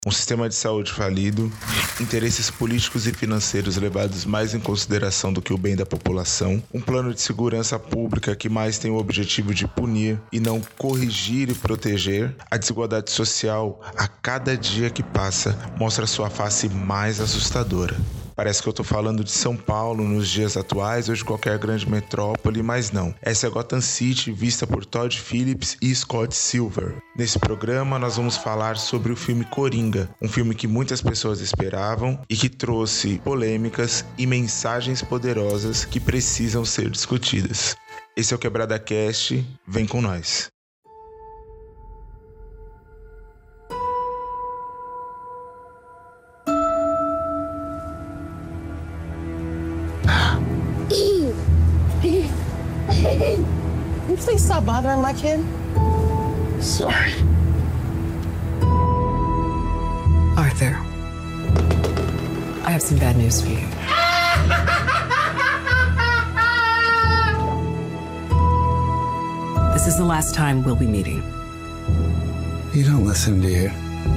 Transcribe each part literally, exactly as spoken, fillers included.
Um sistema de saúde falido, interesses políticos e financeiros levados mais em consideração do que o bem da população, um plano de segurança pública que mais tem o objetivo de punir e não corrigir e proteger, a desigualdade social, a cada dia que passa, mostra sua face mais assustadora. Parece que eu tô falando de São Paulo nos dias atuais ou de qualquer grande metrópole, mas não. Essa é Gotham City, vista por Todd Phillips e Scott Silver. Nesse programa, nós vamos falar sobre o filme Coringa, um filme que muitas pessoas esperavam e que trouxe polêmicas e mensagens poderosas que precisam ser discutidas. Esse é o Quebrada Cast, vem com nós. Can you please stop bothering my kid? Sorry. Arthur, I have some bad news for you. This is the last time we'll be meeting. You don't listen, do you?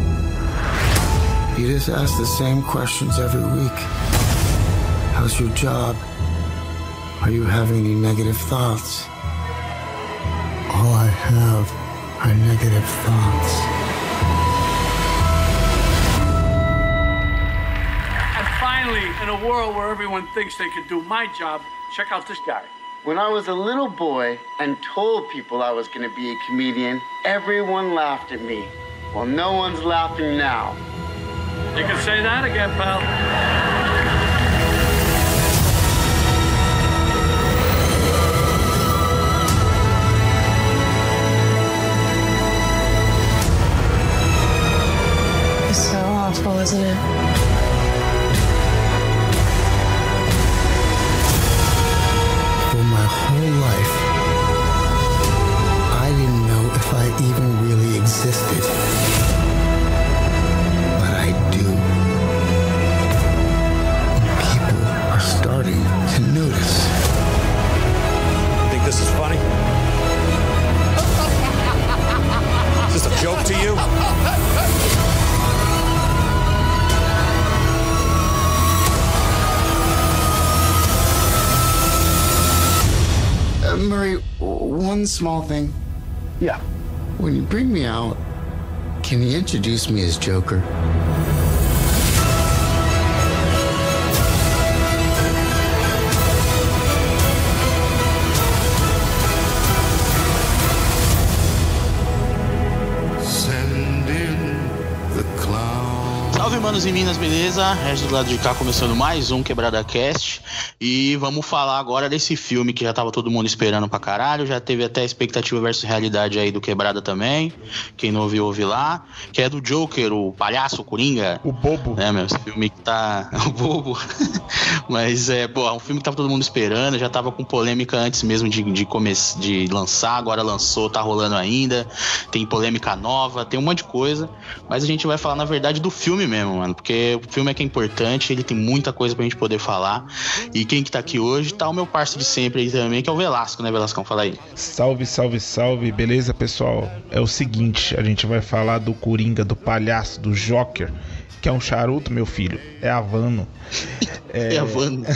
You just ask the same questions every week. How's your job? Are you having any negative thoughts? All I have are negative thoughts. And finally, in a world where everyone thinks they could do my job, check out this guy. When I was a little boy and told people I was going to be a comedian, everyone laughed at me. Well, no one's laughing now. You can say that again, pal. So awful, isn't it? For my whole life, I didn't know if I even really existed. But I do. And people are starting to notice. Think this is funny? Is this a joke to you? Uh, Murray, one small thing. Yeah. When you bring me out, can you introduce me as Joker? Salve, manos e minas, beleza? Regis do lado de cá, começando mais um Quebrada Cast. E vamos falar agora desse filme que já tava todo mundo esperando pra caralho. Já teve até expectativa versus realidade aí do Quebrada também. Quem não ouviu, ouve lá. Que é do Joker, o palhaço, o Coringa. O bobo. É, meu, esse filme que tá... o bobo. Mas, é, pô, é um filme que tava todo mundo esperando. Já tava com polêmica antes mesmo de, de, come... de lançar. Agora lançou, tá rolando ainda. Tem polêmica nova, tem um monte de coisa. Mas a gente vai falar, na verdade, do filme mesmo, mano. Porque o filme é que é importante, ele tem muita coisa pra gente poder falar. E quem que tá aqui hoje tá o meu parceiro de sempre aí também, que é o Velasco, né, Velascão? Fala aí. Salve, salve, salve. Beleza, pessoal? É o seguinte, a gente vai falar do Coringa, do palhaço, do Joker, que é um charuto, meu filho. É Havano. É, é Havano.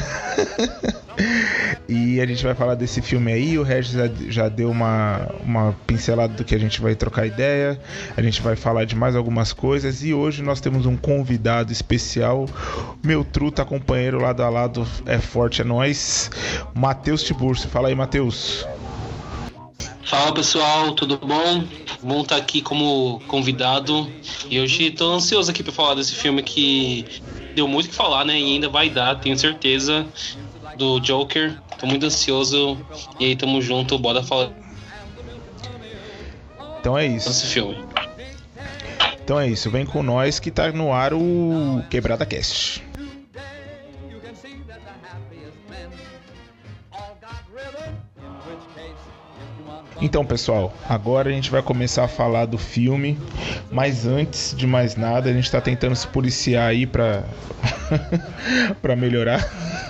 E a gente vai falar desse filme aí. O Regis já, já deu uma, uma pincelada do que a gente vai trocar ideia. A gente vai falar de mais algumas coisas. E hoje nós temos um convidado especial. Meu truta, companheiro lado a lado, é forte, é nóis. Matheus Tiburcio. Fala aí, Matheus. Fala, pessoal, tudo bom? Bom estar aqui como convidado. E hoje tô ansioso aqui para falar desse filme que deu muito o que falar, né? E ainda vai dar, tenho certeza, do Joker. Tô muito ansioso. E aí, tamo junto, bora falar. Então é isso. Esse filme. Então é isso, vem com nós que tá no ar o Quebrada Cast. Então, pessoal, agora a gente vai começar a falar do filme, mas antes de mais nada, a gente tá tentando se policiar aí pra, pra melhorar.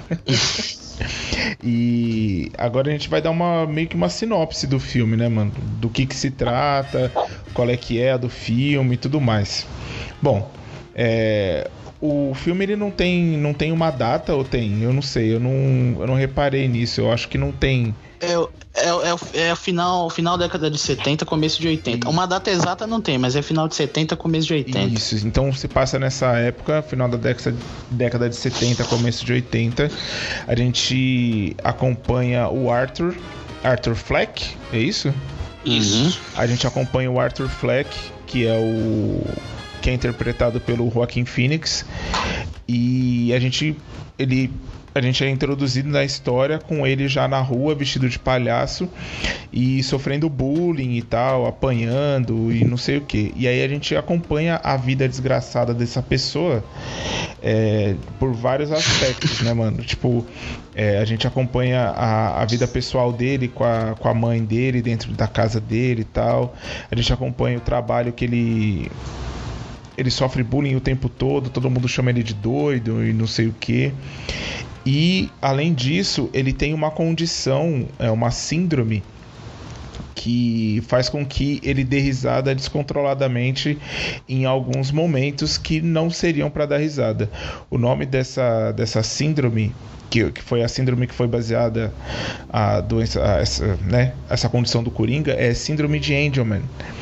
E agora a gente vai dar uma meio que uma sinopse do filme, né, mano? Do que que se trata, qual é que é a do filme e tudo mais. Bom, É, o filme ele não tem, não tem uma data, ou tem? Eu não sei, eu não, eu não reparei nisso. Eu acho que não tem. É, é, é, é final, final da década de setenta, começo de oitenta. Uma data exata não tem, mas é final de setenta, começo de oitenta. Isso, então se passa nessa época, final da década, década de setenta, começo de oitenta. A gente acompanha o Arthur, Arthur Fleck, é isso? Isso. A gente acompanha o Arthur Fleck, que é o... que é interpretado pelo Joaquin Phoenix. E a gente... ele... A gente é introduzido na história com ele já na rua, vestido de palhaço e sofrendo bullying e tal, apanhando e não sei o que. E aí a gente acompanha a vida desgraçada dessa pessoa é, por vários aspectos, né, mano? Tipo, é, a gente acompanha a, a vida pessoal dele com a, com a mãe dele dentro da casa dele e tal. A gente acompanha o trabalho que ele... Ele sofre bullying o tempo todo, todo mundo chama ele de doido e não sei o que. E, além disso, ele tem uma condição, é uma síndrome que faz com que ele dê risada descontroladamente em alguns momentos que não seriam para dar risada. O nome dessa, dessa síndrome, que, que foi a síndrome que foi baseada a doença, a essa, né, essa condição do Coringa, é síndrome de Angelman,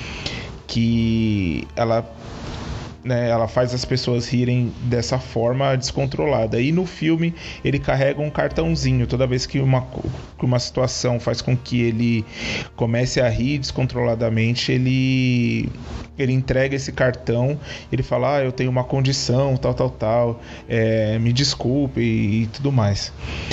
que ela... né, ela faz as pessoas rirem dessa forma descontrolada. E no filme ele carrega um cartãozinho. Toda vez que uma, que uma situação faz com que ele comece a rir descontroladamente, ele, ele entrega esse cartão. Ele fala, ah, eu tenho uma condição, tal, tal, tal, é, me desculpe e, e tudo mais.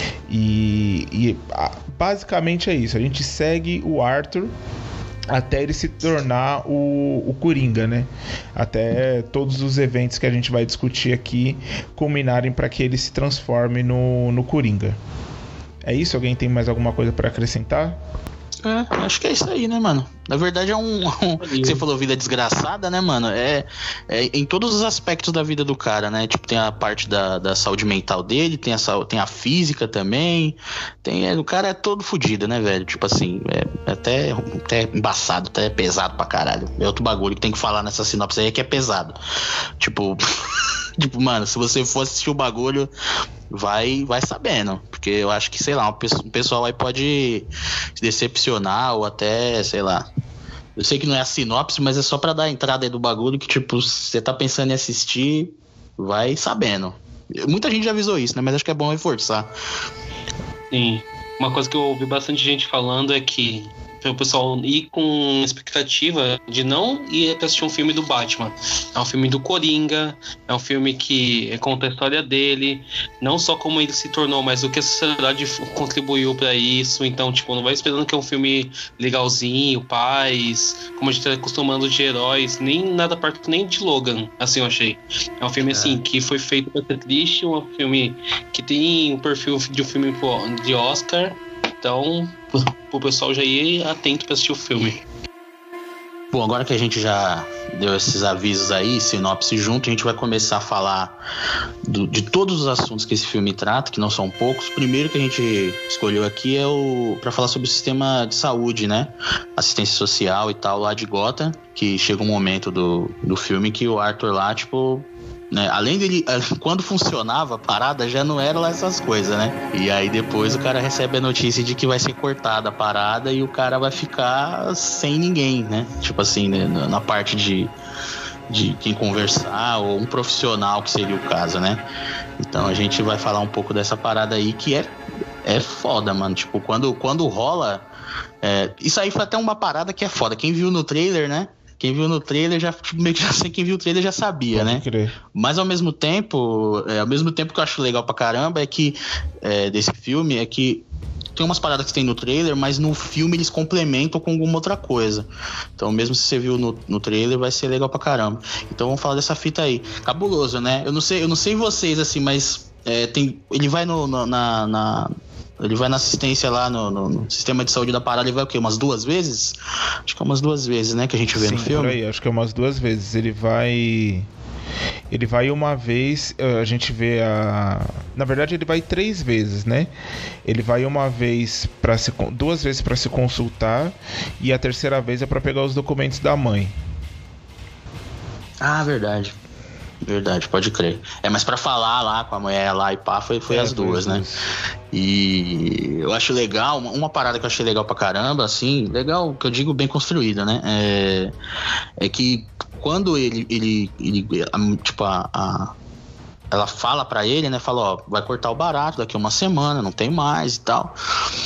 E, e basicamente é isso. A gente segue o Arthur até ele se tornar o, o Coringa, né? Até todos os eventos que a gente vai discutir aqui culminarem para que ele se transforme no, no Coringa. É isso? Alguém tem mais alguma coisa para acrescentar? É, acho que é isso aí, né, mano? Na verdade é um... um você falou vida desgraçada, né, mano? É, é em todos os aspectos da vida do cara, né? Tipo, tem a parte da, da saúde mental dele, tem a, tem a física também. Tem, é, o cara é todo fodido, né, velho? Tipo assim, é, é até, até embaçado, até pesado pra caralho. É outro bagulho que tem que falar nessa sinopse aí, que é pesado. Tipo... Tipo, mano, se você for assistir o bagulho, vai, vai sabendo. Porque eu acho que, sei lá, um pessoal aí pode se decepcionar ou até, sei lá. Eu sei que não é a sinopse, mas é só pra dar a entrada aí do bagulho que, tipo, você tá pensando em assistir, vai sabendo. Muita gente já avisou isso, né? Mas acho que é bom reforçar. Sim. Uma coisa que eu ouvi bastante gente falando é que o pessoal ir com expectativa de não ir pra assistir um filme do Batman. É um filme do Coringa, é um filme que conta a história dele, não só como ele se tornou, mas o que a sociedade contribuiu pra isso. Então, tipo, não vai esperando que é um filme legalzinho, paz, como a gente tá acostumando de heróis, nem nada perto, nem de Logan, assim eu achei. É um filme, é. assim, que foi feito pra ser triste, um filme que tem um perfil de um filme de Oscar. Então, o pessoal já ir atento para assistir o filme. Bom, agora que a gente já deu esses avisos aí, sinopse junto, a gente vai começar a falar do, de todos os assuntos que esse filme trata, que não são poucos. O primeiro que a gente escolheu aqui é o para falar sobre o sistema de saúde, né? Assistência social e tal, lá de Gotham, que chega um momento do, do filme que o Arthur lá, tipo... Né? Além dele, quando funcionava a parada, já não era lá essas coisas, né? E aí depois o cara recebe a notícia de que vai ser cortada a parada e o cara vai ficar sem ninguém, né? Tipo assim, né? Na parte de, de quem conversar ou um profissional, que seria o caso, né? Então a gente vai falar um pouco dessa parada aí que é, é foda, mano. Tipo, quando, quando rola... É, isso aí foi até uma parada que é foda. Quem viu no trailer, né? Quem viu no trailer já, tipo, meio que já sei, quem viu o trailer já sabia, Pode né? Crer. Mas ao mesmo tempo, é, ao mesmo tempo que eu acho legal pra caramba é que é, desse filme é que tem umas paradas que tem no trailer, mas no filme eles complementam com alguma outra coisa. Então mesmo se você viu no, no trailer, vai ser legal pra caramba. Então vamos falar dessa fita aí. Cabuloso, né? Eu não sei, eu não sei vocês assim, mas é, tem, ele vai no, no, na... na Ele vai na assistência lá no, no, no sistema de saúde da parada, ele vai o quê? Umas duas vezes? Acho que é umas duas vezes, né? Que a gente vê Sim, no filme. Por aí, acho que é umas duas vezes. Ele vai... Ele vai uma vez, a gente vê a... Na verdade, ele vai três vezes, né? Ele vai uma vez para se... Duas vezes para se consultar e a terceira vez é para pegar os documentos da mãe. Ah, verdade. Verdade, pode crer. É, mas pra falar lá com a mulher lá e pá, foi, foi É, as duas, foi né? isso. E eu acho legal, uma, uma parada que eu achei legal pra caramba, assim, legal, que eu digo bem construída, né? É, é que quando ele, ele, ele tipo, a, a ela fala pra ele, né? Fala, ó, vai cortar o barato daqui a uma semana, não tem mais e tal.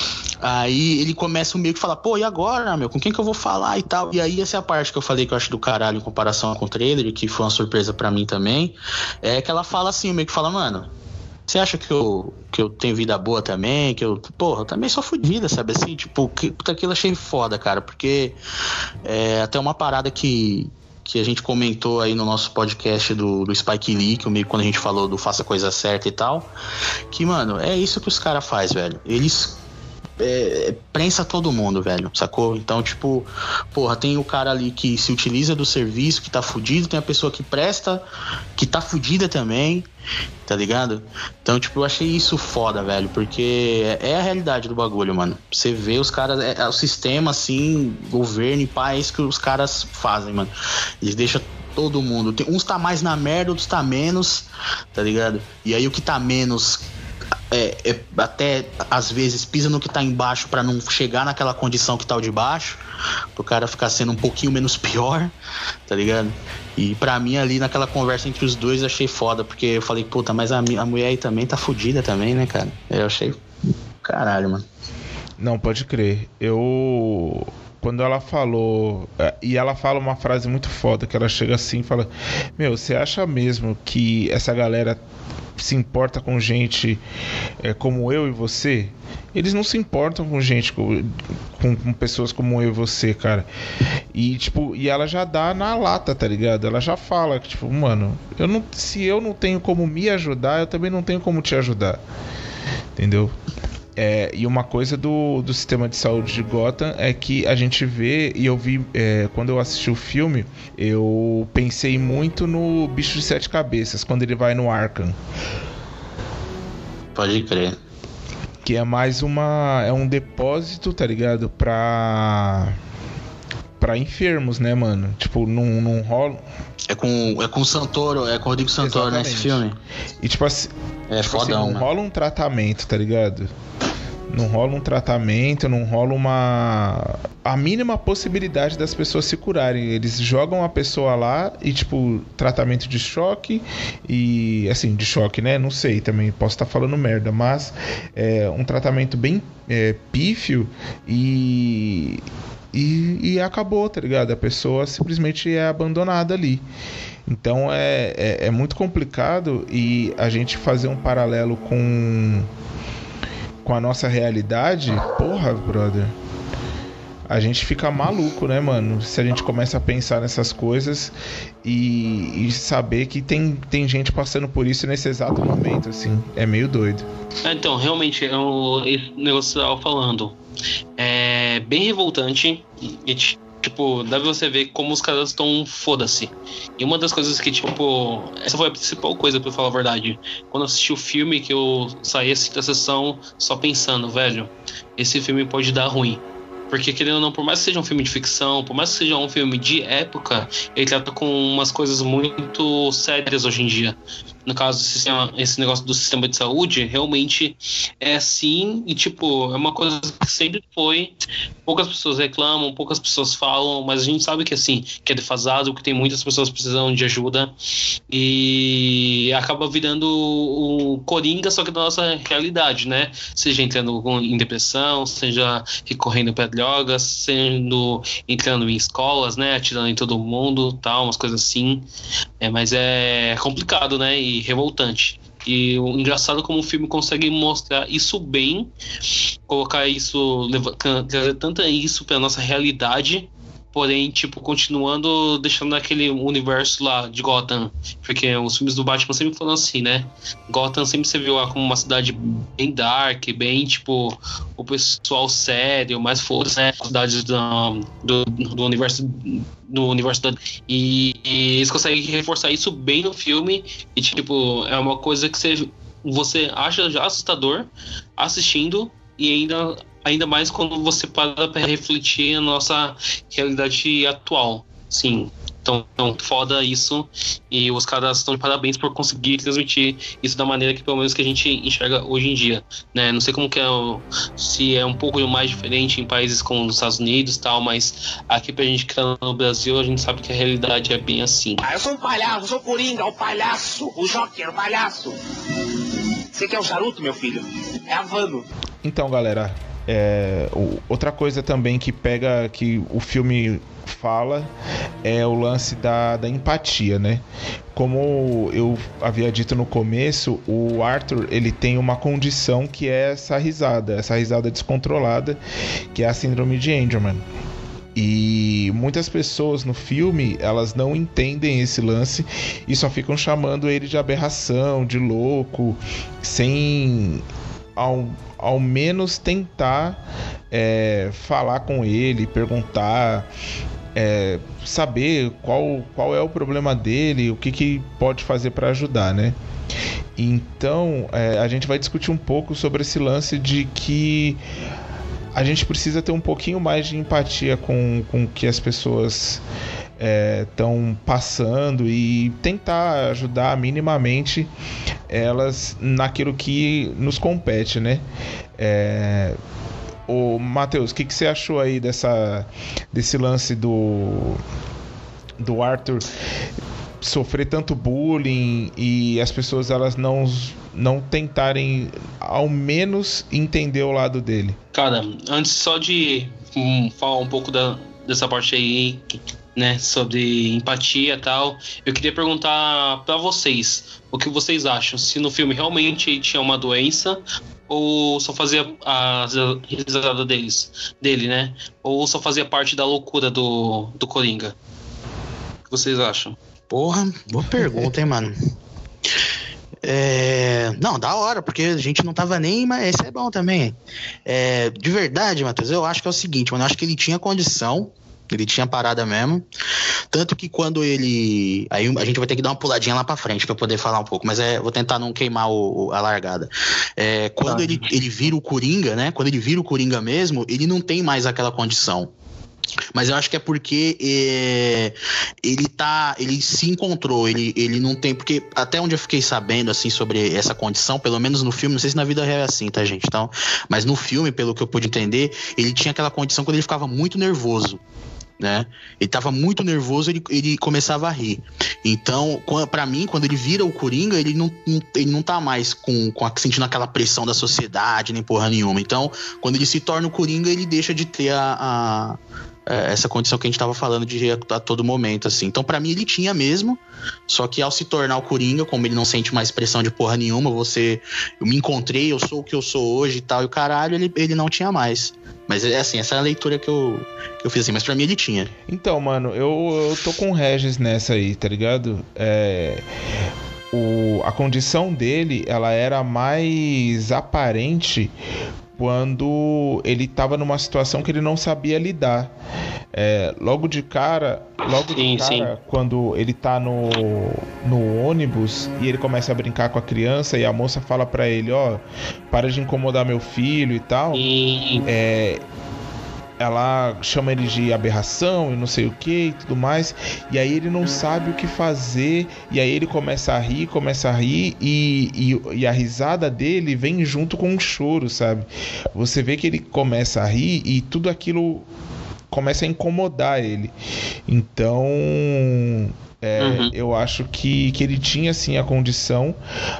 Aí ele começa meio que falar, pô, e agora, meu? Com quem que eu vou falar e tal? E aí essa é a parte que eu falei que eu acho do caralho em comparação com o trailer, que foi uma surpresa pra mim também, é que ela fala assim, meio que fala, mano, você acha que eu, que eu tenho vida boa também? Que eu, porra, eu também sou fodida, sabe assim? Tipo, que, puta, aquilo eu achei foda, cara, porque é até uma parada que... que a gente comentou aí no nosso podcast do, do Spike Lee, que meio quando a gente falou do Faça a Coisa Certa e tal, que, mano, é isso que os caras fazem, velho. Eles é, prensa todo mundo, velho, sacou? Então, tipo, porra, tem o cara ali que se utiliza do serviço, que tá fudido, tem a pessoa que presta, que tá fudida também, tá ligado? Então, tipo, eu achei isso foda, velho, porque é a realidade do bagulho, mano. Você vê os caras, é, é o sistema, assim, governo e pá, é isso que os caras fazem, mano. Eles deixam todo mundo. Tem, uns tá mais na merda, outros tá menos, tá ligado? E aí o que tá menos... É, é, até às vezes pisa no que tá embaixo pra não chegar naquela condição que tá o de baixo, pro cara ficar sendo um pouquinho menos pior, tá ligado? E pra mim ali naquela conversa entre os dois eu achei foda, porque eu falei, puta, mas a, a mulher aí também tá fodida também, né, cara? Eu achei caralho, mano. Não, pode crer. Eu... Quando ela falou... E ela fala uma frase muito foda, que ela chega assim e fala, meu, você acha mesmo que essa galera se importa com gente é, como eu e você? Eles não se importam com gente, com, com, com pessoas como eu e você, cara. E tipo, e ela já dá na lata, tá ligado? Ela já fala que tipo, mano, eu não, se eu não tenho como me ajudar, eu também não tenho como te ajudar, entendeu? É, e uma coisa do, do sistema de saúde de Gotham é que a gente vê, e eu vi, é, quando eu assisti o filme, eu pensei muito no Bicho de Sete Cabeças, quando ele vai no Arkham. Pode crer. Que é mais uma... é um depósito, tá ligado? Pra... pra enfermos, né, mano? Tipo, não, não rola... É com, é com o Santoro, é com o Rodrigo Santoro, né, esse filme. E tipo assim... É tipo fodão, assim, não mano. rola um tratamento, tá ligado? Não rola um tratamento, não rola uma... a mínima possibilidade das pessoas se curarem. Eles jogam a pessoa lá e, tipo, tratamento de choque e... assim, de choque, né? Não sei, também posso estar falando merda, mas é um tratamento bem é, pífio e... e... e acabou, tá ligado? A pessoa simplesmente é abandonada ali. Então é, é, é muito complicado, e a gente fazer um paralelo com... com a nossa realidade, porra, brother, a gente fica maluco, né, mano? Se a gente começa a pensar nessas coisas e, e saber que tem, tem gente passando por isso nesse exato momento, assim, é meio doido. Então, realmente, é o, esse negócio que eu tava falando é bem revoltante e, tipo, dá pra você ver como os caras estão foda-se. E uma das coisas que, tipo, essa foi a principal coisa, pra falar a verdade. Quando eu assisti o filme, que eu saí assim da sessão só pensando, velho, esse filme pode dar ruim. Porque, querendo ou não, por mais que seja um filme de ficção, por mais que seja um filme de época, ele trata com umas coisas muito sérias hoje em dia. No caso, esse, sistema, esse negócio do sistema de saúde, realmente é assim, e tipo, é uma coisa que sempre foi. Poucas pessoas reclamam, poucas pessoas falam, mas a gente sabe que assim, que é defasado, que tem muitas pessoas precisando de ajuda, e acaba virando o coringa, só que da nossa realidade, né? Seja entrando em depressão, seja recorrendo para drogas, sendo entrando em escolas, né? Atirando em todo mundo, tal, umas coisas assim. É, mas é complicado, né? E revoltante. E o engraçado é como o filme consegue mostrar isso bem, colocar isso, trazer tanto isso pra nossa realidade, porém, tipo, continuando deixando aquele universo lá de Gotham, porque os filmes do Batman sempre foram assim, né? Gotham sempre se viu lá como uma cidade bem dark, bem, tipo, o pessoal sério, mais força, né? Cidades do, do, do universo do universo da... E, e eles conseguem reforçar isso bem no filme, e, tipo, é uma coisa que você, você acha já assustador assistindo, e ainda... ainda mais quando você para para refletir a nossa realidade atual. Sim. Então, então, foda isso. E os caras estão de parabéns por conseguir transmitir isso da maneira que, pelo menos, que a gente enxerga hoje em dia, né? Não sei como que é, se é um pouco mais diferente em países como os Estados Unidos e tal, mas aqui pra gente que tá no Brasil, a gente sabe que a realidade é bem assim. Ah, eu sou um palhaço, eu sou o Coringa, o palhaço, o Joker, o palhaço. Você quer o charuto, meu filho? É Havano. Então, galera, é, outra coisa também que pega, que o filme fala, é o lance da, da empatia, né? Como eu havia dito no começo, o Arthur, ele tem uma condição que é essa risada, essa risada descontrolada, que é a síndrome de Angelman. E muitas pessoas no filme, elas não entendem esse lance e só ficam chamando ele de aberração, de louco, sem ao, ao menos tentar é, falar com ele, perguntar, é, saber qual, qual é o problema dele, o que, que pode fazer para ajudar, né? Então, é, a gente vai discutir um pouco sobre esse lance de que a gente precisa ter um pouquinho mais de empatia com, com o que as pessoas estão é, passando e tentar ajudar minimamente elas naquilo que nos compete, né? É... Ô, Matheus, o que, que você achou aí dessa, desse lance do, do Arthur sofrer tanto bullying e as pessoas elas não, não tentarem ao menos entender o lado dele? Cara, antes só de hum, falar um pouco da, dessa parte aí, né, sobre empatia e tal, eu queria perguntar pra vocês o que vocês acham, se no filme realmente tinha uma doença ou só fazia a risada deles, dele, né, ou só fazia parte da loucura do, do Coringa. O que vocês acham? Porra, boa pergunta, hein, mano. É... Não, da hora, porque a gente não tava nem... Mas esse é bom também. É... De verdade, Matheus, eu acho que é o seguinte, mano. Eu acho que ele tinha condição, ele tinha parada mesmo. Tanto que quando ele... Aí a gente vai ter que dar uma puladinha lá pra frente pra poder falar um pouco, mas é... vou tentar não queimar o... a largada. É... Quando ah. ele, ele vira o Coringa, né? Quando ele vira o Coringa mesmo, ele não tem mais aquela condição. Mas eu acho que é porque é, ele tá, ele se encontrou, ele, ele não tem, porque até onde eu fiquei sabendo assim sobre essa condição, pelo menos no filme, não sei se na vida real é assim, tá, gente? Então, mas no filme, pelo que eu pude entender, ele tinha aquela condição quando ele ficava muito nervoso, né? Ele tava muito nervoso, ele, ele começava a rir. Então, pra mim, quando ele vira o Coringa, ele não, ele não tá mais com, com a, sentindo aquela pressão da sociedade, nem porra nenhuma. Então, quando ele se torna o Coringa, ele deixa de ter a, a essa condição que a gente tava falando de rir a todo momento, assim. Então, pra mim, ele tinha mesmo, só que ao se tornar o Coringa, como ele não sente mais pressão de porra nenhuma, você... Eu me encontrei, eu sou o que eu sou hoje e tal, e o caralho, ele, ele não tinha mais. Mas, é assim, essa é a leitura que eu, que eu fiz, assim, mas pra mim ele tinha. Então, mano, eu, eu tô com o Regis nessa aí, tá ligado? É... O, a condição dele, ela era mais aparente quando ele estava numa situação que ele não sabia lidar. É, logo de cara, logo sim, de cara sim. Quando ele tá no, no ônibus e ele começa a brincar com a criança e a moça fala pra ele, ó, para de incomodar meu filho e tal, é, ela chama ele de aberração e não sei o que e tudo mais, e aí ele não sabe o que fazer, e aí ele começa a rir, começa a rir e, e, e a risada dele vem junto com um choro, sabe? Você vê que ele começa a rir e tudo aquilo começa a incomodar ele. Então... É, uhum. Eu acho que, que ele tinha sim a condição,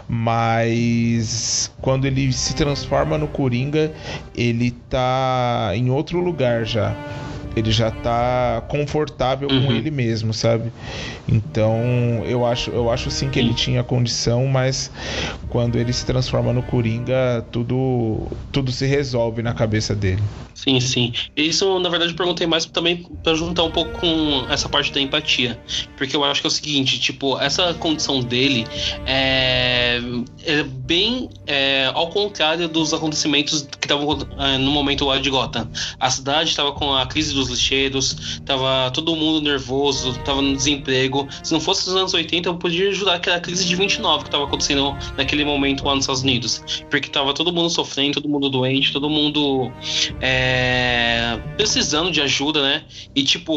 mas quando ele se transforma no Coringa, ele tá em outro lugar já. Ele já tá confortável uhum. com ele mesmo, sabe? Então eu acho, eu acho sim que ele tinha condição, mas quando ele se transforma no Coringa, tudo, tudo se resolve na cabeça dele. Sim, sim. Isso, na verdade, eu perguntei mais também pra juntar um pouco com essa parte da empatia. Porque eu acho que é o seguinte, tipo, essa condição dele é, é bem é, ao contrário dos acontecimentos que estavam é, no momento lá de Gotham. A cidade estava com a crise dos lixeiros, tava todo mundo nervoso, tava no desemprego. Se não fosse nos anos oitenta, eu podia jurar que era a crise de vinte e nove que tava acontecendo naquele momento lá nos Estados Unidos. Porque tava todo mundo sofrendo, todo mundo doente, todo mundo... É, precisando de ajuda, né? E tipo,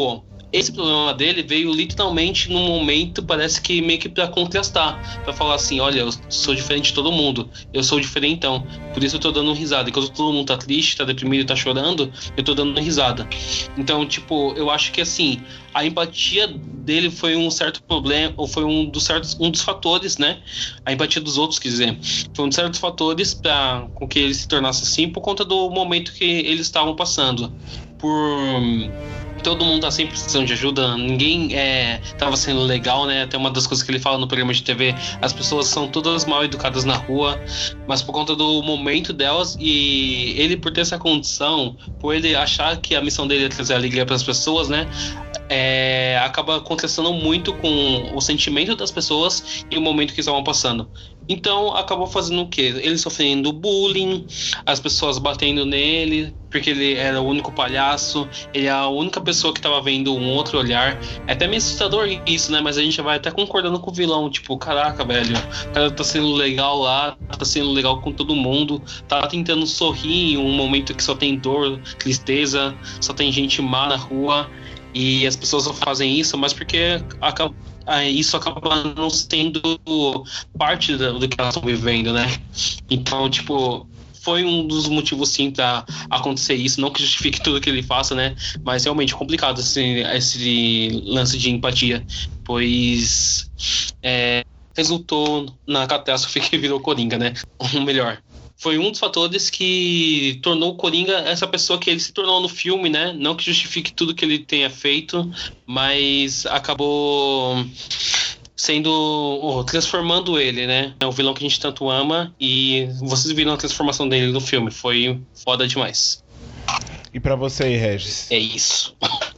esse problema dele veio literalmente num momento, parece que meio que pra contrastar, pra falar assim, olha, eu sou diferente de todo mundo, eu sou diferentão, por isso eu tô dando risada. Enquanto todo mundo tá triste, tá deprimido, tá chorando, eu tô dando risada. Então, tipo, eu acho que assim, a empatia dele foi um certo problema, ou foi um dos certos, um dos fatores, né? A empatia dos outros, quer dizer, foi um dos certos fatores para com que ele se tornasse assim, por conta do momento que eles estavam passando. Por todo mundo tá sempre precisando de ajuda, ninguém é, tava sendo legal, né? Até uma das coisas que ele fala no programa de T V, as pessoas são todas mal educadas na rua, mas por conta do momento delas, e ele por ter essa condição, por ele achar que a missão dele é trazer alegria para as pessoas, né? É, acaba contrastando muito com o sentimento das pessoas e o momento que estavam passando. Então acabou fazendo o quê? Ele sofrendo bullying, as pessoas batendo nele porque ele era o único palhaço, ele é a única pessoa que estava vendo um outro olhar. É até meio assustador isso, né? Mas a gente vai até concordando com o vilão, tipo, caraca, velho, o cara tá sendo legal lá, tá sendo legal com todo mundo, tá tentando sorrir em um momento que só tem dor, tristeza, só tem gente má na rua. E as pessoas só fazem isso, mas porque acaba, isso acaba não sendo parte do, do que elas estão vivendo, né? Então, tipo, foi um dos motivos, sim, pra acontecer isso. Não que justifique tudo que ele faça, né? Mas realmente é complicado esse, esse lance de empatia, pois é, resultou na catástrofe que virou Coringa, né? Ou melhor, foi um dos fatores que tornou o Coringa essa pessoa que ele se tornou no filme, né? Não que justifique tudo que ele tenha feito, mas acabou sendo, oh, transformando ele, né? É o vilão que a gente tanto ama, e vocês viram a transformação dele no filme, foi foda demais. E pra você aí, Regis? É isso.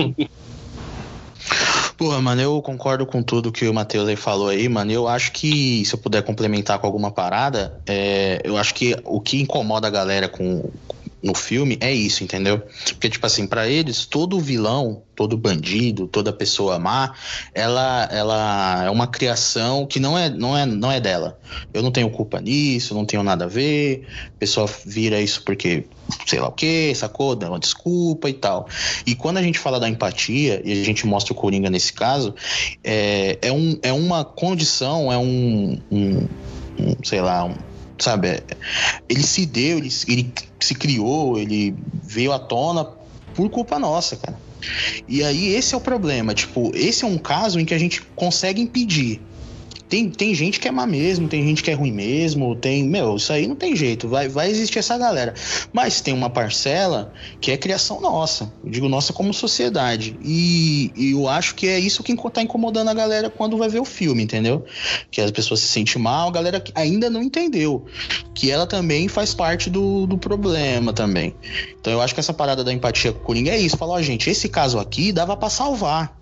Porra, mano, eu concordo com tudo que o Matheus aí falou aí, mano. Eu acho que, se eu puder complementar com alguma parada, é, eu acho que o que incomoda a galera com, no filme é isso, entendeu? Porque, tipo assim, pra eles, todo vilão, todo bandido, toda pessoa má, ela, ela é uma criação que não é, não, é, não é dela. Eu não tenho culpa nisso, não tenho nada a ver. A pessoa vira isso porque, sei lá o que, sacou? Dá uma desculpa e tal. E quando a gente fala da empatia, e a gente mostra o Coringa nesse caso, é, é, um, é uma condição, é um, um, um sei lá, um, sabe? Ele se deu, ele, ele se criou, ele veio à tona por culpa nossa, cara. E aí esse é o problema, tipo, esse é um caso em que a gente consegue impedir. Tem, tem gente que é má mesmo, tem gente que é ruim mesmo, tem, meu, isso aí não tem jeito, vai, vai existir essa galera. Mas tem uma parcela que é criação nossa, eu digo nossa como sociedade. E, e eu acho que é isso que tá incomodando a galera quando vai ver o filme, entendeu? Que as pessoas se sentem mal, a galera ainda não entendeu que ela também faz parte do, do problema também. Então eu acho que essa parada da empatia com o Coringa é isso, falar, ó, gente, esse caso aqui dava pra salvar.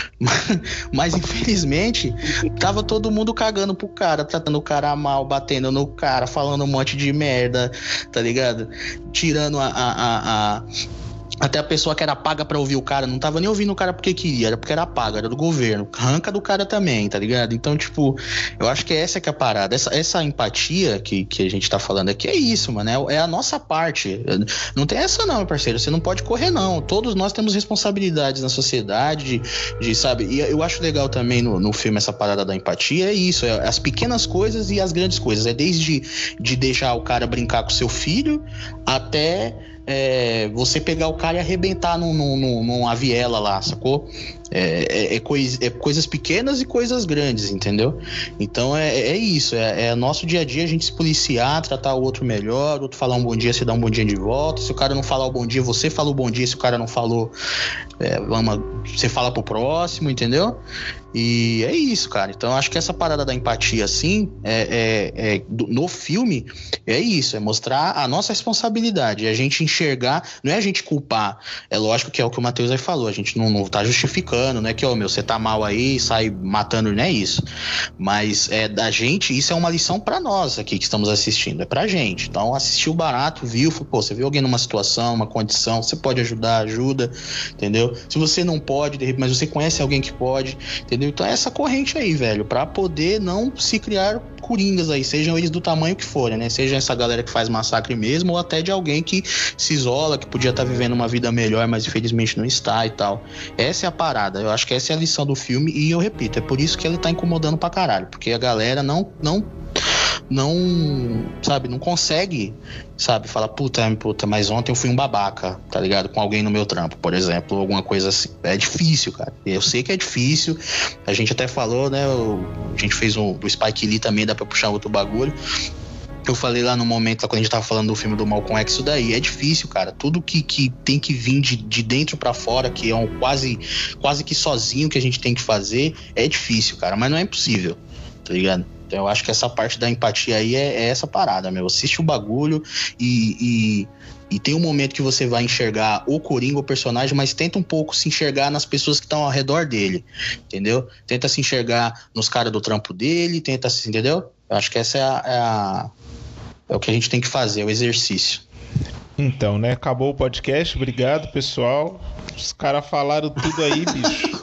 Mas infelizmente tava todo mundo cagando pro cara, tratando o cara mal, batendo no cara, falando um monte de merda, tá ligado? Tirando a, a, a, a... até a pessoa que era paga pra ouvir o cara não tava nem ouvindo o cara porque queria, era porque era paga, era do governo, arranca do cara também, tá ligado? Então, tipo, eu acho que essa que é a parada, essa, essa empatia que, que a gente tá falando aqui é isso, mano, é, é a nossa parte. Não tem essa não, meu parceiro, você não pode correr não, todos nós temos responsabilidades na sociedade, de, de sabe, e eu acho legal também no, no filme essa parada da empatia, é isso, é as pequenas coisas e as grandes coisas, é desde de deixar o cara brincar com seu filho, até É, você pegar o cara e arrebentar num, num, numa viela lá, sacou? É, é, é, coisa, é coisas pequenas e coisas grandes, entendeu? Então é, é isso, é, é nosso dia a dia a gente se policiar, tratar o outro melhor, o outro falar um bom dia, você dá um bom dia de volta, se o cara não falar o bom dia, você fala o bom dia, se o cara não falou, é, vamos, você fala pro próximo, entendeu? E é isso, cara. Então acho que essa parada da empatia, assim, é, é, é, no filme, é isso, é mostrar a nossa responsabilidade, é a gente enxergar, não é a gente culpar, é lógico que é o que o Matheus aí falou, a gente não, não tá justificando, não é que, ó, meu, você tá mal aí, sai matando, não é isso, mas é da gente, isso é uma lição pra nós aqui que estamos assistindo, é pra gente. Então assistiu barato, viu, pô, você viu alguém numa situação, uma condição, você pode ajudar, ajuda, entendeu? Se você não pode, de repente, mas você conhece alguém que pode, entendeu? Então é essa corrente aí, velho, pra poder não se criar coringas aí, sejam eles do tamanho que forem, né? Seja essa galera que faz massacre mesmo, ou até de alguém que se isola, que podia estar vivendo uma vida melhor, mas infelizmente não está e tal. Essa é a parada, eu acho que essa é a lição do filme, e eu repito, é por isso que ele tá incomodando pra caralho, porque a galera não, não, não, sabe, não consegue, sabe, falar, puta, puta, mas ontem eu fui um babaca, tá ligado? Com alguém no meu trampo, por exemplo, alguma coisa assim. É difícil, cara. Eu sei que é difícil. A gente até falou, né? O, a gente fez o do Spike Lee também, dá pra puxar outro bagulho. Eu falei lá no momento, lá quando a gente tava falando do filme do Malcolm X, isso daí é difícil, cara. Tudo que, que tem que vir de, de dentro pra fora, que é um quase, quase que sozinho que a gente tem que fazer, é difícil, cara. Mas não é impossível, tá ligado? Então eu acho que essa parte da empatia aí é, é essa parada, meu. Assiste o bagulho e, e, e tem um momento que você vai enxergar o Coringa, o personagem, mas tenta um pouco se enxergar nas pessoas que estão ao redor dele, entendeu? Tenta se enxergar nos caras do trampo dele, tenta se, entendeu? Eu acho que essa é a, é a é o que a gente tem que fazer, é o exercício. Então, né? Acabou o podcast. Obrigado, pessoal. Os caras falaram tudo aí, bicho.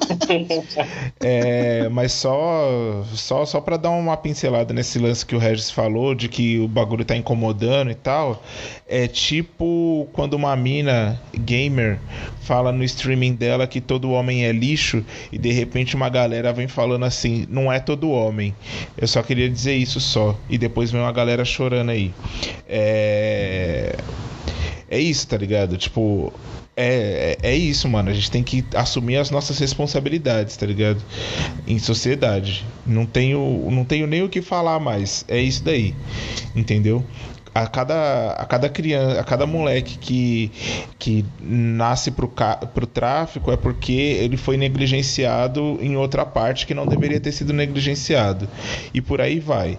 É, mas só, só, só pra dar uma pincelada nesse lance que o Regis falou, de que o bagulho tá incomodando e tal. É tipo quando uma mina gamer fala no streaming dela que todo homem é lixo, e de repente uma galera vem falando assim, não é todo homem. Eu só queria dizer isso só. E depois vem uma galera chorando aí. É... É isso, tá ligado? Tipo, é, é, é isso, mano. A gente tem que assumir as nossas responsabilidades, tá ligado? Em sociedade. Não tenho, não tenho nem o que falar mais. É isso daí, entendeu? A cada, a cada criança, a cada moleque que, que nasce pro, ca, pro tráfico é porque ele foi negligenciado em outra parte que não deveria ter sido negligenciado. E por aí vai.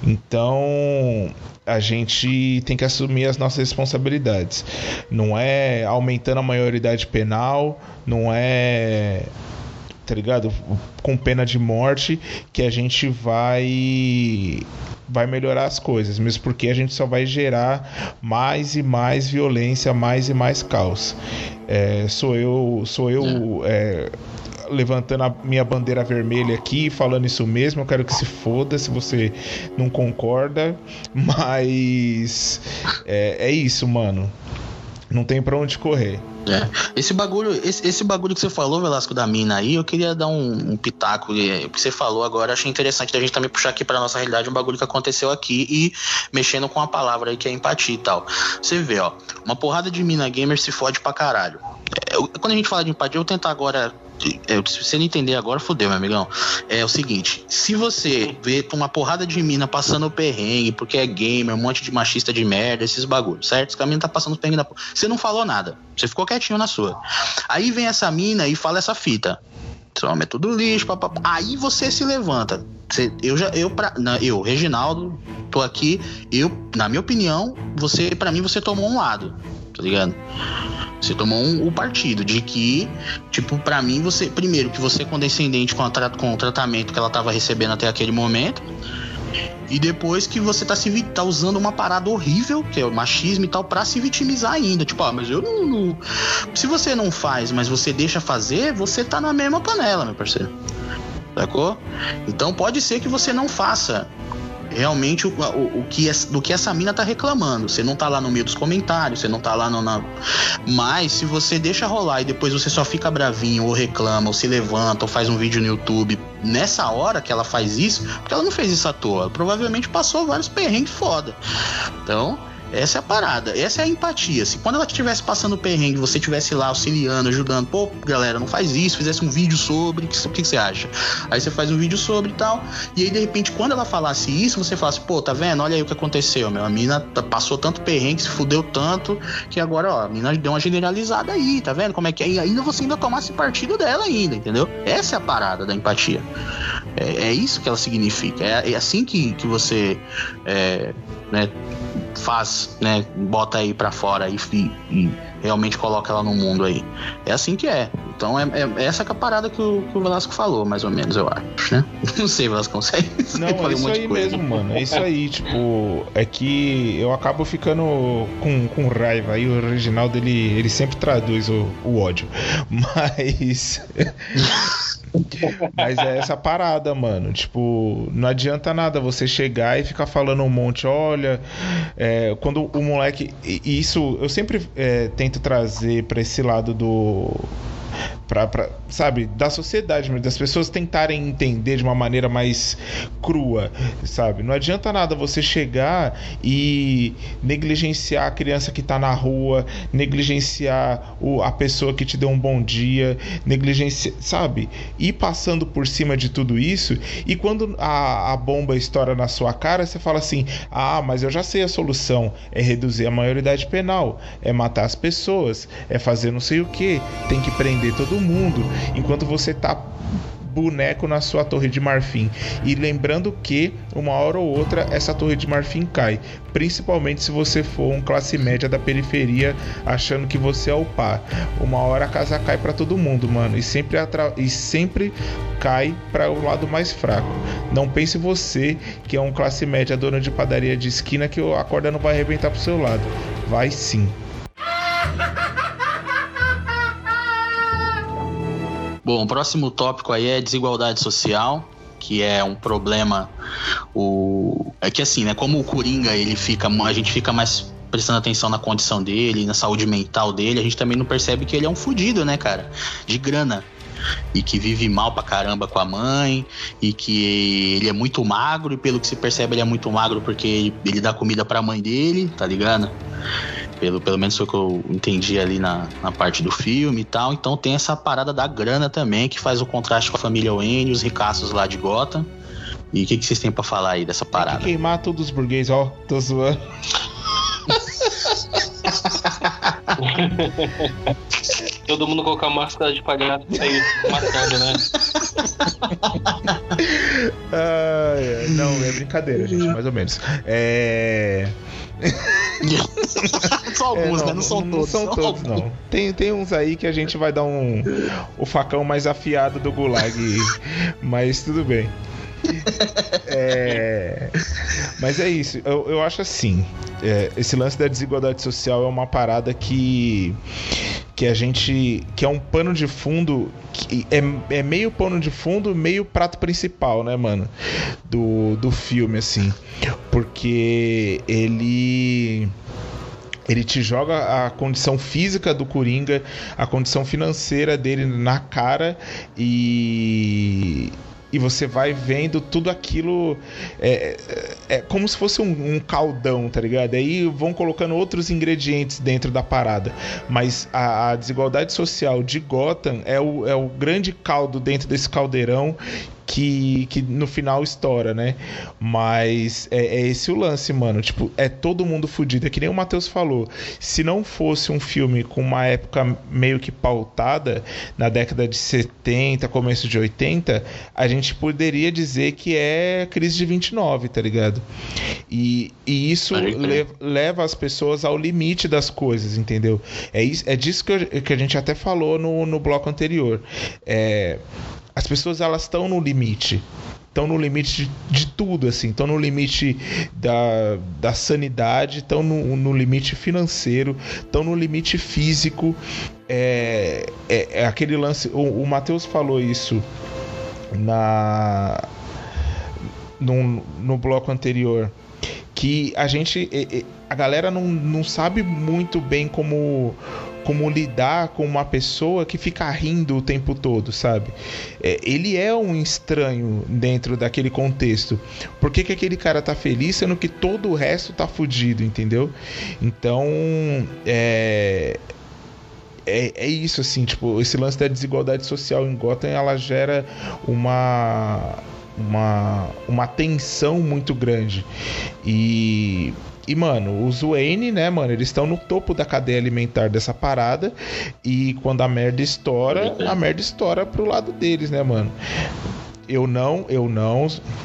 Então, a gente tem que assumir as nossas responsabilidades. Não é aumentando a maioridade penal, não é, tá ligado? Com pena de morte que a gente vai... vai melhorar as coisas, mesmo porque a gente só vai gerar mais e mais violência, mais e mais caos. É, sou eu, sou eu é, levantando a minha bandeira vermelha aqui, falando isso mesmo. Eu quero que se foda se você não concorda, mas é, é isso, mano. Não tem pra onde correr. É. Esse bagulho, esse, esse bagulho que você falou, Velasco, da mina aí, eu queria dar um, um pitaco. O que você falou agora, achei interessante da gente também puxar aqui pra nossa realidade um bagulho que aconteceu aqui e mexendo com a palavra aí que é empatia e tal. Você vê, ó, uma porrada de mina gamer se fode pra caralho. É, eu, quando a gente fala de empatia, eu vou tentar agora. É, se você não entender agora, fodeu, meu amigão. É o seguinte: se você vê uma porrada de mina passando perrengue porque é gamer, um monte de machista de merda, esses bagulhos, certo? Se a mina tá passando perrengue na porra, você não falou nada, você ficou quietinho na sua. Aí vem essa mina e fala essa fita: seu homem é tudo lixo, papapá. Aí você se levanta. Você, eu já, eu, pra, não, eu, Reginaldo, tô aqui. Eu, na minha opinião, você, pra mim, você tomou um lado, tá ligado? Você tomou um, um partido de que, tipo, pra mim, você, primeiro, que você é condescendente com, a, com o tratamento que ela tava recebendo até aquele momento, e depois que você tá, se, tá usando uma parada horrível, que é o machismo e tal, pra se vitimizar ainda. Tipo, ah, mas eu não, não... Se você não faz, mas você deixa fazer, você tá na mesma panela, meu parceiro. Sacou? Então pode ser que você não faça realmente o, o, o que é, do que essa mina tá reclamando. Você não tá lá no meio dos comentários, você não tá lá no, na... Mas se você deixa rolar e depois você só fica bravinho, ou reclama, ou se levanta, ou faz um vídeo no YouTube nessa hora que ela faz isso, porque ela não fez isso à toa, ela provavelmente passou vários perrengues foda. Então essa é a parada, essa é a empatia. Se quando ela estivesse passando perrengue, você estivesse lá auxiliando, ajudando, pô, galera, não faz isso, fizesse um vídeo sobre, o que, que, que você acha? Aí você faz um vídeo sobre e tal, e aí de repente quando ela falasse isso, você falasse, pô, tá vendo? Olha aí o que aconteceu, meu, a mina passou tanto perrengue, se fudeu tanto, que agora, ó, a mina deu uma generalizada aí, tá vendo como é que é? E ainda você ainda tomasse partido dela ainda, entendeu? Essa é a parada da empatia. É, é isso que ela significa, é, é assim que, que você é, né, faz, né, bota aí pra fora e, e realmente coloca ela no mundo aí. É assim que é. Então é, é essa que é a parada que o, que o Velasco falou, mais ou menos, eu acho, né? Não sei, Velasco, consegue? Não, é isso um aí mesmo, mano. É isso aí, tipo, é que eu acabo ficando com, com raiva. Aí o Reginaldo, ele, ele sempre traduz o, o ódio. Mas... Mas é essa parada, mano. Tipo, não adianta nada você chegar e ficar falando um monte. Olha, é, quando o moleque... E isso eu sempre é, tento trazer pra esse lado do... Pra, pra, sabe, da sociedade, das pessoas tentarem entender de uma maneira mais crua, sabe? Não adianta nada você chegar e negligenciar a criança que tá na rua, negligenciar o, a pessoa que te deu um bom dia, negligenciar, sabe? Ir passando por cima de tudo isso, e quando a, a bomba estoura na sua cara, você fala assim: ah, mas eu já sei a solução, é reduzir a maioridade penal, é matar as pessoas, é fazer não sei o que, tem que prender todo mundo, enquanto você tá boneco na sua torre de marfim. E lembrando que uma hora ou outra essa torre de marfim cai, principalmente se você for um classe média da periferia achando que você é o pá. Uma hora a casa cai pra todo mundo, mano, e sempre, atra... e sempre cai para o lado mais fraco. Não pense você que é um classe média dona de padaria de esquina que a corda não vai arrebentar pro seu lado. Vai sim. Bom, o próximo tópico aí é desigualdade social, que é um problema. O... É que assim, né? Como o Coringa, ele fica, a gente fica mais prestando atenção na condição dele, na saúde mental dele, a gente também não percebe que ele é um fudido, né, cara? De grana. E que vive mal pra caramba com a mãe, e que ele é muito magro, e pelo que se percebe ele é muito magro porque ele, ele dá comida pra mãe dele, tá ligado? Pelo, pelo menos foi o que eu entendi ali na, na parte do filme e tal. Então tem essa parada da grana também, que faz o contraste com a família Wayne, os ricaços lá de Gotham. E o que, que vocês têm pra falar aí dessa parada? Tem que queimar todos os burgueses, ó, tô zoando. Todo mundo colocar máscara de palhaço e sair matando, né? Ah, não, é brincadeira, gente, mais ou menos. É... Só alguns, é, não, né? Não são não, todos. Não são todos, não. Tem, tem uns aí que a gente vai dar um o facão mais afiado do Gulag, mas tudo bem. É... Mas é isso, eu, eu acho assim, é, esse lance da desigualdade social é uma parada que que a gente, que é um pano de fundo, que é, é meio pano de fundo, meio prato principal, né, mano, do, do filme, assim, porque ele ele te joga a condição física do Coringa, a condição financeira dele na cara, e E você vai vendo tudo aquilo, é, é, é como se fosse um, um caldão, tá ligado? Aí vão colocando outros ingredientes dentro da parada. Mas a, a desigualdade social de Gotham é o, é o grande caldo dentro desse caldeirão que, que no final estoura, né? Mas é, é esse o lance, mano. Tipo, é todo mundo fudido. É que nem o Matheus falou. Se não fosse um filme com uma época meio que pautada, na década de setenta, começo de oitenta, a gente poderia dizer que é crise de vinte e nove, tá ligado? E, e isso le, leva as pessoas ao limite das coisas, entendeu? É, isso, é disso que, eu, que a gente até falou no, no bloco anterior. É... As pessoas, elas estão no limite. Estão no limite de, de tudo, assim. Estão no limite da, da sanidade, estão no, no limite financeiro, estão no limite físico. É, é, é aquele lance... O, o Matheus falou isso na, no, no bloco anterior. Que a gente... A galera não, não sabe muito bem como... como lidar com uma pessoa que fica rindo o tempo todo, sabe? É, ele é um estranho dentro daquele contexto. Por que que aquele cara tá feliz sendo que todo o resto tá fudido, entendeu? Então, é... É, é isso, assim, tipo, esse lance da desigualdade social em Gotham, ela gera uma... uma, uma tensão muito grande. E... E, mano, os Wayne, né, mano, eles estão no topo da cadeia alimentar dessa parada. E quando a merda estoura, a merda estoura pro lado deles, né, mano? Eu não, eu não...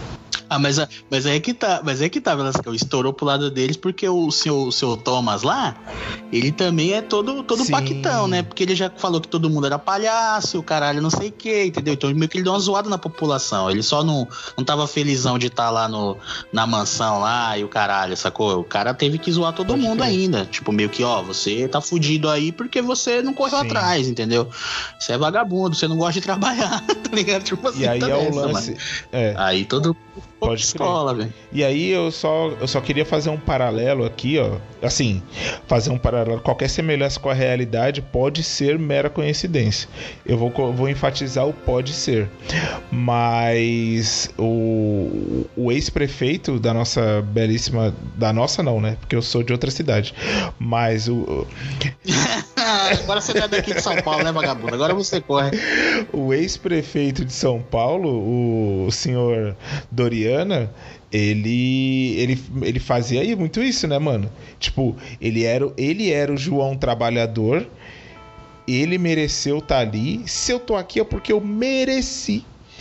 Ah, mas, mas aí é que tá, mas é que tá, Velasco, estourou pro lado deles porque o seu, o seu Thomas lá, ele também é todo, todo paquitão, né? Porque ele já falou que todo mundo era palhaço, o caralho não sei o que, entendeu? Então meio que ele deu uma zoada na população. Ele só não, não tava felizão de estar tá lá no, na mansão lá e o caralho, sacou? O cara teve que zoar todo Pode mundo ser. ainda. Tipo, meio que, ó, você tá fudido aí porque você não correu Sim. atrás, entendeu? Você é vagabundo, você não gosta de trabalhar, tá ligado? Tipo assim, e aí tá é nessa, o lance... É. Aí todo... Pode escola, velho. E aí eu só, eu só queria fazer um paralelo aqui, ó. Assim, fazer um paralelo. Qualquer semelhança com a realidade pode ser mera coincidência. Eu vou, vou enfatizar o pode ser. Mas o, o ex-prefeito da nossa belíssima... Da nossa não, né? Porque eu sou de outra cidade. Mas o... Agora você tá daqui de São Paulo, né, vagabundo? Agora você corre. O ex-prefeito de São Paulo, o senhor Doriana, ele, ele, ele fazia aí muito isso, né, mano? Tipo, ele era, ele era o João trabalhador, ele mereceu estar ali. Se eu tô aqui é porque eu mereci.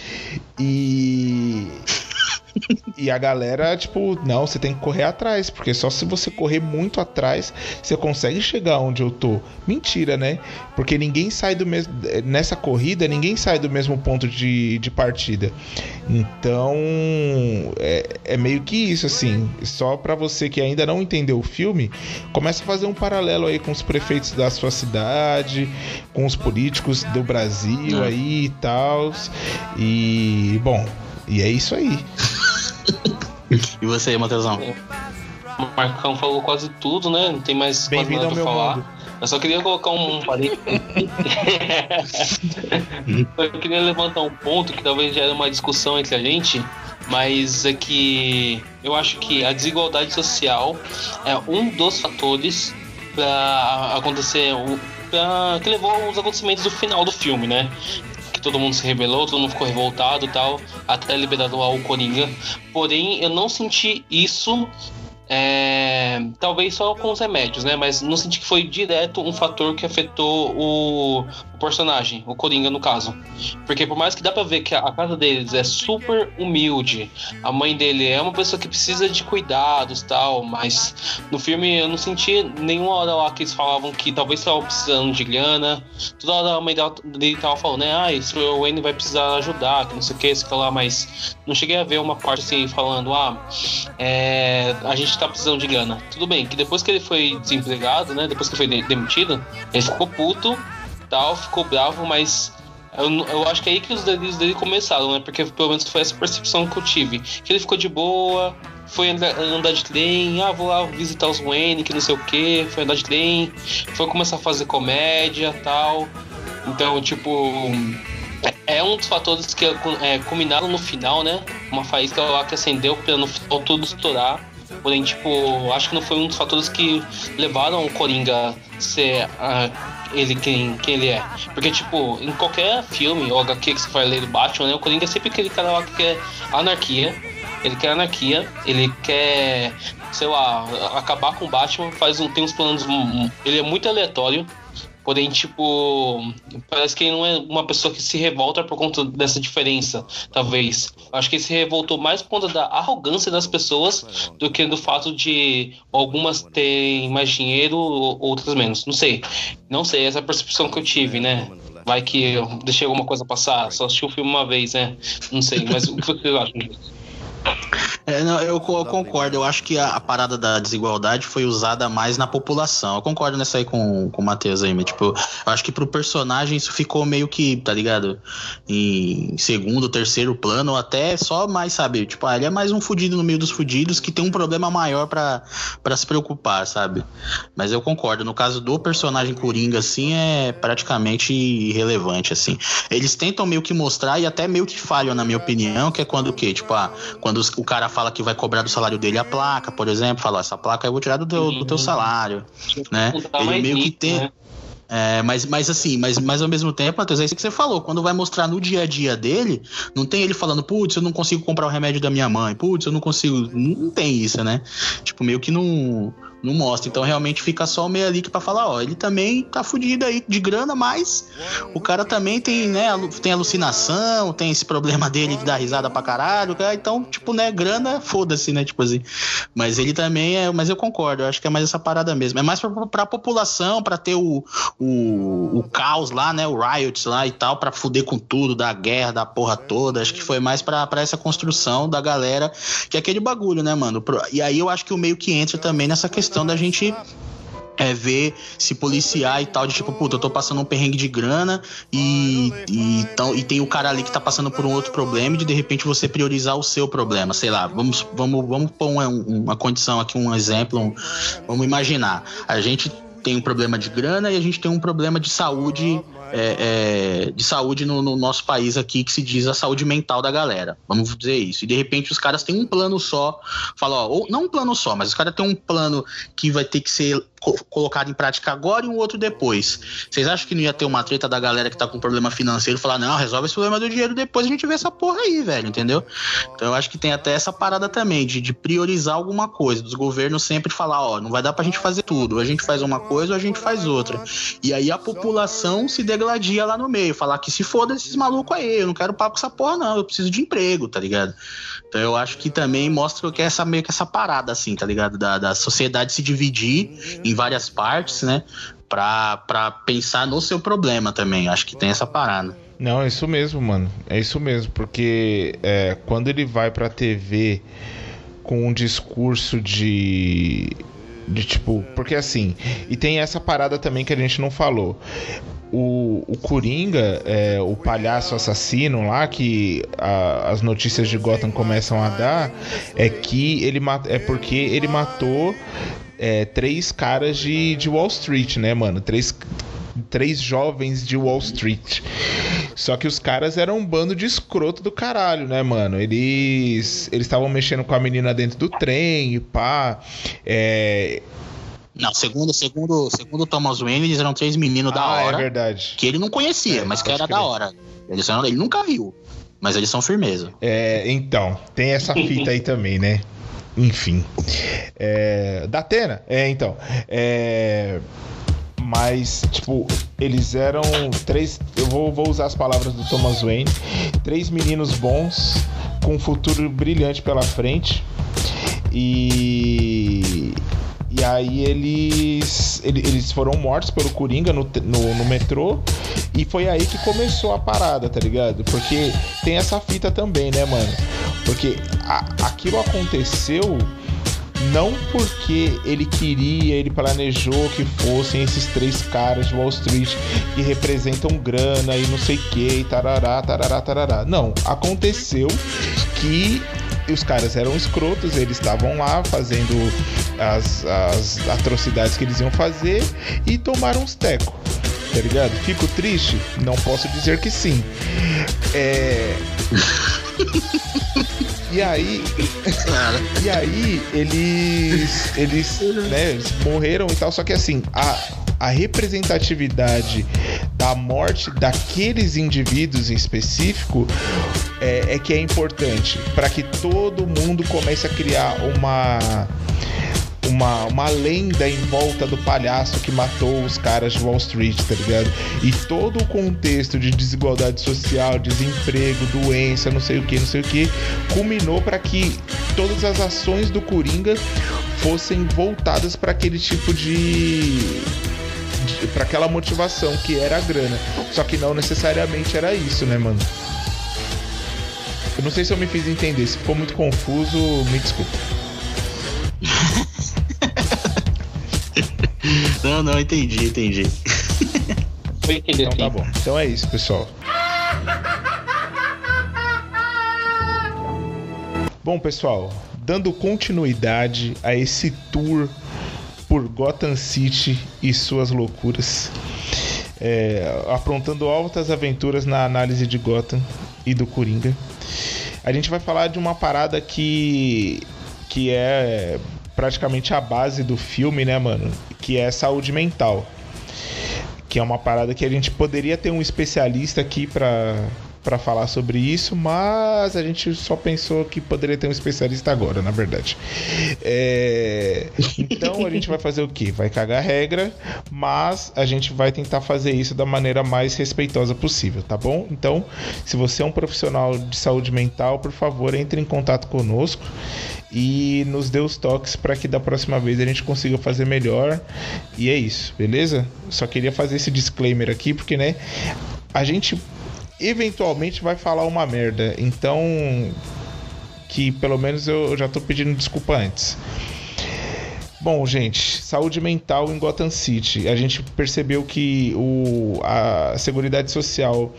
E... E a galera, tipo, não, você tem que correr atrás, porque só se você correr muito atrás você consegue chegar onde eu tô. Mentira, né? Porque ninguém sai do mesmo... Nessa corrida, ninguém sai do mesmo ponto de, de partida. Então, é, é meio que isso, assim. Só pra você que ainda não entendeu o filme, começa a fazer um paralelo aí com os prefeitos da sua cidade, com os políticos do Brasil é. aí e tal. E, bom... E é isso aí. E você, Matheusão? O Marcão falou quase tudo, né? Não tem mais quase nada pra falar. Mundo. Eu só queria colocar um parênteses. Eu queria levantar um ponto que talvez gere uma discussão entre a gente, mas é que eu acho que a desigualdade social é um dos fatores para acontecer, pra, que levou aos acontecimentos do final do filme, né? Todo mundo se rebelou, todo mundo ficou revoltado e tal, até liberado lá o Coringa. Porém, eu não senti isso, é, talvez só com os remédios, né? Mas não senti que foi direto um fator que afetou o, o personagem, o Coringa no caso. Porque por mais que dá pra ver que a, a casa deles é super humilde, a mãe dele é uma pessoa que precisa de cuidados e tal, mas no filme eu não senti nenhuma hora lá que eles falavam que talvez estavam precisando de grana. Toda hora a mãe dele tava falando, né? Ah, esse o Wayne vai precisar ajudar, que não sei o que, isso que lá, mas não cheguei a ver uma parte assim falando, ah, é, a gente tá precisando de grana. Tudo bem, que depois que ele foi desempregado, né? Depois que foi demitido, ele ficou puto, tal, ficou bravo, mas eu, eu acho que é aí que os delírios dele começaram, né? Porque pelo menos foi essa percepção que eu tive. Que ele ficou de boa, foi andar, andar de trem, ah, vou lá visitar os Wayne, que não sei o que, foi andar de trem, foi começar a fazer comédia, tal. Então, tipo, é um dos fatores que é, culminaram no final, né? Uma faísca lá que acendeu pra no final tudo estourar. Porém, tipo, acho que não foi um dos fatores que levaram o Coringa a ser uh, ele quem, quem ele é. Porque, tipo, em qualquer filme ou agá quê que você vai ler do Batman, né? O Coringa é sempre aquele cara lá que quer anarquia. Ele quer anarquia, ele quer, sei lá, acabar com o Batman, faz um, tem uns planos... Um, ele é muito aleatório. Porém, tipo, parece que ele não é uma pessoa que se revolta por conta dessa diferença, talvez. Acho que ele se revoltou mais por conta da arrogância das pessoas do que do fato de algumas terem mais dinheiro, outras menos. Não sei. Não sei, essa é a percepção que eu tive, né? Vai que eu deixei alguma coisa passar, só assisti o filme uma vez, né? Não sei, mas o que vocês acham disso? É, não, eu, eu concordo, eu acho que a, a parada da desigualdade foi usada mais na população. Eu concordo nessa aí com, com o Matheus aí, mas tipo, eu acho que pro personagem isso ficou meio que, tá ligado? Em segundo, terceiro plano, ou até só mais, sabe? Tipo, ah, ele é mais um fudido no meio dos fudidos que tem um problema maior pra, pra se preocupar, sabe? Mas eu concordo, no caso do personagem Coringa, assim, é praticamente irrelevante, assim. Eles tentam meio que mostrar e até meio que falham, na minha opinião, que é quando o quê? Tipo, ah, quando o cara fala que vai cobrar do salário dele a placa, por exemplo, fala, essa placa eu vou tirar do teu, do teu salário, né? Ele meio que tem... Né? É, mas, mas assim, mas, mas ao mesmo tempo, Matheus, é isso que você falou, quando vai mostrar no dia a dia dele, não tem ele falando, putz, eu não consigo comprar o remédio da minha mãe, putz, eu não consigo, não tem isso, né? Tipo, meio que não, Não mostra. Então realmente fica só o meio ali que pra falar, ó, ele também tá fudido aí de grana, mas o cara também tem, né, tem alucinação, tem esse problema dele de dar risada pra caralho, cara. Então, tipo, né, grana, foda-se, né, tipo assim. Mas ele também é, mas eu concordo, eu acho que é mais essa parada mesmo. É mais pra, pra população, pra ter o, o, o caos lá, né, o riots lá e tal, pra fuder com tudo, da guerra, da porra toda. Acho que foi mais pra, pra essa construção da galera, que é aquele bagulho, né, mano. E aí eu acho que o meio que entra também nessa questão da gente é ver, se policiar e tal, de tipo, puta, eu tô passando um perrengue de grana e, e, tão, e tem o cara ali que tá passando por um outro problema, e de, de repente você priorizar o seu problema, sei lá, vamos, vamos, vamos pôr uma, uma condição aqui, um exemplo, um, vamos imaginar, a gente tem um problema de grana e a gente tem um problema de saúde, é, é, de saúde no, no nosso país aqui, que se diz a saúde mental da galera, vamos dizer isso, e de repente os caras têm um plano só, falam, ó, ou, não um plano só, mas os caras têm um plano que vai ter que ser colocado em prática agora e um outro depois. Vocês acham que não ia ter uma treta da galera que tá com problema financeiro falar, não, resolve esse problema do dinheiro, depois a gente vê essa porra aí, velho, entendeu? Então eu acho que tem até essa parada também de, de priorizar alguma coisa, dos governos sempre falar, ó, não vai dar pra gente fazer tudo, ou a gente faz uma coisa ou a gente faz outra, e aí a população se degladia lá no meio, falar que se foda esses malucos aí, eu não quero papo com essa porra não, eu preciso de emprego, tá ligado? Então eu acho que também mostra que é essa, meio que essa parada assim, tá ligado? Da, da sociedade se dividir em várias partes, né? Pra, pra pensar no seu problema também. Acho que tem essa parada. Não, é isso mesmo, mano. É isso mesmo. Porque é, quando ele vai pra T V com um discurso de... de tipo... Porque assim... E tem essa parada também que a gente não falou. O, o Coringa, é, o palhaço assassino lá, que a, as notícias de Gotham começam a dar, é que ele é porque ele matou é, três caras de, de Wall Street, né, mano? Três, três jovens de Wall Street. Só que os caras eram um bando de escroto do caralho, né, mano? Eles eles estavam mexendo com a menina dentro do trem e pá. É... Não, segundo, segundo, segundo Thomas Wayne, eles eram três meninos da ah, hora. É verdade. Que ele não conhecia, é, mas que era crer. da hora. Eles são, ele nunca viu, mas eles são firmeza. É, então, tem essa fita aí também, né? Enfim. É, da Atena? É, então. É... Mas, tipo, eles eram três... Eu vou, vou usar as palavras do Thomas Wayne. Três meninos bons, com um futuro brilhante pela frente. E... E aí eles, eles foram mortos pelo Coringa no, no, no metrô. E foi aí que começou a parada, tá ligado? Porque tem essa fita também, né, mano? Porque a, aquilo aconteceu não porque ele queria, ele planejou que fossem esses três caras de Wall Street que representam grana e não sei o que, e tarará, tarará, tarará. Não, aconteceu que os caras eram escrotos, eles estavam lá fazendo as, as atrocidades que eles iam fazer e tomaram uns tecos, tá ligado? Fico triste? Não posso dizer que sim. É... E aí, e aí eles, eles, né, eles morreram e tal, só que assim, a, a representatividade da morte daqueles indivíduos em específico é, é que é importante para que todo mundo comece a criar uma... Uma, uma lenda em volta do palhaço que matou os caras de Wall Street, tá ligado? E todo o contexto de desigualdade social, desemprego, doença, não sei o que, não sei o que, culminou para que todas as ações do Coringa fossem voltadas para aquele tipo de... de para aquela motivação que era a grana. Só que não necessariamente era isso, né, mano? Eu não sei se eu me fiz entender. Se ficou muito confuso, me desculpa. Não, não, entendi, entendi. Então tá bom. Então é isso, pessoal. Bom, pessoal, dando continuidade a esse tour por Gotham City e suas loucuras, é, aprontando altas aventuras na análise de Gotham e do Coringa, a gente vai falar de uma parada que, que é praticamente a base do filme, né, mano? Que é saúde mental. Que é uma parada que a gente poderia ter um especialista aqui pra, para falar sobre isso, mas a gente só pensou que poderia ter um especialista agora, na verdade. É... Então a gente vai fazer o quê? Vai cagar a regra, mas a gente vai tentar fazer isso da maneira mais respeitosa possível, tá bom? Então, se você é um profissional de saúde mental, por favor, entre em contato conosco e nos dê os toques para que da próxima vez a gente consiga fazer melhor. E é isso, beleza? Só queria fazer esse disclaimer aqui, porque, né, a gente eventualmente vai falar uma merda, então que pelo menos eu já tô pedindo desculpa antes. Bom, gente, saúde mental em Gotham City. A gente percebeu que o, a Seguridade Social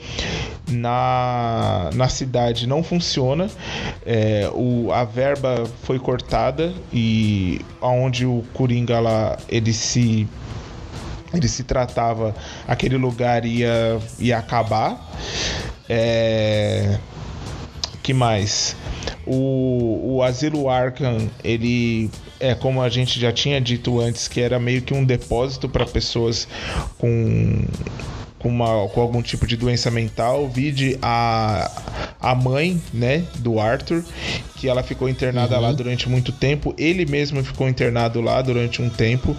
na, na cidade não funciona. É, o, a verba foi cortada e onde o Coringa lá, ele se... ele se tratava, aquele lugar ia, ia acabar. É... que mais? O, o Asilo Arkham, ele é, como a gente já tinha dito antes, que era meio que um depósito para pessoas com, com, uma, com algum tipo de doença mental. Vide a, a mãe, né, do Arthur, que ela ficou internada uhum. lá durante muito tempo. Ele mesmo ficou internado lá durante um tempo,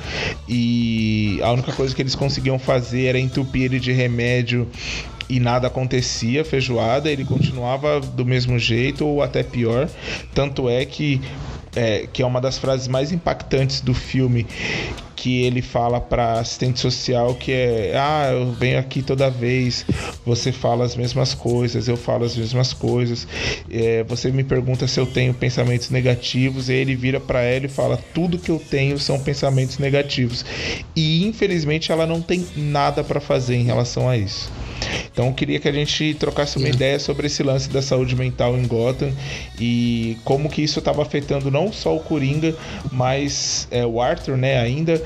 e a única coisa que eles conseguiam fazer era entupir ele de remédio e nada acontecia, feijoada. Ele continuava do mesmo jeito ou até pior. Tanto é que é, que é uma das frases mais impactantes do filme, que ele fala para assistente social, que é: ah, eu venho aqui toda vez, você fala as mesmas coisas, eu falo as mesmas coisas, é, você me pergunta se eu tenho pensamentos negativos, e aí ele vira para ela e fala: tudo que eu tenho são pensamentos negativos. E infelizmente ela não tem nada para fazer em relação a isso. Então eu queria que a gente trocasse uma ideia sobre esse lance da saúde mental em Gotham e como que isso estava afetando não só o Coringa, mas é, o Arthur, né, ainda,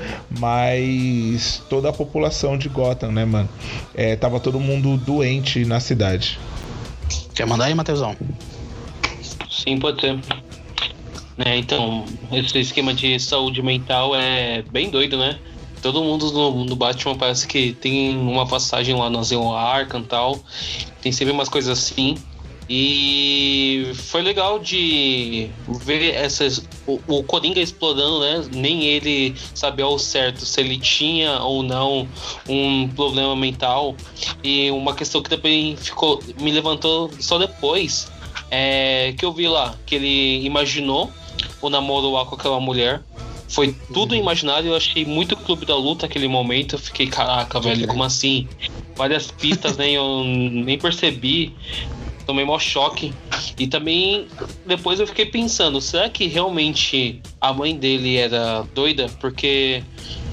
mas toda a população de Gotham, né, mano? É, tava todo mundo doente na cidade. Quer mandar aí, Matheusão? Sim, pode ser. É, então, esse esquema de saúde mental é bem doido, né? Todo mundo no, no Batman parece que tem uma passagem lá no Asilo Arkham e tal. Tem sempre umas coisas assim. E foi legal de ver essas, o, o Coringa explorando, né? Nem ele sabia ao certo se ele tinha ou não um problema mental. E uma questão que também ficou, me levantou só depois, é que eu vi lá que ele imaginou o namoro lá com aquela mulher. Foi tudo imaginário. Eu achei muito Clube da Luta naquele momento. Eu fiquei, caraca, velho, como assim? Várias pistas, nem eu nem percebi. Tomei maior choque. E também, depois eu fiquei pensando, será que realmente a mãe dele era doida? Porque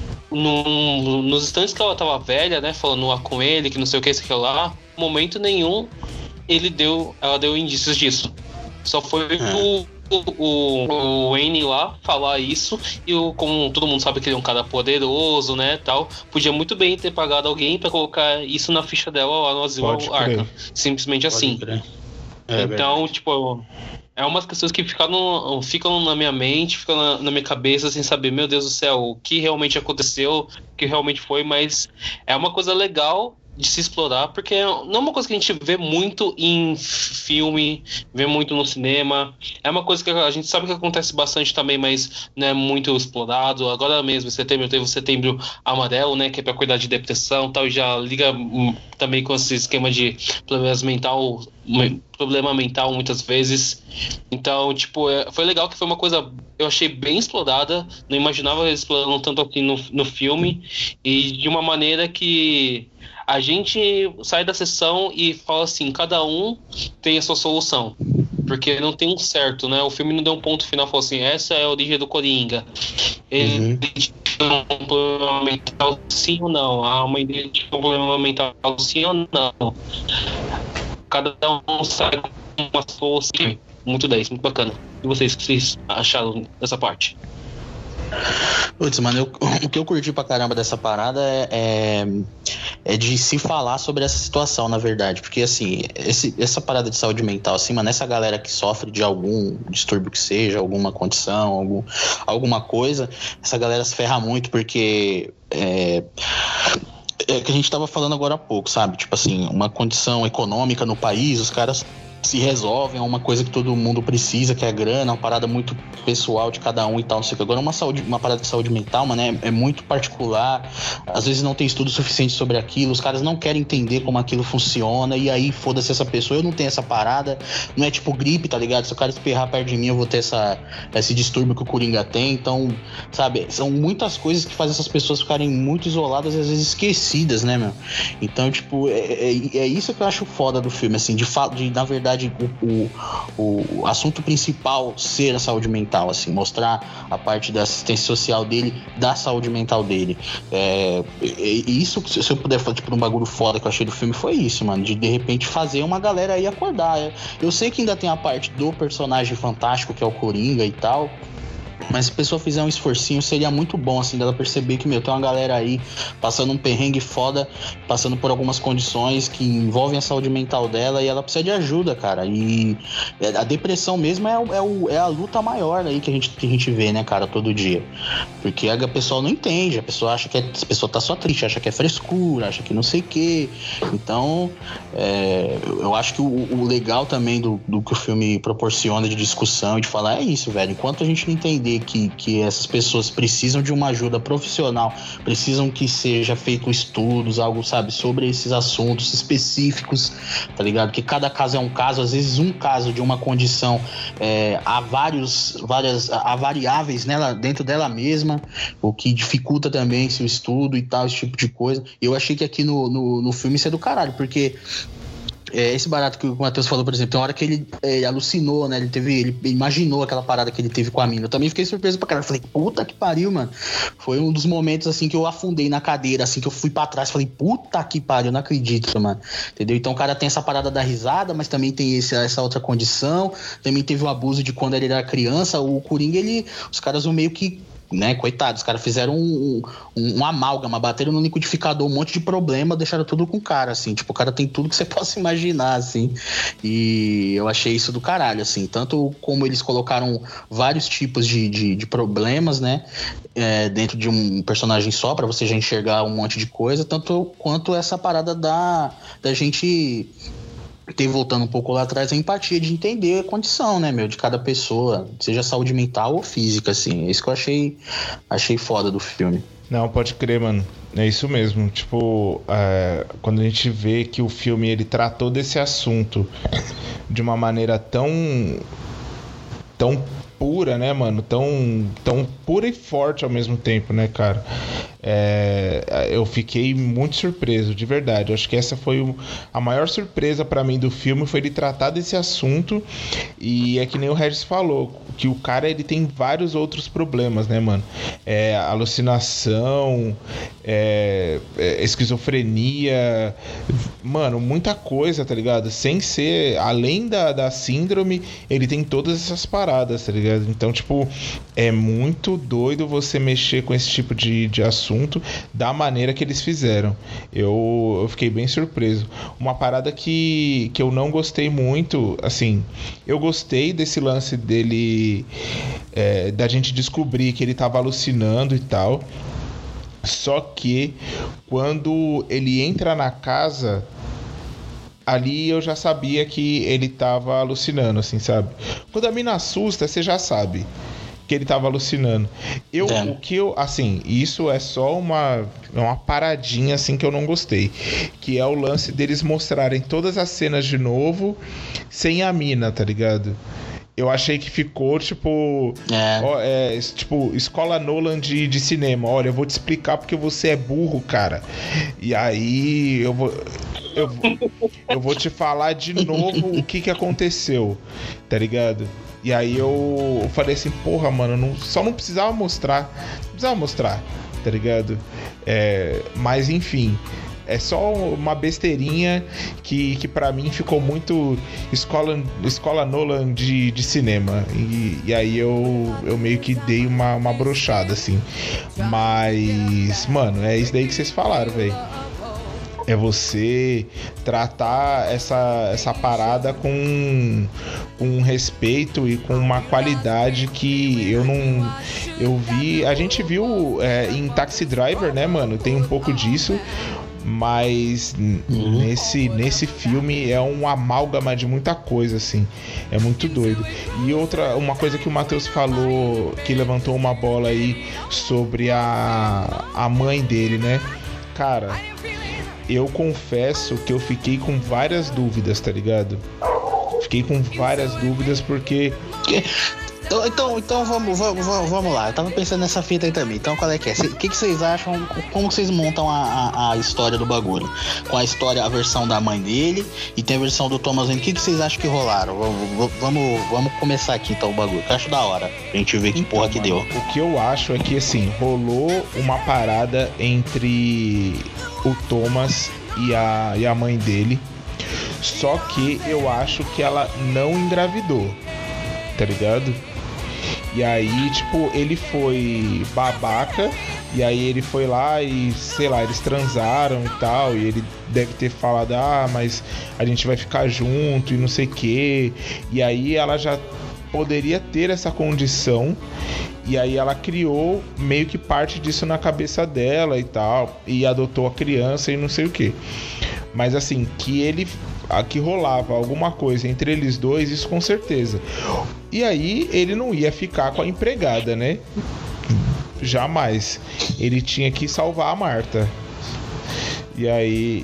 no, nos instantes que ela tava velha, né, falando lá com ele, que não sei o que, isso aqui lá, momento nenhum ele deu, ela deu indícios disso. Só foi é. o O, o Wayne lá falar isso, e o, como todo mundo sabe que ele é um cara poderoso, né, tal, podia muito bem ter pagado alguém pra colocar isso na ficha dela lá no Asilo Arkham, simplesmente Pode assim. É então, verdade. Tipo, é umas questões que ficam, ficam na minha mente, ficam na, na minha cabeça, sem saber, meu Deus do céu, o que realmente aconteceu, o que realmente foi, mas é uma coisa legal de se explorar, porque não é uma coisa que a gente vê muito em filme, vê muito no cinema. É uma coisa que a gente sabe que acontece bastante também, mas não é muito explorado. Agora mesmo, em setembro, teve o Setembro Amarelo, né, que é para cuidar de depressão e tal, e já liga também com esse esquema de problemas mental, problema mental muitas vezes. Então, tipo, foi legal que foi uma coisa, eu achei bem explorada, não imaginava eles explorando tanto aqui no, no filme, e de uma maneira que a gente sai da sessão e fala assim, cada um tem a sua solução. Porque não tem um certo, né? O filme não deu um ponto final, falou assim, essa é a origem do Coringa. Ele uhum. tinha um problema mental sim ou não? A mãe dele tinha um problema mental sim ou não? Cada um sai com uma solução. Muito dez, muito bacana. E vocês, o que vocês acharam dessa parte? Putz, mano, eu, o que eu curti pra caramba dessa parada é, é, é de se falar sobre essa situação, na verdade. Porque, assim, esse, essa parada de saúde mental, assim, mano, essa galera que sofre de algum distúrbio que seja, alguma condição, algum, alguma coisa, essa galera se ferra muito porque... É, é que a gente tava falando agora há pouco, sabe? Tipo assim, uma condição econômica no país, os caras se resolvem, é uma coisa que todo mundo precisa, que é a grana, uma parada muito pessoal de cada um e tal, não sei o que. Agora uma, saúde, uma parada de saúde mental, mano, é, é muito particular, às vezes não tem estudo suficiente sobre aquilo, os caras não querem entender como aquilo funciona, e aí foda-se essa pessoa, eu não tenho essa parada, não é tipo gripe, tá ligado? Se o cara espirrar perto de mim, eu vou ter essa, esse distúrbio que o Coringa tem, então, sabe, são muitas coisas que fazem essas pessoas ficarem muito isoladas e às vezes esquecidas, né, meu? Então, tipo, é, é, é isso que eu acho foda do filme, assim, de, de na verdade O, o, o assunto principal ser a saúde mental, assim, mostrar a parte da assistência social dele, da saúde mental dele. É, e isso, se eu puder falar, tipo, um bagulho foda que eu achei do filme, foi isso, mano, de de repente fazer uma galera aí acordar. Eu sei que ainda tem a parte do personagem fantástico, que é o Coringa e tal, mas se a pessoa fizer um esforcinho, seria muito bom, assim, dela perceber que, meu, tem uma galera aí passando um perrengue foda, passando por algumas condições que envolvem a saúde mental dela e ela precisa de ajuda, cara. E a depressão mesmo é, é, o, é a luta maior aí que a, gente, que a gente vê, né, cara, todo dia. Porque a pessoa não entende, a pessoa acha que é, a pessoa tá só triste, acha que é frescura, acha que não sei o quê. Então, é, eu acho que o, o legal também do, do que o filme proporciona de discussão e de falar é isso, velho. Enquanto a gente não entender Que, que essas pessoas precisam de uma ajuda profissional, precisam que seja feito estudos, algo, sabe, sobre esses assuntos específicos, tá ligado? Que cada caso é um caso, às vezes um caso de uma condição, é, há vários, várias, há variáveis nela, dentro dela mesma, o que dificulta também esse estudo e tal, esse tipo de coisa. Eu achei que aqui no, no, no filme isso é do caralho, porque É, esse barato que o Matheus falou, por exemplo, tem uma hora que ele é, alucinou, né? Ele teve, ele imaginou aquela parada que ele teve com a mina. Eu também fiquei surpreso pra caralho. Falei, puta que pariu, mano. Foi um dos momentos, assim, que eu afundei na cadeira, assim, que eu fui pra trás. Falei, puta que pariu, não acredito, mano. Entendeu? Então o cara tem essa parada da risada, mas também tem esse, essa outra condição. Também teve o abuso de quando ele era criança. O Coringa, ele... Os caras vão meio que... né, coitados, os caras fizeram um, um, um amálgama, bateram no liquidificador, um monte de problema, deixaram tudo com o cara, assim, tipo, o cara tem tudo que você possa imaginar, assim, e eu achei isso do caralho, assim, tanto como eles colocaram vários tipos de, de, de problemas, né, é, dentro de um personagem só, pra você já enxergar um monte de coisa, tanto quanto essa parada da, da gente... ter, voltando um pouco lá atrás, a empatia de entender a condição, né, meu, de cada pessoa, seja saúde mental ou física, assim. É isso que eu achei, achei foda do filme. Não, pode crer, mano. É isso mesmo. Tipo, é, quando a gente vê que o filme, ele tratou desse assunto de uma maneira tão... tão pura, né, mano? Tão, tão pura e forte ao mesmo tempo, né, cara? É, eu fiquei muito surpreso, de verdade. Eu acho que essa foi o, a maior surpresa pra mim do filme, foi ele tratar desse assunto. E é que nem o Regis falou, que o cara, ele tem vários outros problemas, né, mano? É, alucinação, é, é, esquizofrenia, mano, muita coisa, tá ligado? Sem ser, além da, da síndrome, ele tem todas essas paradas, tá ligado? Então, tipo, é muito doido você mexer com esse tipo de, de assunto da maneira que eles fizeram. Eu, eu fiquei bem surpreso. Uma parada que, que eu não gostei muito, assim, eu gostei desse lance dele, é, da gente descobrir que ele tava alucinando e tal. Só que quando ele entra na casa, ali eu já sabia que ele tava alucinando, assim, sabe? Quando a mina assusta, você já sabe que ele tava alucinando. Eu, é. O que eu, assim, isso é só uma, uma paradinha, assim, que eu não gostei. Que é o lance deles mostrarem todas as cenas de novo sem a mina, tá ligado? Eu achei que ficou, tipo... É. Ó, é, tipo, escola Nolan de, de cinema. Olha, eu vou te explicar porque você é burro, cara. E aí eu vou... Eu, eu vou te falar de novo o que que aconteceu, tá ligado? E aí eu falei assim, porra, mano, não, só não precisava mostrar. Não precisava mostrar, tá ligado? É, mas enfim... É só uma besteirinha que, que pra mim ficou muito escola, escola Nolan de, de cinema. E, e aí eu, eu meio que dei uma, uma brochada, assim. Mas, mano, é isso daí que vocês falaram, velho. É você tratar essa, essa parada com, com respeito e com uma qualidade que eu não... Eu vi... A gente viu é, em Taxi Driver, né, mano? Tem um pouco disso... Mas uhum. nesse, nesse filme é um amálgama de muita coisa, assim. É muito doido. E outra, uma coisa que o Matheus falou, que levantou uma bola aí sobre a, a mãe dele, né? Cara, eu confesso que eu fiquei com várias dúvidas, tá ligado? Fiquei com várias dúvidas porque... Então, então, então vamos, vamos, vamos lá. Eu tava pensando nessa fita aí também. Então, qual é que é? O que, que vocês acham? Como vocês montam a, a, a história do bagulho? Com a história, a versão da mãe dele e tem a versão do Thomas Wayne. O que, que vocês acham que rolaram? Vamos, vamos começar aqui então o bagulho. Que eu acho da hora. Pra gente ver que porra que deu. O que eu acho é que, assim, rolou uma parada entre o Thomas e a, e a mãe dele. Só que eu acho que ela não engravidou. Tá ligado? E aí, tipo, ele foi babaca. E aí ele foi lá e, sei lá, eles transaram e tal. E ele deve ter falado, ah, mas a gente vai ficar junto e não sei o quê. E aí ela já poderia ter essa condição. E aí ela criou meio que parte disso na cabeça dela e tal. E adotou a criança e não sei o quê. Mas assim, que ele... que rolava alguma coisa entre eles dois, isso com certeza. E aí ele não ia ficar com a empregada, né? Jamais. Ele tinha que salvar a Marta. E aí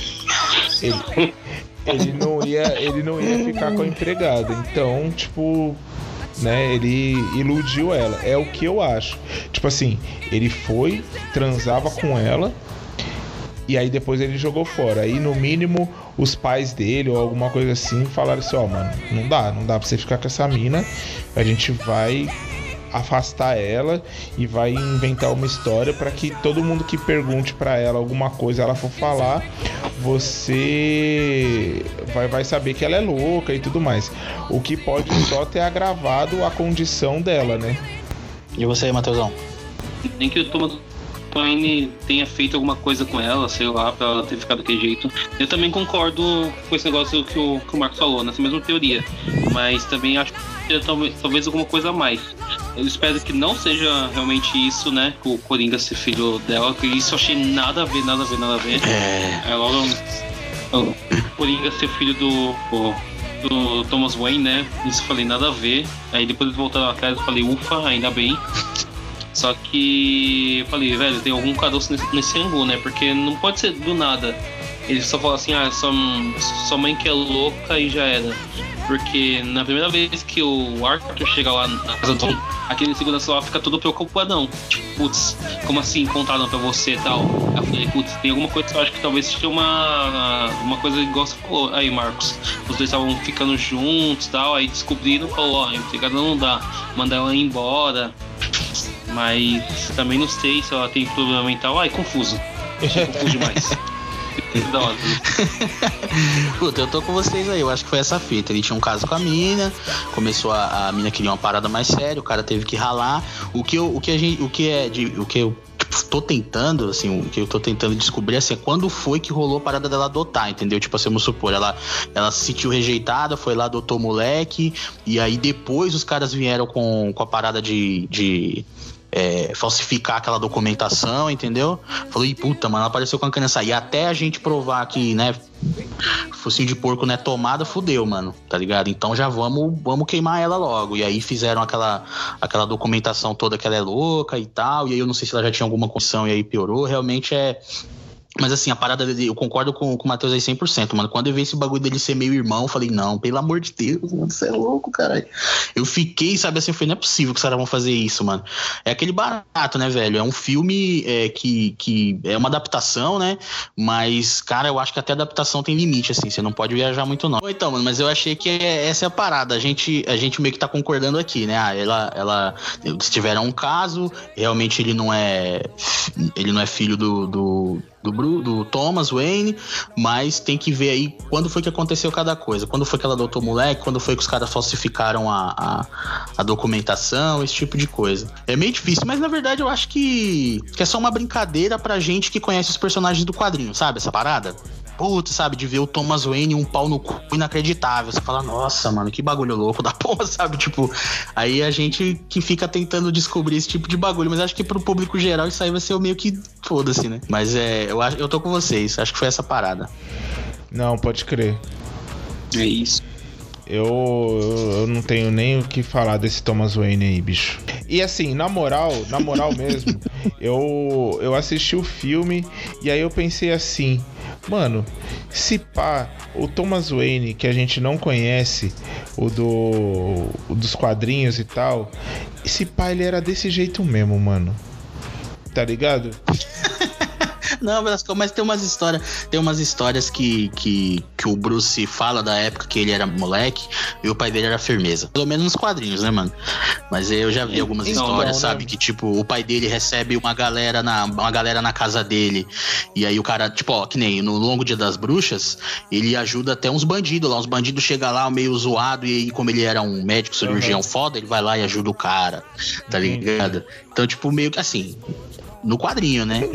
ele, ele não ia, ele não ia ficar com a empregada. Então, tipo, né, ele iludiu ela. É o que eu acho. Tipo assim, ele foi, transava com ela. E aí depois ele jogou fora. Aí no mínimo os pais dele ou alguma coisa assim falaram assim, ó, oh, mano, não dá, não dá pra você ficar com essa mina. A gente vai afastar ela e vai inventar uma história pra que todo mundo que pergunte pra ela alguma coisa, ela for falar, você vai, vai saber que ela é louca e tudo mais. O que pode só ter agravado a condição dela, né? E você aí, Matheusão? Nem que o Thomas Wayne tenha feito alguma coisa com ela, sei lá, pra ela ter ficado daquele jeito. Eu também concordo com esse negócio que o, que o Marcos falou, nessa mesma teoria. Mas também acho que talvez, talvez alguma coisa a mais. Eu espero que não seja realmente isso, né? O Coringa ser filho dela, que isso eu achei nada a ver, nada a ver, nada a ver. É. É logo o Coringa ser filho do, do Thomas Wayne, né? Isso eu falei nada a ver. Aí depois eles voltaram atrás, eu falei, ufa, ainda bem. Só que eu falei, velho, tem algum caroço nesse, nesse ângulo, né? Porque não pode ser do nada. Ele só fala assim, ah, sua, sua mãe que é louca e já era. Porque na primeira vez que o Arthur chega lá na casa do Tom, aquele segurança lá fica todo preocupadão. Tipo, putz, como assim contaram pra você e tal? Aí eu falei, putz, tem alguma coisa que eu acho que talvez seja uma, uma coisa igual você falou aí, Marcos. Os dois estavam ficando juntos e tal, aí descobriram, falou, ó, a empregada não dá, mandar ela embora. Mas também não sei se ela tem problema mental. Ai, confuso. Confuso demais. Da hora. Puta, eu tô com vocês aí. Eu acho que foi essa fita. Ele tinha um caso com a mina. Começou a, a mina queria uma parada mais séria. O cara teve que ralar. O que, eu, o que a gente. O que é de. O que eu tô tentando, assim, o que eu tô tentando descobrir assim, é quando foi que rolou a parada dela adotar, entendeu? Tipo assim, vamos supor, ela, ela se sentiu rejeitada, foi lá, adotou o moleque, e aí depois os caras vieram com, com a parada de, de é, falsificar aquela documentação, entendeu? Falou, ih, puta, mano, ela apareceu com a criança. E até a gente provar que, né, focinho de porco não é tomada, fudeu, mano, tá ligado? Então já vamos, vamos queimar ela logo. E aí fizeram aquela, aquela documentação toda que ela é louca e tal, e aí eu não sei se ela já tinha alguma condição e aí piorou. Realmente é... Mas assim, a parada dele, eu concordo com, com o Matheus aí cem por cento, mano. Quando eu vi esse bagulho dele ser meio irmão, eu falei, não, pelo amor de Deus, mano, você é louco, caralho. Eu fiquei, sabe assim, eu falei, não é possível que os caras vão fazer isso, mano. É aquele barato, né, velho? É um filme é, que, que é uma adaptação, né? Mas, cara, eu acho que até a adaptação tem limite, assim, você não pode viajar muito, não. Então, mano, mas eu achei que é, essa é a parada. A gente, a gente meio que tá concordando aqui, né? Ah, ela, ela, eles tiveram um caso, realmente ele não é, ele não é filho do... do Do, do Thomas Wayne, mas tem que ver aí quando foi que aconteceu cada coisa, quando foi que ela adotou o moleque, quando foi que os caras falsificaram a, a, a documentação, esse tipo de coisa. É meio difícil, mas na verdade eu acho que, que é só uma brincadeira pra gente que conhece os personagens do quadrinho, sabe, essa parada? puto, sabe? De ver o Thomas Wayne um pau no cu inacreditável. Você fala, nossa, mano, que bagulho louco da porra, sabe? Tipo, aí a gente que fica tentando descobrir esse tipo de bagulho, mas acho que pro público geral isso aí vai ser o meio que foda-se, né? Mas é, eu, eu tô com vocês, acho que foi essa parada. Não, pode crer. É isso. Eu, eu, eu não tenho nem o que falar desse Thomas Wayne aí, bicho. E assim, na moral, na moral mesmo, eu, eu assisti o filme e aí eu pensei assim, mano, se pá, o Thomas Wayne que a gente não conhece, o, do, o dos quadrinhos e tal, se pá, ele era desse jeito mesmo, mano. Tá ligado? Não, mas tem umas histórias, tem umas histórias que, que, que o Bruce fala da época que ele era moleque e o pai dele era firmeza. Pelo menos nos quadrinhos, né, mano? Mas eu já vi algumas então, histórias, não, sabe? Né? Que, tipo, o pai dele recebe uma galera, na, uma galera na casa dele. E aí o cara, tipo, ó, que nem no Longo Dia das Bruxas, ele ajuda até uns bandidos lá. Uns bandidos chegam lá meio zoado e aí, como ele era um médico cirurgião uhum. foda, ele vai lá e ajuda o cara, tá uhum. ligado? Então, tipo, meio que assim, no quadrinho, né?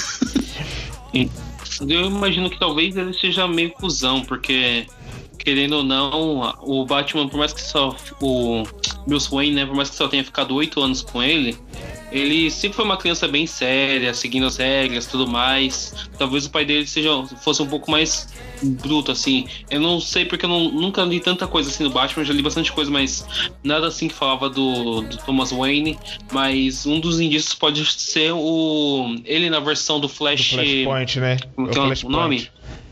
Eu imagino que talvez ele seja meio cuzão, porque querendo ou não, o Batman, por mais que só o Bruce Wayne, né, por mais que só tenha ficado oito anos com ele, ele sempre foi uma criança bem séria, seguindo as regras e tudo mais. Talvez o pai dele seja, fosse um pouco mais bruto, assim. Eu não sei porque eu não, nunca li tanta coisa assim do Batman, já li bastante coisa, mas nada assim que falava do, do Thomas Wayne. Mas um dos indícios pode ser o ele na versão do Flash... Do Flashpoint, né? Como que é o, o nome?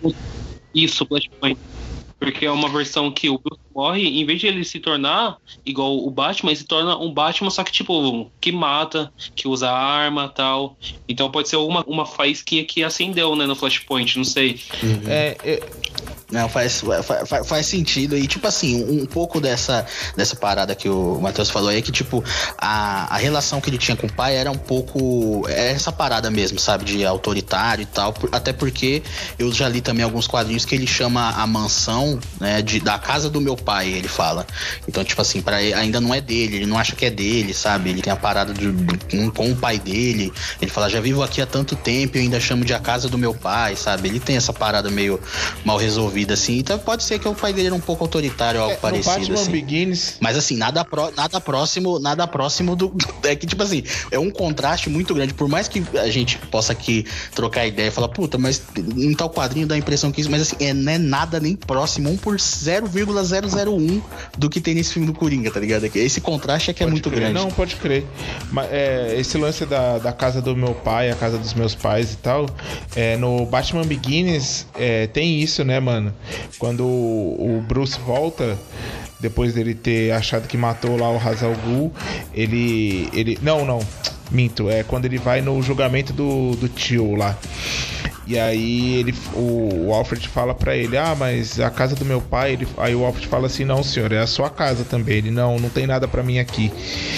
Isso, Flashpoint. Porque é uma versão que o Bruce morre, em vez de ele se tornar igual o Batman, ele se torna um Batman, só que tipo, que mata, que usa arma e tal. Então pode ser uma, uma faísquinha que acendeu, né, no Flashpoint, não sei. Uhum. É, é... Não, faz, faz, faz sentido. E tipo assim, um, um pouco dessa, dessa parada que o Matheus falou aí é que tipo, a, a relação que ele tinha com o pai era um pouco é essa parada mesmo, sabe, de autoritário e tal, até porque eu já li também alguns quadrinhos que ele chama a mansão, né, de, da casa do meu pai, ele fala. Então tipo assim, pra ele, ainda não é dele, ele não acha que é dele, sabe, ele tem a parada de, de, com o pai dele, ele fala, já vivo aqui há tanto tempo e eu ainda chamo de a casa do meu pai, sabe, ele tem essa parada meio mal resolvida assim, então pode ser que o pai dele era um pouco autoritário, algo é, parecido Batman assim. Begins. Mas assim, nada, pro, nada próximo, nada próximo do, é que tipo assim, é um contraste muito grande, por mais que a gente possa aqui trocar ideia e falar, puta, mas em tal quadrinho dá a impressão que isso, mas assim, é, não é nada nem próximo, um por zero vírgula zero zero um do que tem nesse filme do Coringa, tá ligado? Esse contraste é que pode é muito crer. grande. Não, pode crer. Mas é, esse lance da, da casa do meu pai, a casa dos meus pais e tal, é, no Batman Begins é, tem isso, né, mano? Quando o Bruce volta, depois dele ter achado que matou lá o Ra's al Ghul, ele, ele... Não, não, minto. É quando ele vai no julgamento do, do tio lá. E aí ele, o, o Alfred fala pra ele, ah, mas a casa do meu pai... Ele, aí o Alfred fala assim, não, senhor, é a sua casa também. Ele, não, não tem nada pra mim aqui.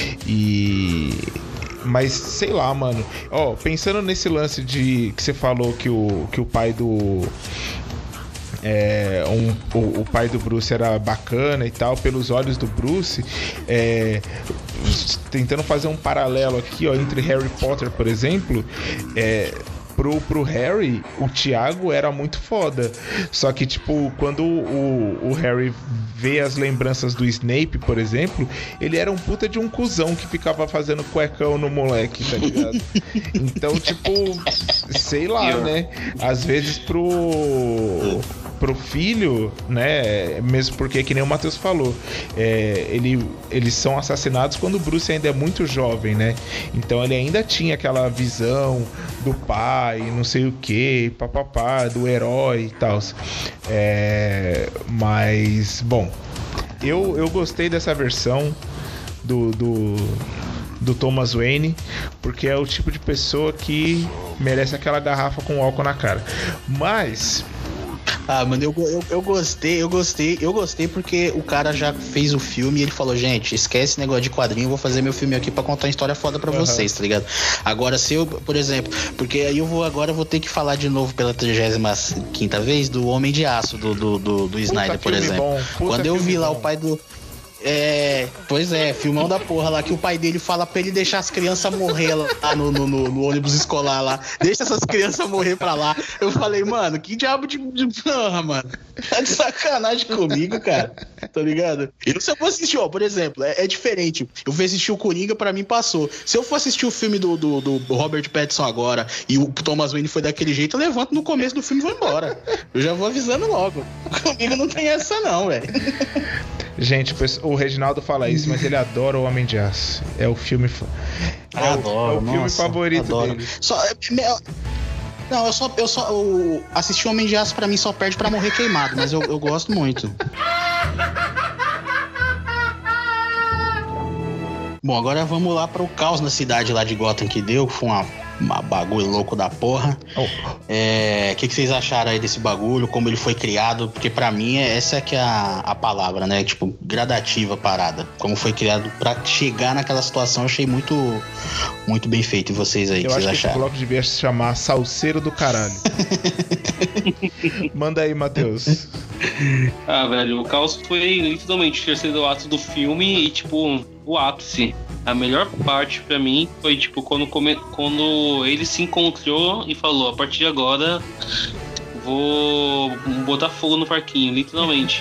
E... Mas, sei lá, mano. Ó, pensando nesse lance de... Que você falou que o, que o pai do... É, um, o, o pai do Bruce era bacana e tal, pelos olhos do Bruce, é, tentando fazer um paralelo aqui, ó, entre Harry Potter, por exemplo, é, pro, pro Harry, o Tiago era muito foda, só que tipo, quando o, o Harry vê as lembranças do Snape, por exemplo, ele era um puta de um cuzão que ficava fazendo cuecão no moleque, tá ligado? Então, tipo, sei lá, né? Às vezes pro... pro filho, né, mesmo porque, que nem o Matheus falou, é, ele, eles são assassinados quando o Bruce ainda é muito jovem, né, então ele ainda tinha aquela visão do pai, não sei o que, papapá, do herói e tal, é, mas, bom, eu, eu gostei dessa versão do, do, do Thomas Wayne, porque é o tipo de pessoa que merece aquela garrafa com álcool na cara, mas... Ah, mano, eu, eu, eu gostei, eu gostei, eu gostei porque o cara já fez o filme e ele falou, gente, esquece esse negócio de quadrinho, eu vou fazer meu filme aqui pra contar uma história foda pra uhum. vocês, tá ligado? Agora, se eu, por exemplo, porque aí eu vou agora eu vou ter que falar de novo pela trigésima quinta vez do Homem de Aço, do, do, do, do Snyder, por exemplo. Quando eu vi lá bom. o pai do... É, pois é, filmão da porra lá, que o pai dele fala pra ele deixar as crianças morrer lá no, no, no, no ônibus escolar lá. Deixa essas crianças morrer pra lá. Eu falei, mano, que diabo de, de porra, mano. Tá de sacanagem comigo, cara. Tá ligado? E se eu for assistir, ó, por exemplo, é, é diferente. Eu fui assistir o Coringa, pra mim passou. Se eu for assistir o filme do, do, do Robert Pattinson agora e o Thomas Wayne foi daquele jeito, eu levanto no começo do filme e vou embora. Eu já vou avisando logo. Comigo não tem essa não, velho. Gente, o Reginaldo fala isso, mas ele adora o Homem de Aço. É o filme. É o, adoro, é o filme nossa, favorito adoro. dele. Só, não, eu só, eu só eu assistir o Homem de Aço pra mim só perde pra morrer queimado, mas eu, eu gosto muito. Bom, agora vamos lá para o caos na cidade lá de Gotham que deu, foi uma, uma bagulho louco da porra. O oh. é, que, que vocês acharam aí desse bagulho, como ele foi criado? Porque pra mim essa é que é a, a palavra, né? Tipo, gradativa a parada. Como foi criado pra chegar naquela situação, eu achei muito, muito bem feito. E vocês aí, o que vocês acharam? Eu acho que esse bloco devia se chamar Salseiro do Caralho. Manda aí, Matheus. Ah, velho, o caos foi literalmente o terceiro ato do filme e, tipo, o ápice. A melhor parte pra mim foi, tipo, quando, come... quando ele se encontrou e falou, a partir de agora vou botar fogo no parquinho, literalmente.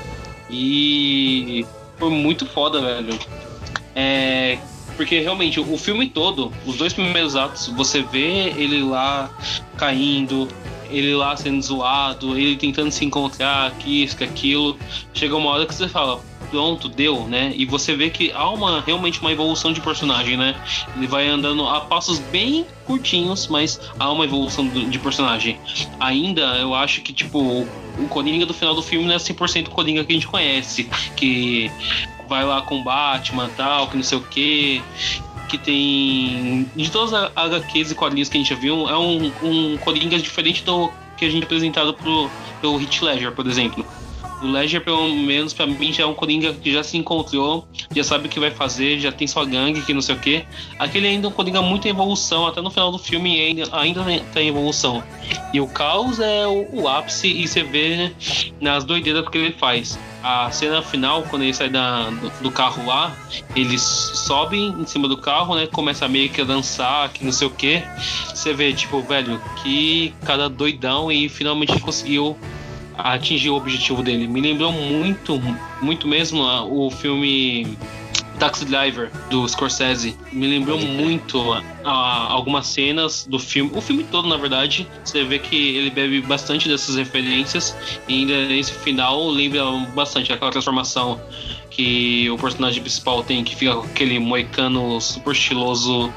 E foi muito foda, velho. É... Porque realmente o filme todo, os dois primeiros atos, você vê ele lá caindo, ele lá sendo zoado, ele tentando se encontrar, aqui, isso, aquilo. Chega uma hora que você fala, pronto, deu, né? E você vê que há uma, realmente uma evolução de personagem, né? Ele vai andando a passos bem curtinhos, mas há uma evolução de personagem. Ainda, eu acho que, tipo, o Coringa do final do filme não é cem por cento o Coringa que a gente conhece, que vai lá com Batman e tal, que não sei o quê, que tem... De todas as H Qs e quadrinhos que a gente já viu, é um, um Coringa diferente do que a gente é apresentado pro, pelo Heath Ledger, por exemplo. O Ledger, pelo menos, pra mim, já é um Coringa que já se encontrou, já sabe o que vai fazer, já tem sua gangue, que não sei o quê. Aquele ainda é um Coringa muito em evolução, até no final do filme ainda, ainda tá em evolução. E o caos é o, o ápice, e você vê nas doideiras que ele faz. A cena final, quando ele sai da, do, do carro lá, eles sobem em cima do carro, né? Começa meio que a dançar, que não sei o quê. Você vê, tipo, velho, que cara doidão e finalmente conseguiu atingir o objetivo dele. Me lembrou muito, muito mesmo o filme Taxi Driver, do Scorsese. Me lembrou muito a, algumas cenas do filme, o filme todo, na verdade. Você vê que ele bebe bastante dessas referências e ainda nesse final lembra bastante aquela transformação que o personagem principal tem, que fica com aquele moicano super estiloso.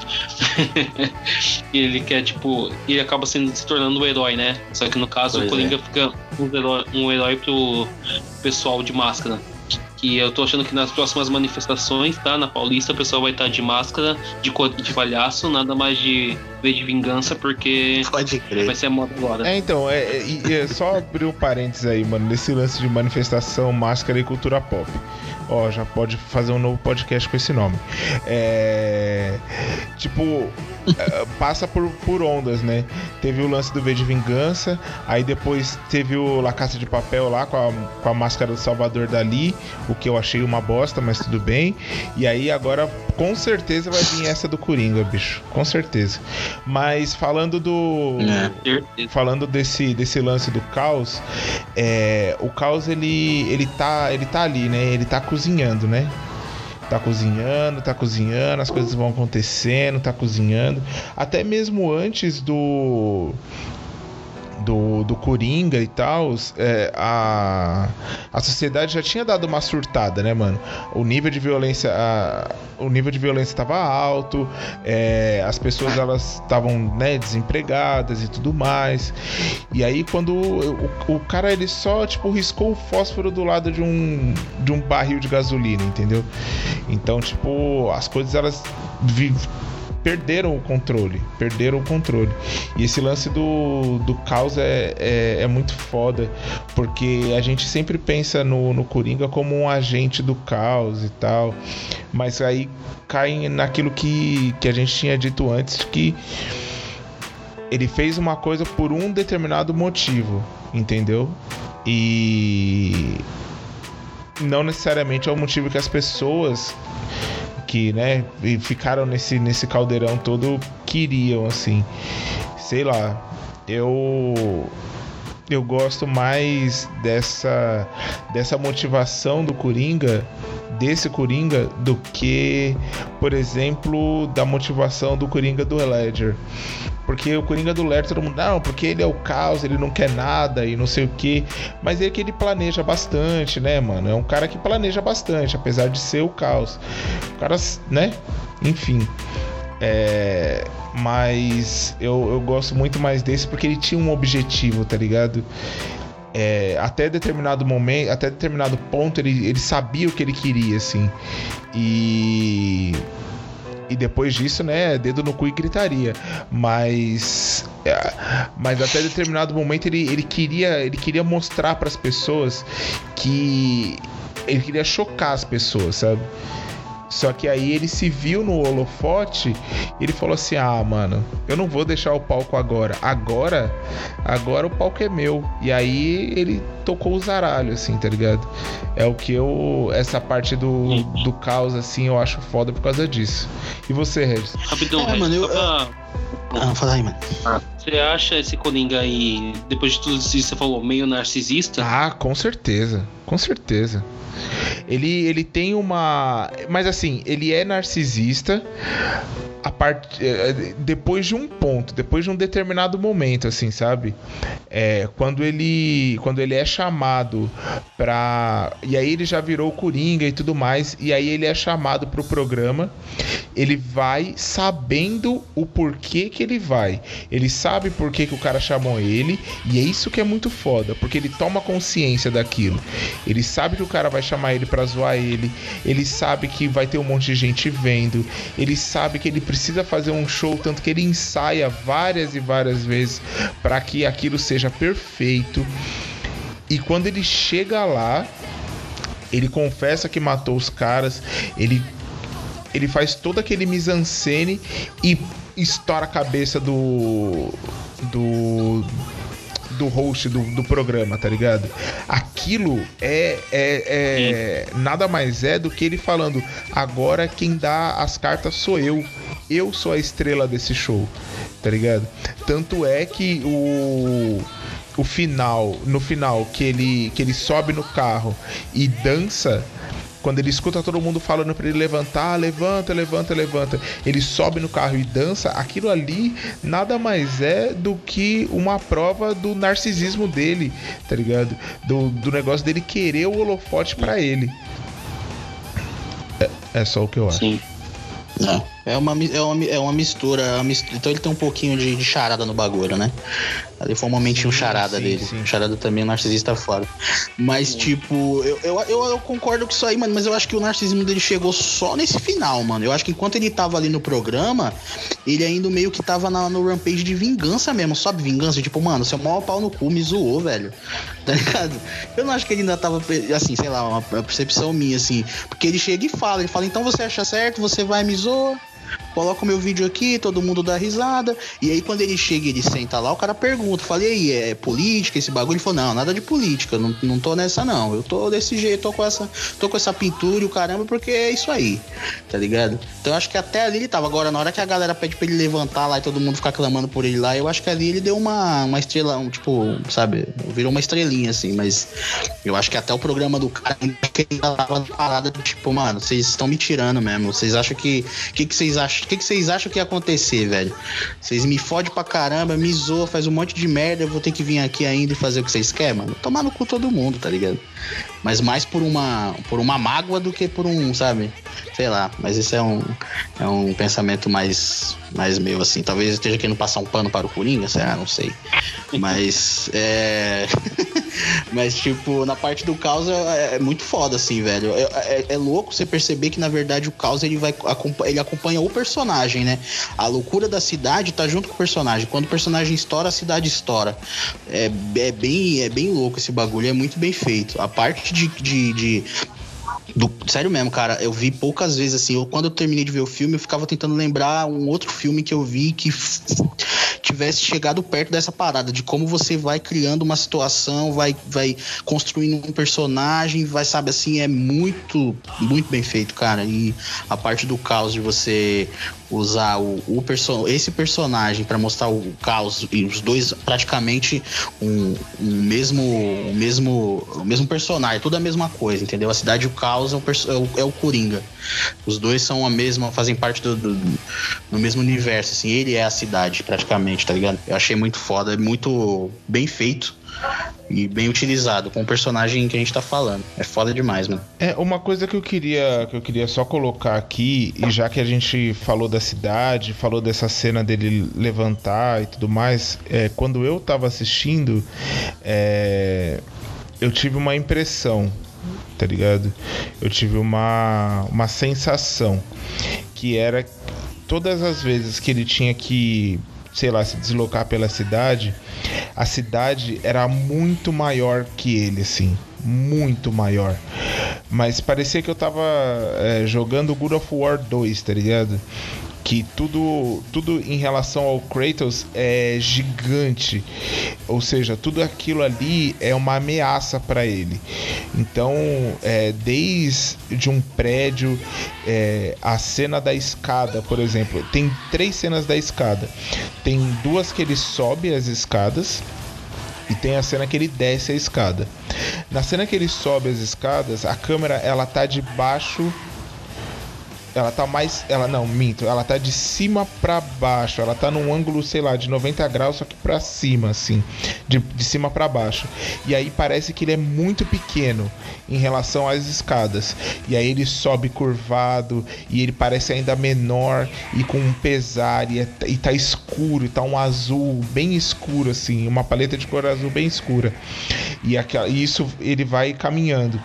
E ele quer, tipo, ele acaba sendo, se tornando um herói, né? Só que no caso pois o Coringa é. fica um herói, um herói pro pessoal de máscara. E eu tô achando que nas próximas manifestações, tá? Na Paulista, o pessoal vai estar de máscara, de, de palhaço, nada mais de V de vingança, porque pode crer. Vai ser a moda agora. É, então, é, é, é só abrir um parênteses aí, mano, nesse lance de manifestação, máscara e cultura pop. Ó, já pode fazer um novo podcast com esse nome. É... Tipo, passa por, por ondas, né? Teve o lance do V de Vingança, aí depois teve o La Casa de Papel lá com a, com a máscara do Salvador Dalí, o que eu achei uma bosta, mas tudo bem. E aí agora, com certeza, vai vir essa do Coringa, bicho. Com certeza. Mas falando do... É. Falando desse, desse lance do caos, é, o caos, ele, ele, tá, ele tá ali, né? Ele tá cozinhando, né? Tá cozinhando, tá cozinhando, as coisas vão acontecendo, tá cozinhando. Até mesmo antes do... Do, do Coringa e tal, é, a, a sociedade já tinha dado uma surtada, né, mano? O nível de violência a, o nível de violência tava alto, é, as pessoas elas estavam, né, desempregadas e tudo mais. E aí quando o, o cara ele só tipo riscou o fósforo do lado de um de um barril de gasolina, entendeu? Então tipo as coisas elas vi, perderam o controle, perderam o controle. E esse lance do, do caos é, é, é muito foda, porque a gente sempre pensa no, no Coringa como um agente do caos e tal, mas aí cai naquilo que, que a gente tinha dito antes, que ele fez uma coisa por um determinado motivo, entendeu? E... não necessariamente é o motivo que as pessoas que, né, ficaram nesse, nesse caldeirão todo queriam, assim. Sei lá, eu... eu gosto mais dessa, dessa motivação do Coringa, desse Coringa, do que, por exemplo, da motivação do Coringa do Ledger. Porque o Coringa do Ledger, todo mundo, não, porque ele é o caos, ele não quer nada e não sei o que. Mas é que ele planeja bastante, né, mano? É um cara que planeja bastante, apesar de ser o caos. O cara, né? Enfim. É... Mas eu, eu gosto muito mais desse porque ele tinha um objetivo, tá ligado? É, até determinado momento, até determinado ponto, ele, ele sabia o que ele queria, assim. E... E depois disso, né, dedo no cu e gritaria. Mas... Mas até determinado momento ele, ele, queria, ele queria mostrar pras pessoas que... Ele queria chocar as pessoas, sabe? Só que aí ele se viu no holofote e ele falou assim, ah, mano, eu não vou deixar o palco agora. Agora, agora o palco é meu. E aí ele tocou o zaralho, assim, tá ligado? É o que eu... Essa parte do, do caos, assim, eu acho foda por causa disso. E você, Regis? Rapidão, é, Regis, mano, eu... pra... Ah, fala aí, mano. Você acha esse Coringa aí, depois de tudo isso que você falou, meio narcisista? Ah, com certeza. Com certeza. Ele, ele tem uma... Mas assim, ele é narcisista a part... depois de um ponto, depois de um determinado momento, assim, sabe? É, quando ele quando ele é chamado pra... E aí ele já virou o Coringa e tudo mais, e aí ele é chamado pro programa, ele vai sabendo o porquê que ele vai. Ele sabe por que que o cara chamou ele, e é isso que é muito foda, porque ele toma consciência daquilo. Ele sabe que o cara vai chamar ele pra zoar ele, ele sabe que vai ter um monte de gente vendo, ele sabe que ele precisa fazer um show, tanto que ele ensaia várias e várias vezes para que aquilo seja perfeito. E quando ele chega lá, ele confessa que matou os caras, ele, ele faz todo aquele mise-en-scène e estoura a cabeça do... do... do host do, do programa, tá ligado? Aquilo é, é, é nada mais é do que ele falando, agora quem dá as cartas sou eu, eu sou a estrela desse show, tá ligado? Tanto é que o o final, no final que ele, que ele sobe no carro e dança, quando ele escuta todo mundo falando pra ele levantar, levanta, levanta, levanta, ele sobe no carro e dança, aquilo ali nada mais é do que uma prova do narcisismo dele, tá ligado? Do, do negócio dele querer o holofote pra ele. É, é só o que eu acho. Sim. Não, é uma, é uma, é uma mistura, é uma mistura. Então ele tem um pouquinho de, de charada no bagulho, né? Ali foi um momentinho sim, charada sim, dele. Sim. Charada também, o narcisista fora. Mas, sim. tipo, eu, eu, eu, eu concordo com isso aí, mano. Mas eu acho que o narcisismo dele chegou só nesse final, mano. Eu acho que enquanto ele tava ali no programa, ele ainda meio que tava na, no rampage de vingança mesmo, sabe? Vingança, tipo, mano, seu maior pau no cu me zoou, velho. Tá ligado? Eu não acho que ele ainda tava, assim, sei lá, uma percepção minha, assim. Porque ele chega e fala, ele fala, então você acha certo, você vai me zoar. Coloca o meu vídeo aqui, todo mundo dá risada. E aí quando ele chega e ele senta lá, o cara pergunta, falei, aí, é política esse bagulho? Ele falou, não, nada de política, não, não tô nessa não. Eu tô desse jeito, tô com essa, tô com essa pintura e o caramba, porque é isso aí, tá ligado? Então eu acho que até ali ele tava. Agora, na hora que a galera pede pra ele levantar lá e todo mundo ficar clamando por ele lá, eu acho que ali ele deu uma, uma estrela, um, tipo, sabe, virou uma estrelinha assim, mas eu acho que até o programa do cara ainda tava parada do tipo, mano, vocês estão me tirando mesmo, vocês acham que, que que vocês acham O que, que vocês acham que ia acontecer, velho? Vocês me fodem pra caramba, me zoam, faz um monte de merda, eu vou ter que vir aqui ainda e fazer o que vocês querem, mano? Tomar no cu todo mundo, tá ligado? Mas mais por uma, por uma mágoa do que por um, sabe? Sei lá, mas esse é um, é um pensamento mais, mais meu, assim. Talvez eu esteja querendo passar um pano para o Coringa, sei lá, não sei. Mas, é... Mas, tipo, na parte do caos é, é muito foda, assim, velho. É, é, é louco você perceber que, na verdade, o caos, ele vai ele acompanha o personagem, né? A loucura da cidade tá junto com o personagem. Quando o personagem estoura, a cidade estoura. É, é, bem, é bem louco esse bagulho, é muito bem feito. A parte de... de, de Do, sério mesmo, cara, eu vi poucas vezes assim. Eu, quando eu terminei de ver o filme, eu ficava tentando lembrar um outro filme que eu vi que, tipo, tivesse chegado perto dessa parada, de como você vai criando uma situação, vai, vai construindo um personagem, vai, sabe, assim, é muito, muito bem feito, cara. E a parte do caos de você usar o, o perso- esse personagem pra mostrar o caos, e os dois praticamente um, um mesmo, um mesmo, o mesmo personagem, tudo a mesma coisa, entendeu? A cidade e o caos é o, perso- é o, é o Coringa. Os dois são a mesma, fazem parte do, do, do mesmo universo, assim. Ele é a cidade, praticamente, tá ligado? Eu achei muito foda, muito bem feito e bem utilizado com o personagem que a gente tá falando. É foda demais, mano. É, uma coisa que eu queria que eu queria só colocar aqui, e já que a gente falou da cidade, falou dessa cena dele levantar e tudo mais, é, quando eu tava assistindo, é, eu tive uma impressão, tá ligado? Eu tive uma, uma sensação, que era todas as vezes que ele tinha que, sei lá, se deslocar pela cidade, a cidade era muito maior que ele, assim, muito maior. Mas parecia que eu tava é, jogando God of War dois, tá ligado? Que tudo, tudo em relação ao Kratos é gigante, ou seja, tudo aquilo ali é uma ameaça para ele. Então, é, desde um prédio, é, a cena da escada, por exemplo, tem três cenas da escada. Tem duas que ele sobe as escadas e tem a cena que ele desce a escada. Na cena que ele sobe as escadas, a câmera ela tá de baixo. Ela tá mais... Ela não, minto. Ela tá de cima pra baixo. Ela tá num ângulo, sei lá, de noventa graus, só que pra cima, assim. De, de cima pra baixo. E aí parece que ele é muito pequeno em relação às escadas. E aí ele sobe curvado. E ele parece ainda menor e com um pesar. E, é, e tá escuro. E tá um azul bem escuro, assim. Uma paleta de cor azul bem escura. E, aquela, e isso ele vai caminhando.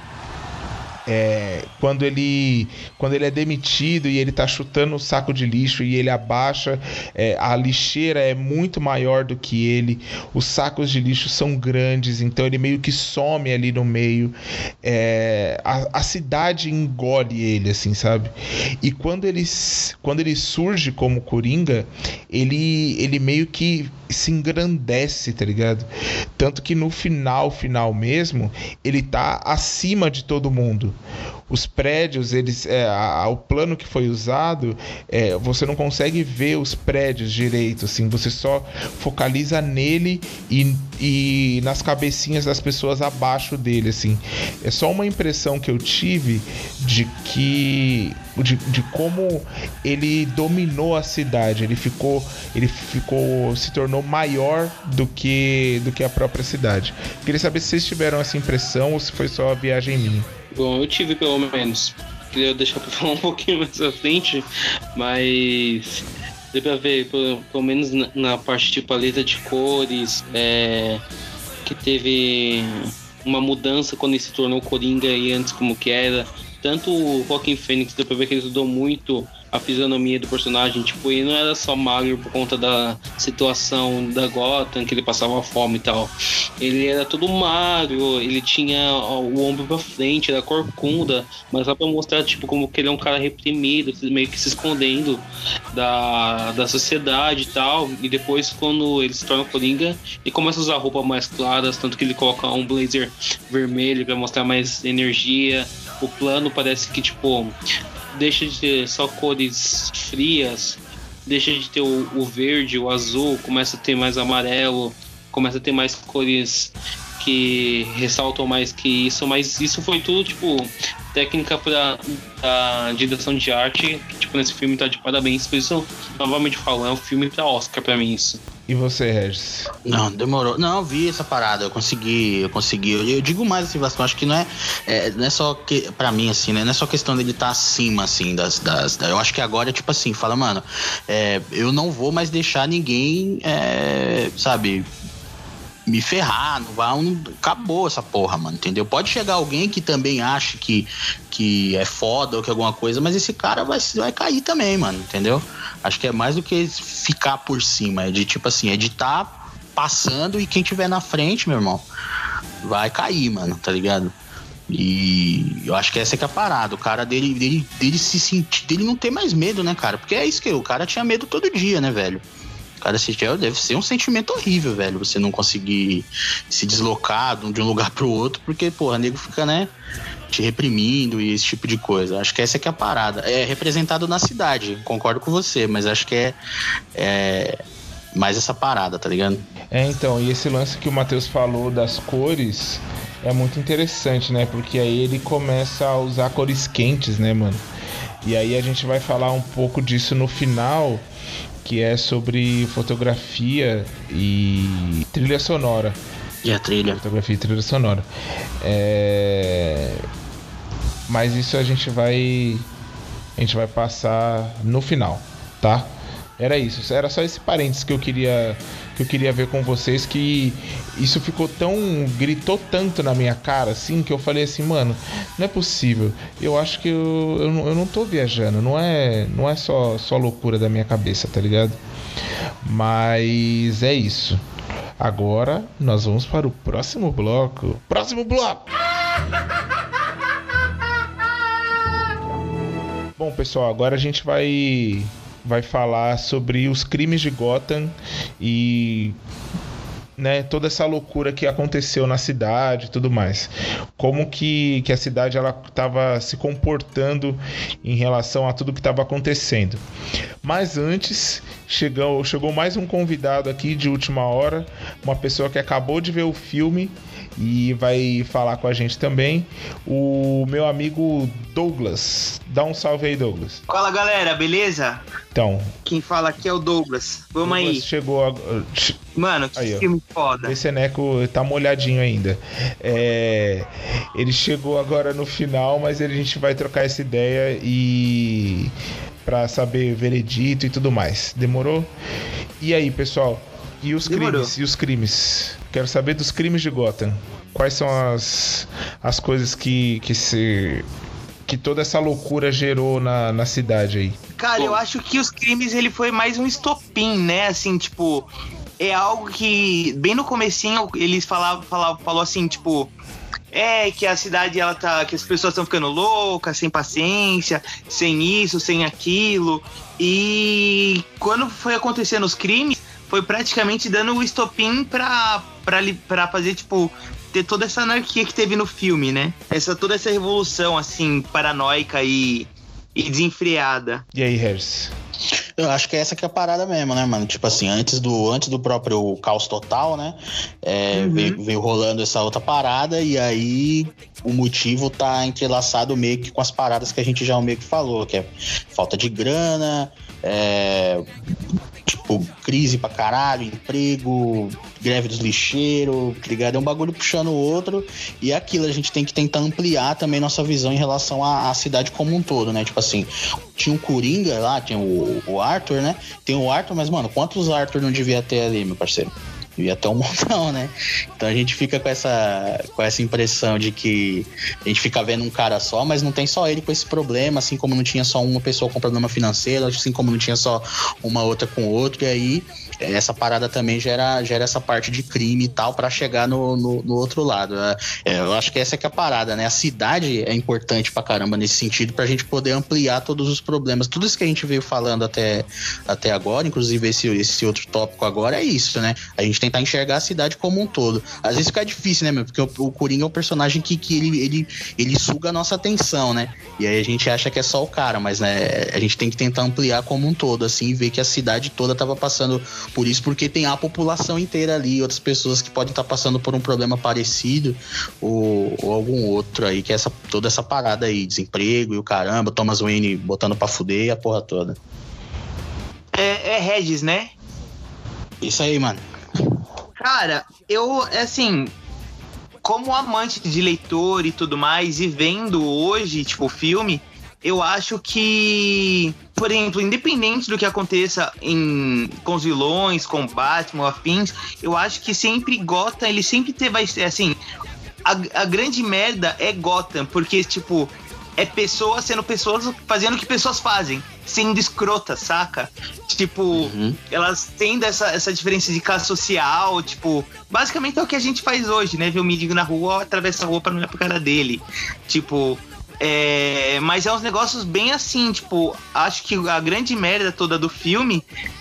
É, quando ele quando ele é demitido e ele tá chutando o saco de lixo e ele abaixa, é, a lixeira é muito maior do que ele, os sacos de lixo são grandes, então ele meio que some ali no meio, é, a, a cidade engole ele, assim, sabe? E quando ele, quando ele surge como Coringa, ele, ele meio que se engrandece, tá ligado? Tanto que no final, final mesmo, ele tá acima de todo mundo. Os prédios, eles, é, a, a, o plano que foi usado, é, você não consegue ver os prédios direito, assim, você só focaliza nele e, e nas cabecinhas das pessoas abaixo dele, assim. É só uma impressão que eu tive de que de, de como ele dominou a cidade, ele ficou, ele ficou, se tornou maior do que, do que a própria cidade. Queria saber se vocês tiveram essa impressão ou se foi só a viagem minha. Bom, eu tive pelo menos. Queria deixar pra falar um pouquinho mais à frente, mas deu pra ver, pelo, pelo menos na, na parte de paleta de cores, é, que teve uma mudança quando ele se tornou Coringa e antes como que era. Tanto o Joaquin Phoenix, deu pra ver que ele estudou muito a fisionomia do personagem, tipo, ele não era só magro por conta da situação da Gotham, que ele passava fome e tal. Ele era todo magro, ele tinha o ombro pra frente, era corcunda, mas só pra mostrar, tipo, como que ele é um cara reprimido, meio que se escondendo da, da sociedade e tal. E depois, quando ele se torna Coringa, ele começa a usar roupas mais claras, tanto que ele coloca um blazer vermelho pra mostrar mais energia. O plano parece que, tipo, deixa de ter só cores frias, deixa de ter o, o verde, o azul, começa a ter mais amarelo, começa a ter mais cores que ressaltam mais que isso, mas isso foi tudo, tipo, técnica para a direção de arte, que, tipo, nesse filme tá de parabéns, por isso, novamente falo, é um filme pra Oscar pra mim, isso. E você, Regis? Não, demorou. Não, eu vi essa parada, eu consegui, eu consegui. Eu, eu digo mais assim, Vasco, acho que não é, é, não é só que, pra mim, assim, né? Não é só questão dele estar tá acima, assim, das, das, das. Eu acho que agora é tipo assim, fala, mano, é, eu não vou mais deixar ninguém, é, sabe, me ferrar, não vai, não, acabou essa porra, mano, entendeu? Pode chegar alguém que também acha que, que é foda ou que alguma coisa, mas esse cara vai, vai cair também, mano, entendeu? Acho que é mais do que ficar por cima, é de tipo assim, é de tá passando e quem tiver na frente, meu irmão, vai cair, mano, tá ligado? E eu acho que essa é que é a parada, o cara dele, dele, dele se sentir, dele não ter mais medo, né, cara? Porque é isso que o cara tinha medo todo dia, né, velho? Cara, esse gel deve ser um sentimento horrível, velho. Você não conseguir se deslocar de um lugar pro outro, porque, porra, o nego fica, né, te reprimindo e esse tipo de coisa. Acho que essa é que é a parada. É representado na cidade, concordo com você, mas acho que é, é mais essa parada, tá ligado? É, então, e esse lance que o Matheus falou das cores é muito interessante, né? Porque aí ele começa a usar cores quentes, né, mano? E aí a gente vai falar um pouco disso no final, que é sobre fotografia e trilha sonora. E a trilha. Fotografia e trilha sonora. É... Mas isso a gente vai... A gente vai passar no final, tá? Era isso. Era só esse parênteses que eu queria... Que eu queria ver com vocês, que isso ficou tão... Gritou tanto na minha cara, assim, que eu falei assim, mano, não é possível. Eu acho que eu, eu, não, eu não tô viajando. Não é, não é só, só loucura da minha cabeça, tá ligado? Mas é isso. Agora nós vamos para o próximo bloco. Próximo bloco! Bom, pessoal, agora a gente vai... vai falar sobre os crimes de Gotham e, né, toda essa loucura que aconteceu na cidade e tudo mais. Como que, que a cidade ela estava se comportando em relação a tudo que estava acontecendo. Mas antes, chegou, chegou mais um convidado aqui de última hora, uma pessoa que acabou de ver o filme e vai falar com a gente também, o meu amigo Douglas. Dá um salve aí, Douglas. Fala, galera, beleza? Então, quem fala aqui é o Douglas. Vamos Douglas aí. Chegou a... Mano, que aí, filme foda. Esse Eneco tá molhadinho ainda. É... Ele chegou agora no final, mas a gente vai trocar essa ideia e... pra saber veredito e tudo mais. Demorou? E aí, pessoal? E os Demorou. crimes? E os crimes? Quero saber dos crimes de Gotham. Quais são as, as coisas que, que se... que toda essa loucura gerou na, na cidade aí? Cara, eu acho que os crimes, ele foi mais um estopim, né? Assim, tipo, é algo que, bem no comecinho, eles falavam, falavam, falou assim, tipo, é que a cidade, ela tá, que as pessoas estão ficando loucas, sem paciência, sem isso, sem aquilo. E quando foi acontecendo os crimes, foi praticamente dando o estopim pra, pra, pra fazer, tipo, ter toda essa anarquia que teve no filme, né? Essa, toda essa revolução, assim, paranoica e, e desenfreada. E aí, Harris? Eu acho que essa que é a parada mesmo, né, mano? Tipo assim, antes do, antes do próprio caos total, né? É, uhum. veio, veio rolando essa outra parada e aí o motivo tá entrelaçado meio que com as paradas que a gente já meio que falou, que é falta de grana, é... tipo, crise pra caralho, emprego, greve dos lixeiros, tá ligado? É um bagulho puxando o outro. E é aquilo, a gente tem que tentar ampliar também nossa visão em relação à, à cidade como um todo, né? Tipo assim, tinha um Coringa lá, tinha o, o Arthur, né? Tem o Arthur, mas, mano, quantos Arthur não devia ter ali, meu parceiro? Devia ter um montão, né? Então a gente fica com essa, com essa impressão de que a gente fica vendo um cara só, mas não tem só ele com esse problema, assim como não tinha só uma pessoa com problema financeiro, assim como não tinha só uma outra com outro, e aí essa parada também gera, gera essa parte de crime e tal pra chegar no, no, no outro lado. É, eu acho que essa é que é a parada, né? A cidade é importante pra caramba nesse sentido, pra gente poder ampliar todos os problemas. Tudo isso que a gente veio falando até, até agora, inclusive esse, esse outro tópico agora, é isso, né? A gente tentar enxergar a cidade como um todo. Às vezes fica difícil, né, meu? Porque o, o Coringa é um personagem que, que ele, ele, ele suga a nossa atenção, né? E aí a gente acha que é só o cara, mas né, a gente tem que tentar ampliar como um todo, assim, e ver que a cidade toda tava passando por isso, porque tem a população inteira ali, outras pessoas que podem estar passando por um problema parecido ou, ou algum outro aí, que é essa, toda essa parada aí, desemprego e o caramba, Thomas Wayne botando pra fuder e a porra toda. É, é Regis, né? Isso aí, mano. Cara, eu, assim, como amante de leitor e tudo mais, e vendo hoje, tipo, o filme, eu acho que, por exemplo, independente do que aconteça em, com os vilões, com Batman, afins, eu acho que sempre Gotham, ele sempre te, vai ser, assim, a, a grande merda é Gotham, porque, tipo, é pessoas sendo pessoas fazendo o que pessoas fazem, sendo escrotas, saca? Tipo, uhum. Elas tendo essa, essa diferença de classe social, tipo, basicamente é o que a gente faz hoje, né? Ver o mendigo na rua, atravessa a rua pra não olhar pra cara dele. Tipo, é... mas é uns negócios bem assim, tipo, acho que a grande merda toda do filme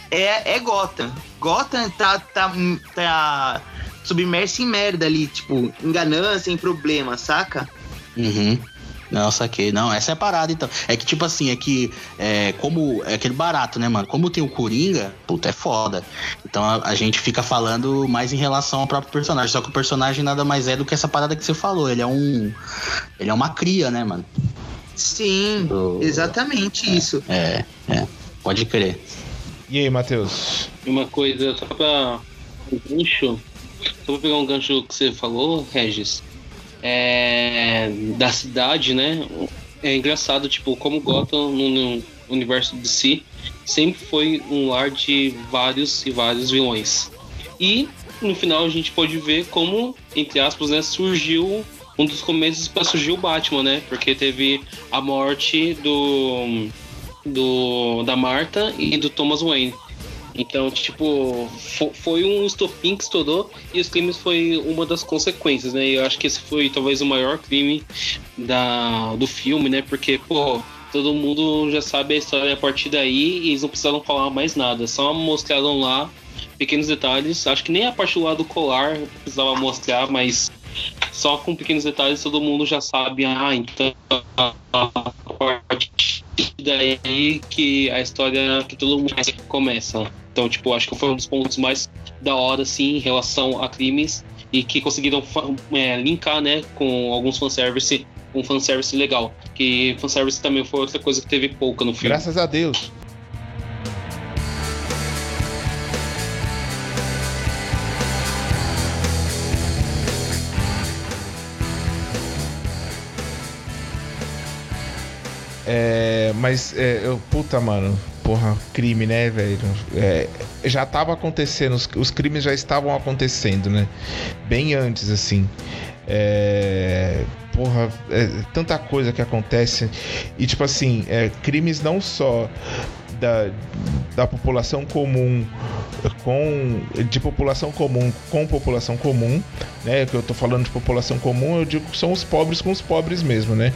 é, é Gotham. Gotham tá, tá, tá submerso em merda ali, tipo, em ganância, em problema, saca? Uhum. Não, saquei. Não, essa é a parada, então. É que, tipo assim, é que é, como é aquele barato, né, mano? Como tem o Coringa, puta, é foda. Então a, a gente fica falando mais em relação ao próprio personagem. Só que o personagem nada mais é do que essa parada que você falou. Ele é um... Ele é uma cria, né, mano? Sim, do... exatamente é, isso. É, é. Pode crer. E aí, Matheus? Uma coisa, só pra um gancho, só pra pegar um gancho que você falou, Regis, é, da cidade, né? É engraçado, tipo, como Gotham no, no universo D C sempre foi um lar de vários e vários vilões. E no final a gente pode ver como, entre aspas, né, surgiu um dos começos para surgir o Batman, né? Porque teve a morte do, do da Martha e do Thomas Wayne. Então, tipo, foi um estopim que estourou e os crimes foi uma das consequências, né? E eu acho que esse foi talvez o maior crime da, do filme, né? Porque, pô, todo mundo já sabe a história a partir daí e eles não precisaram falar mais nada. Só mostraram lá pequenos detalhes. Acho que nem a parte do lado do colar precisava mostrar, mas só com pequenos detalhes todo mundo já sabe. Ah, então a partir daí que a história que todo mundo começa. Então, tipo, acho que foi um dos pontos mais da hora, assim, em relação a crimes e que conseguiram é, linkar, né, com alguns fanservice, um fanservice legal. Que fanservice também foi outra coisa que teve pouca no filme. Graças a Deus. É, mas, é, eu, puta, mano, porra, crime, né, velho? É, já tava acontecendo, os, os crimes já estavam acontecendo, né? Bem antes, assim. É, porra, é, tanta coisa que acontece. E, tipo assim, é, crimes não só da, da população comum com de população comum com população comum, né? Que eu tô falando de população comum, eu digo que são os pobres com os pobres mesmo, né?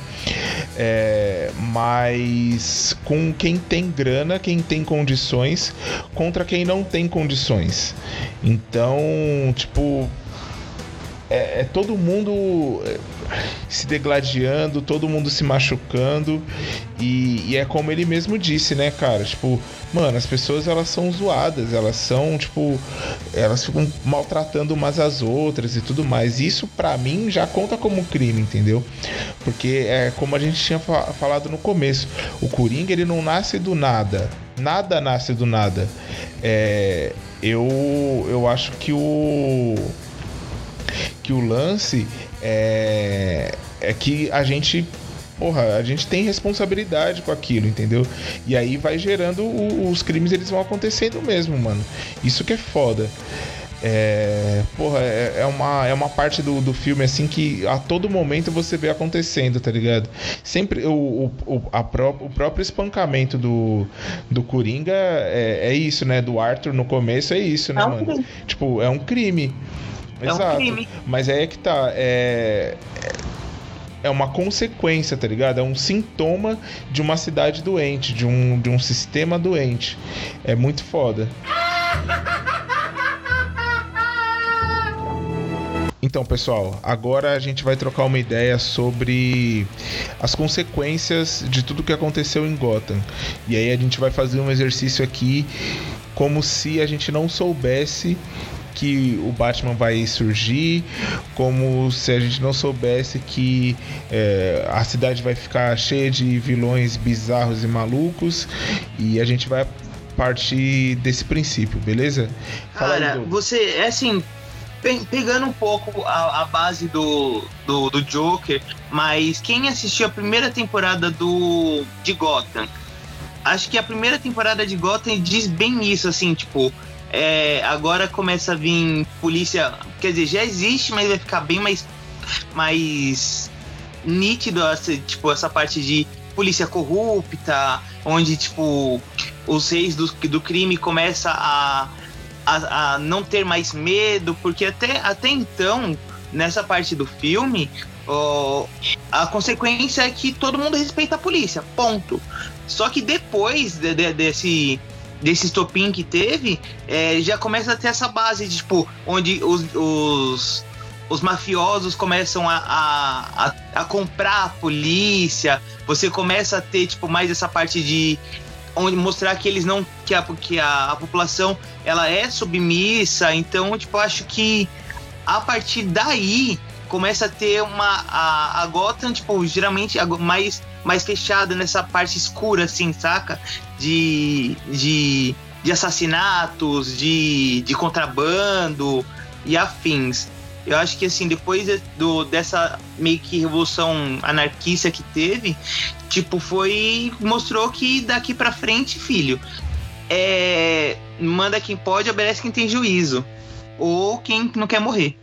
É, mas com quem tem grana, quem tem condições, contra quem não tem condições. Então, tipo, é, é todo mundo se degladiando, todo mundo se machucando e, e é como ele mesmo disse, né, cara? Tipo, mano, as pessoas, elas são zoadas, elas são, tipo, elas ficam maltratando umas às outras e tudo mais. Isso, pra mim, já conta como crime, entendeu? Porque é como a gente tinha fa- falado no começo, o Coringa, ele não nasce do nada. Nada nasce do nada. É, eu, eu acho que o... que o lance é, é que a gente, porra, a gente tem responsabilidade com aquilo, entendeu? E aí vai gerando o, os crimes, eles vão acontecendo mesmo, mano. Isso que é foda. É, porra, é, é, uma, é uma parte do, do filme assim que a todo momento você vê acontecendo, tá ligado? Sempre o, o, a pró, o próprio espancamento do, do Coringa é, é isso, né? Do Arthur no começo é isso, né, mano? Tipo, é um crime. É Exato. um crime. Mas aí é que tá. É, é uma consequência, tá ligado? É um sintoma de uma cidade doente, de um, de um sistema doente. É muito foda. Então, pessoal, agora a gente vai trocar uma ideia sobre as consequências de tudo que aconteceu em Gotham. E aí a gente vai fazer um exercício aqui como se a gente não soubesse que o Batman vai surgir, como se a gente não soubesse que é, a cidade vai ficar cheia de vilões bizarros e malucos, e a gente vai partir desse princípio, beleza? Fala. Cara, aí, você, é assim, pe- pegando um pouco a, a base do, do, do Joker, mas quem assistiu a primeira temporada do, de Gotham, acho que a primeira temporada de Gotham diz bem isso, assim, tipo, É, agora começa a vir polícia, quer dizer, já existe, mas vai ficar bem mais, mais nítido, essa, tipo, essa parte de polícia corrupta, onde, tipo, os reis do, do crime começam a, a, a não ter mais medo, porque até, até então, nessa parte do filme, ó, a consequência é que todo mundo respeita a polícia, ponto. Só que depois de, de, desse... desse estopim que teve, é, já começa a ter essa base, de, tipo, onde os, os, os mafiosos começam a, a, a, a comprar a polícia, você começa a ter, tipo, mais essa parte de onde mostrar que eles não, que a, que a, a população, ela é submissa. Então, tipo, eu acho que a partir daí começa a ter uma, a, a Gotham, tipo, geralmente mais, mais fechada nessa parte escura, assim, saca? De, de, de assassinatos, de, de contrabando e afins. Eu acho que, assim, depois do, dessa meio que revolução anarquista que teve, tipo, foi... mostrou que daqui pra frente, filho, é, manda quem pode, obedece quem tem juízo. Ou quem não quer morrer.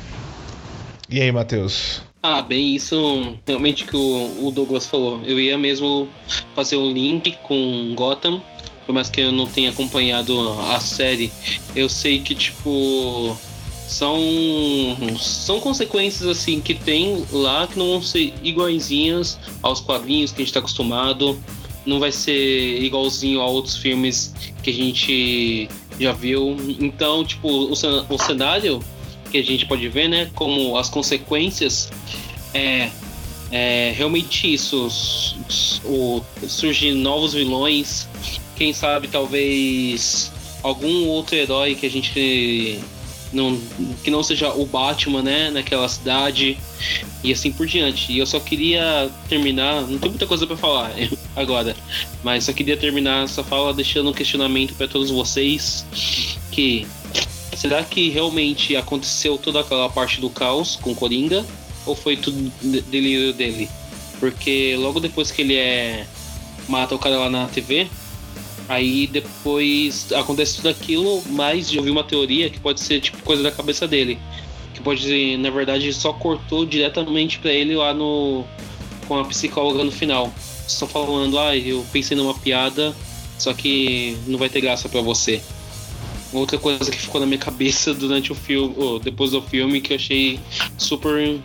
E aí, Matheus? Ah, bem, isso realmente que o, o Douglas falou. Eu ia mesmo fazer o link com Gotham, por mais que eu não tenha acompanhado a série. Eu sei que, tipo... São, são consequências assim que tem lá que não vão ser iguaizinhas aos quadrinhos que a gente tá acostumado. Não vai ser igualzinho a outros filmes que a gente já viu. Então, tipo, o, o cenário que a gente pode ver, né, como as consequências é, é realmente isso. O, surgir novos vilões, quem sabe talvez algum outro herói que a gente... Não, que não seja o Batman, né, naquela cidade e assim por diante. E eu só queria terminar, não tem muita coisa pra falar agora, mas só queria terminar essa fala deixando um questionamento pra todos vocês, que será que realmente aconteceu toda aquela parte do caos com Coringa, ou foi tudo delírio dele? Porque logo depois que ele é mata o cara lá na T V, aí depois acontece tudo aquilo, mas eu vi uma teoria que pode ser tipo coisa da cabeça dele, que pode, na verdade, só cortou diretamente pra ele lá no com a psicóloga no final, só falando, ah, eu pensei numa piada, só que não vai ter graça pra você. Outra coisa que ficou na minha cabeça durante o filme, ou depois do filme, que eu achei super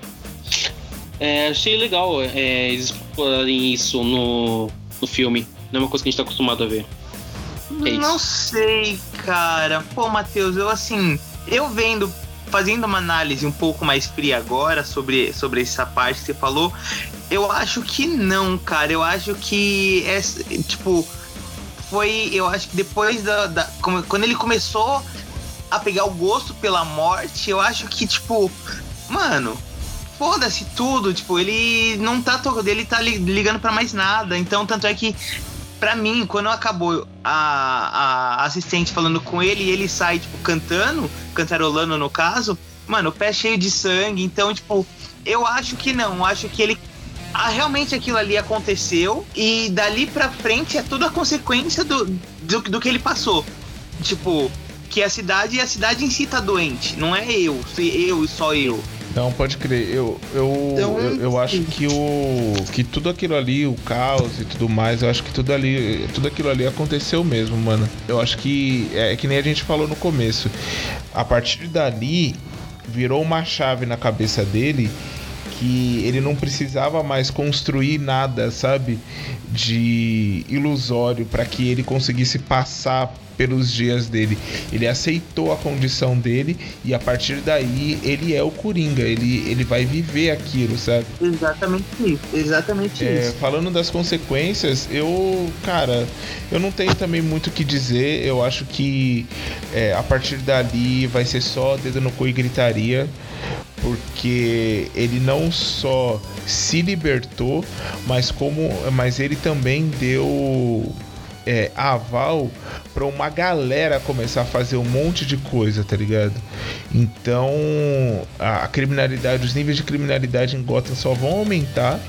é, achei legal é, eles explorarem isso no, no filme. Não é uma coisa que a gente tá acostumado a ver. É não sei, cara. Pô, Matheus, eu assim, eu vendo, fazendo uma análise um pouco mais fria agora sobre, sobre essa parte que você falou, eu acho que não, cara. Eu acho que é, tipo, foi, eu acho que depois da, da quando ele começou a pegar o gosto pela morte, eu acho que, tipo, mano, foda-se tudo, tipo, ele não tá tocando, ele tá ligando pra mais nada. Então, tanto é que pra mim, quando acabou a, a assistente falando com ele e ele sai, tipo, cantando, cantarolando no caso, mano, o pé cheio de sangue. Então, tipo, eu acho que não, eu acho que ele... Ah, realmente aquilo ali aconteceu e dali pra frente é tudo a consequência do, do, do que ele passou. Tipo, que a cidade, a cidade em si tá doente, não é eu, eu e só eu. Não, pode crer. Eu, eu, então, eu, eu acho que o que tudo aquilo ali, o caos e tudo mais, eu acho que tudo ali, tudo aquilo ali aconteceu mesmo, mano. Eu acho que é que nem a gente falou no começo. A partir dali virou uma chave na cabeça dele que ele não precisava mais construir nada, sabe, de ilusório para que ele conseguisse passar pelos dias dele. Ele aceitou a condição dele e a partir daí ele é o Coringa, ele, ele vai viver aquilo, sabe? Exatamente isso, exatamente é, isso. Falando das consequências, eu, cara, eu não tenho também muito o que dizer. Eu acho que é, a partir dali vai ser só dedo no cu e gritaria, porque ele não só se libertou, mas como, mas ele também deu é, aval pra uma galera começar a fazer um monte de coisa, tá ligado? Então a criminalidade, os níveis de criminalidade em Gotham só vão aumentar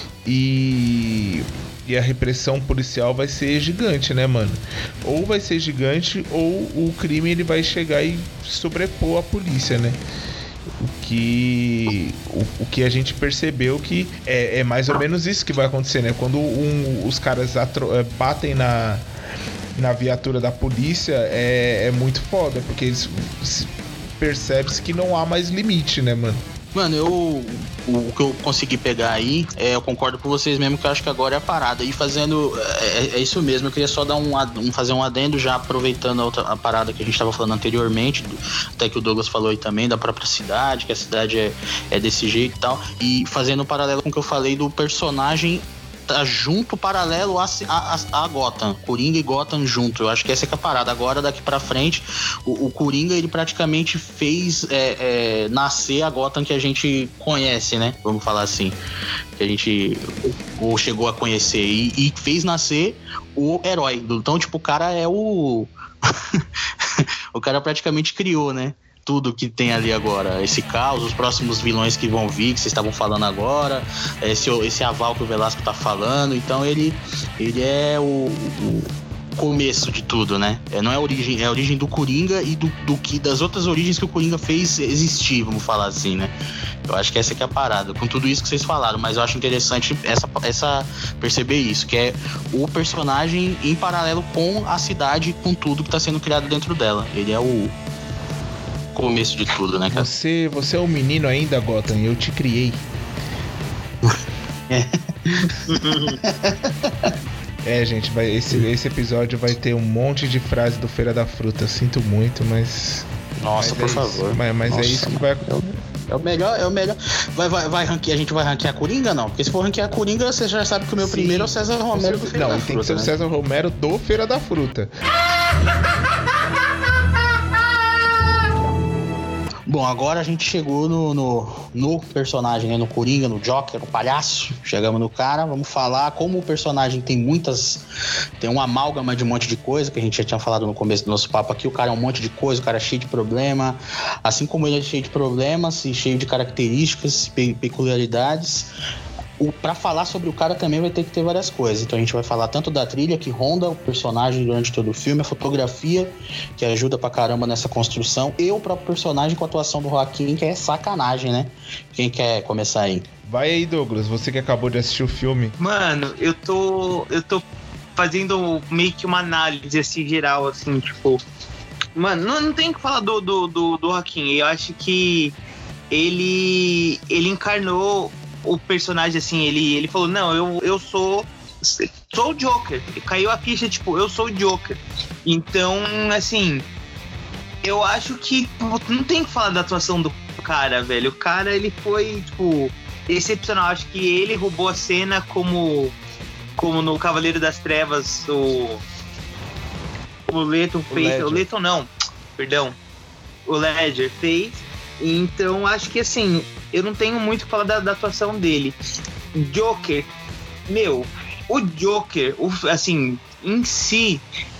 e e a repressão policial vai ser gigante, né, mano? Ou vai ser gigante ou o crime ele vai chegar e sobrepor a polícia, né? O que, o, o que a gente percebeu que é, é mais ou menos isso que vai acontecer, né? Quando um, os caras atro, batem na, na viatura da polícia, é, é muito foda, porque eles percebe-se que não há mais limite, né, mano? Mano, eu o, o que eu consegui pegar aí, é, eu concordo com vocês mesmo, que eu acho que agora é a parada. E fazendo, é, é isso mesmo, eu queria só dar um, um fazer um adendo, já aproveitando a, outra, a parada que a gente tava falando anteriormente, do, até que o Douglas falou aí também, da própria cidade, que a cidade é, é desse jeito e tal, e fazendo um paralelo com o que eu falei do personagem tá junto, paralelo a, a, a Gotham, Coringa e Gotham junto. Eu acho que essa é que é a parada. Agora, daqui pra frente, o, o Coringa, ele praticamente fez é, é, nascer a Gotham que a gente conhece, né? Vamos falar assim. Que a gente ou chegou a conhecer. E, e fez nascer o herói. Então, tipo, o cara é o... o cara praticamente criou, né? Tudo que tem ali agora, esse caos, os próximos vilões que vão vir, que vocês estavam falando agora, esse, esse aval que o Velasco tá falando. Então ele, ele é o, o começo de tudo, né? É, não é a origem, é a origem do Coringa e do, do que, das outras origens que o Coringa fez existir, vamos falar assim, né? Eu acho que essa que é a parada, com tudo isso que vocês falaram, mas eu acho interessante essa, essa, perceber isso, que é o personagem em paralelo com a cidade, com tudo que tá sendo criado dentro dela. Ele é o começo de tudo, né, cara? Você, você é um menino ainda, Gotham, eu te criei. É. É, gente, vai, esse, esse episódio vai ter um monte de frase do Feira da Fruta. Sinto muito, mas... Nossa, mas por é favor. Isso, mas mas Nossa, é isso que vai acontecer. É o melhor, é o melhor. Vai, vai, vai ranquear, a gente vai ranquear a Coringa, não? Porque se for ranquear a Coringa, você já sabe que o meu Sim. primeiro é o César Romero do Feira não, da Fruta. Não, tem que ser né? o César Romero do Feira da Fruta. Bom, agora a gente chegou no, no, no personagem, né? No Coringa, no Joker, no palhaço. Chegamos no cara, vamos falar como o personagem tem muitas... Tem uma amálgama de um monte de coisa, que a gente já tinha falado no começo do nosso papo aqui. O cara é um monte de coisa, o cara é cheio de problema. Assim como ele é cheio de problemas e cheio de características, pe- peculiaridades... O, pra falar sobre o cara também vai ter que ter várias coisas. Então a gente vai falar tanto da trilha que ronda o personagem durante todo o filme, a fotografia que ajuda pra caramba nessa construção, e o próprio personagem com a atuação do Joaquim, que é sacanagem, né? Quem quer começar aí? Vai aí, Douglas, você que acabou de assistir o filme. Mano, eu tô. Eu tô fazendo meio que uma análise assim, geral, assim, tipo. Mano, não, não tem o que falar do, do, do, do Joaquim. Eu acho que ele. ele encarnou o personagem, assim, ele, ele falou, não, eu, eu sou sou o Joker. Caiu a ficha, tipo, eu sou o Joker. Então, assim, eu acho que não tem que falar da atuação do cara, velho. O cara, ele foi, tipo, excepcional. Acho que ele roubou a cena como, como no Cavaleiro das Trevas, o o Leto fez. O Leto não, perdão. O Ledger fez. Então, acho que, assim, eu não tenho muito o que falar da, da atuação dele. Joker, meu, o Joker, o, assim, em si,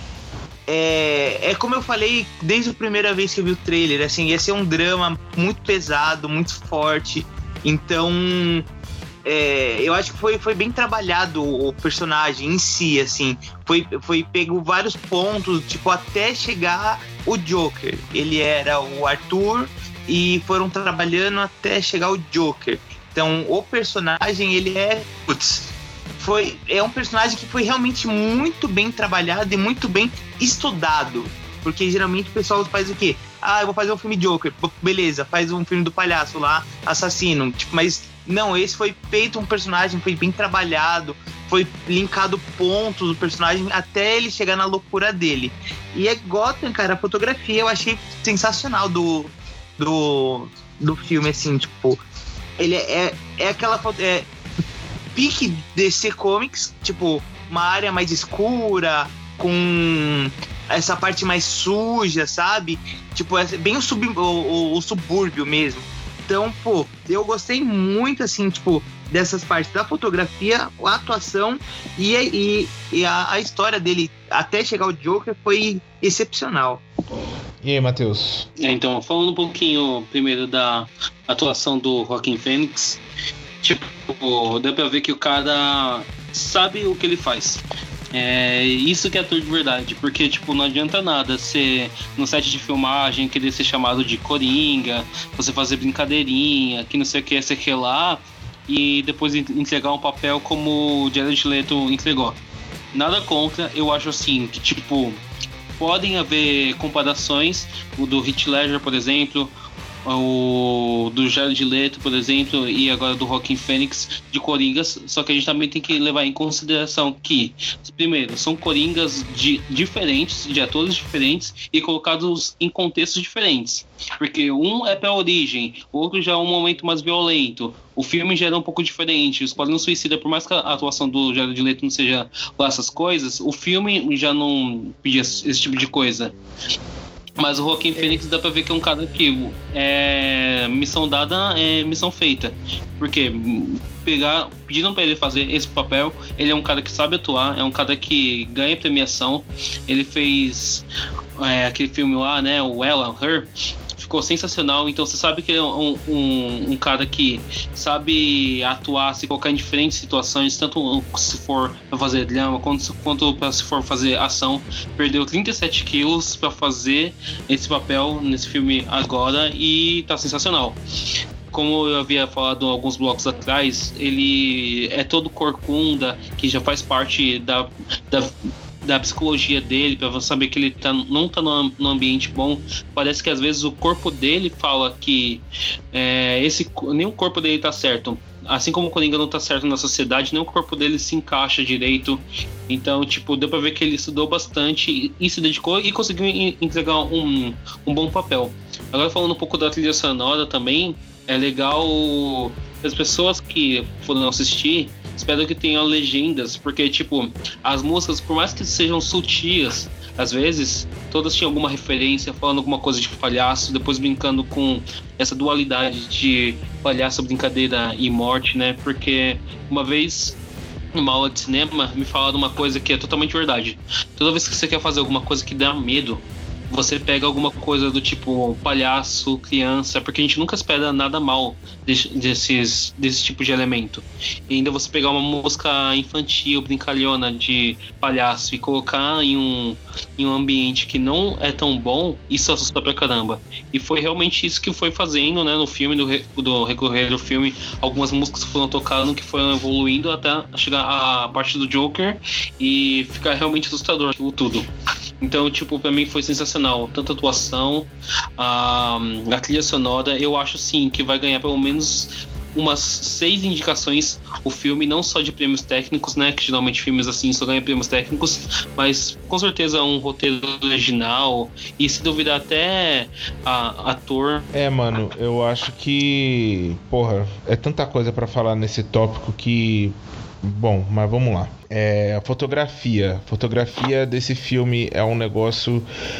é, é como eu falei desde a primeira vez que eu vi o trailer, assim, ia ser um drama muito pesado, muito forte. Então, é, eu acho que foi, foi bem trabalhado o personagem em si, assim. Foi, foi pego vários pontos, tipo, até chegar o Joker. Ele era o Arthur... E foram trabalhando até chegar o Joker. Então, o personagem, ele é... Putz, foi, é um personagem que foi realmente muito bem trabalhado e muito bem estudado. Porque, geralmente, o pessoal faz o quê? Ah, eu vou fazer um filme Joker. Beleza, faz um filme do palhaço lá, assassino. Tipo, mas, não, esse foi feito um personagem, foi bem trabalhado. Foi linkado pontos do personagem até ele chegar na loucura dele. E é Gotham, cara, a fotografia eu achei sensacional do... Do, do filme, assim, tipo, ele é, é aquela foto, é pique D C Comics, tipo, uma área mais escura, com essa parte mais suja, sabe? Tipo, é bem o, sub, o, o, o subúrbio mesmo. Então, pô, eu gostei muito, assim, tipo, dessas partes da fotografia, a atuação e, e, e a, a história dele até chegar ao Joker foi excepcional. E aí, Matheus? É, então, falando um pouquinho primeiro da atuação do Joaquin Phoenix, tipo, dá pra ver que o cara sabe o que ele faz. É isso que é ator de verdade, porque, tipo, não adianta nada ser no set de filmagem, querer ser chamado de Coringa, você fazer brincadeirinha, que não sei o que, sei o que lá, e depois entregar um papel como o Jared Leto entregou. Nada contra, eu acho assim, que, tipo... Podem haver comparações, o do Heath Ledger, por exemplo, o do Jared Leto, por exemplo, e agora do Joaquin Phoenix de Coringas, só que a gente também tem que levar em consideração que, primeiro, são Coringas de, diferentes, de atores diferentes e colocados em contextos diferentes, porque um é pra origem, o outro já é um momento mais violento, o filme já era um pouco diferente, o Esquadrão Suicida, por mais que a atuação do Jared Leto não seja lá essas coisas, o filme já não pedia esse tipo de coisa. Mas o Joaquin Phoenix dá pra ver que é um cara que é missão dada, é missão feita. Porque pegar, pediram pra ele fazer esse papel, ele é um cara que sabe atuar, é um cara que ganha premiação. Ele fez é, aquele filme lá, né, o Ella, Her, ficou sensacional. Então você sabe que ele é um, um, um cara que sabe atuar, se colocar em diferentes situações, tanto se for pra fazer drama quanto, quanto pra se for fazer ação. Perdeu trinta e sete quilos pra fazer esse papel nesse filme agora e tá sensacional. Como eu havia falado alguns blocos atrás, ele é todo corcunda, que já faz parte da, da da psicologia dele, pra você saber que ele tá, não tá num, num ambiente bom. Parece que às vezes o corpo dele fala que é, esse, nem o corpo dele tá certo. Assim como o Coringa não tá certo na sociedade, nem o corpo dele se encaixa direito. Então, tipo, deu pra ver que ele estudou bastante e, e se dedicou e conseguiu entregar um, um bom papel. Agora, falando um pouco da trilha sonora também, é legal as pessoas que foram assistir, espero que tenham legendas, porque, tipo, as músicas, por mais que sejam sutis, às vezes, todas tinham alguma referência, falando alguma coisa de palhaço, depois brincando com essa dualidade de palhaço, brincadeira e morte, né? Porque uma vez, numa aula de cinema, me falaram uma coisa que é totalmente verdade. Toda vez que você quer fazer alguma coisa que dá medo, você pega alguma coisa do tipo palhaço, criança, porque a gente nunca espera nada mal desse, desses, desse tipo de elemento. E ainda você pegar uma música infantil, brincalhona de palhaço e colocar em um, em um ambiente que não é tão bom, isso assusta pra caramba. E foi realmente isso que foi fazendo, né, no filme, do, do recorrer do filme. Algumas músicas foram tocando, que foram evoluindo até chegar a parte do Joker e ficar realmente assustador aquilo tudo. Então, tipo, pra mim foi sensacional. Tanto a atuação, a, a trilha sonora. Eu acho, sim, que vai ganhar pelo menos umas seis indicações o filme, não só de prêmios técnicos, né, que geralmente filmes assim só ganham prêmios técnicos, mas com certeza um roteiro original e, se duvidar, até a, ator. É, mano, eu acho que, porra, é tanta coisa pra falar nesse tópico que... Bom, mas vamos lá. É, a fotografia. A fotografia desse filme é um negócio...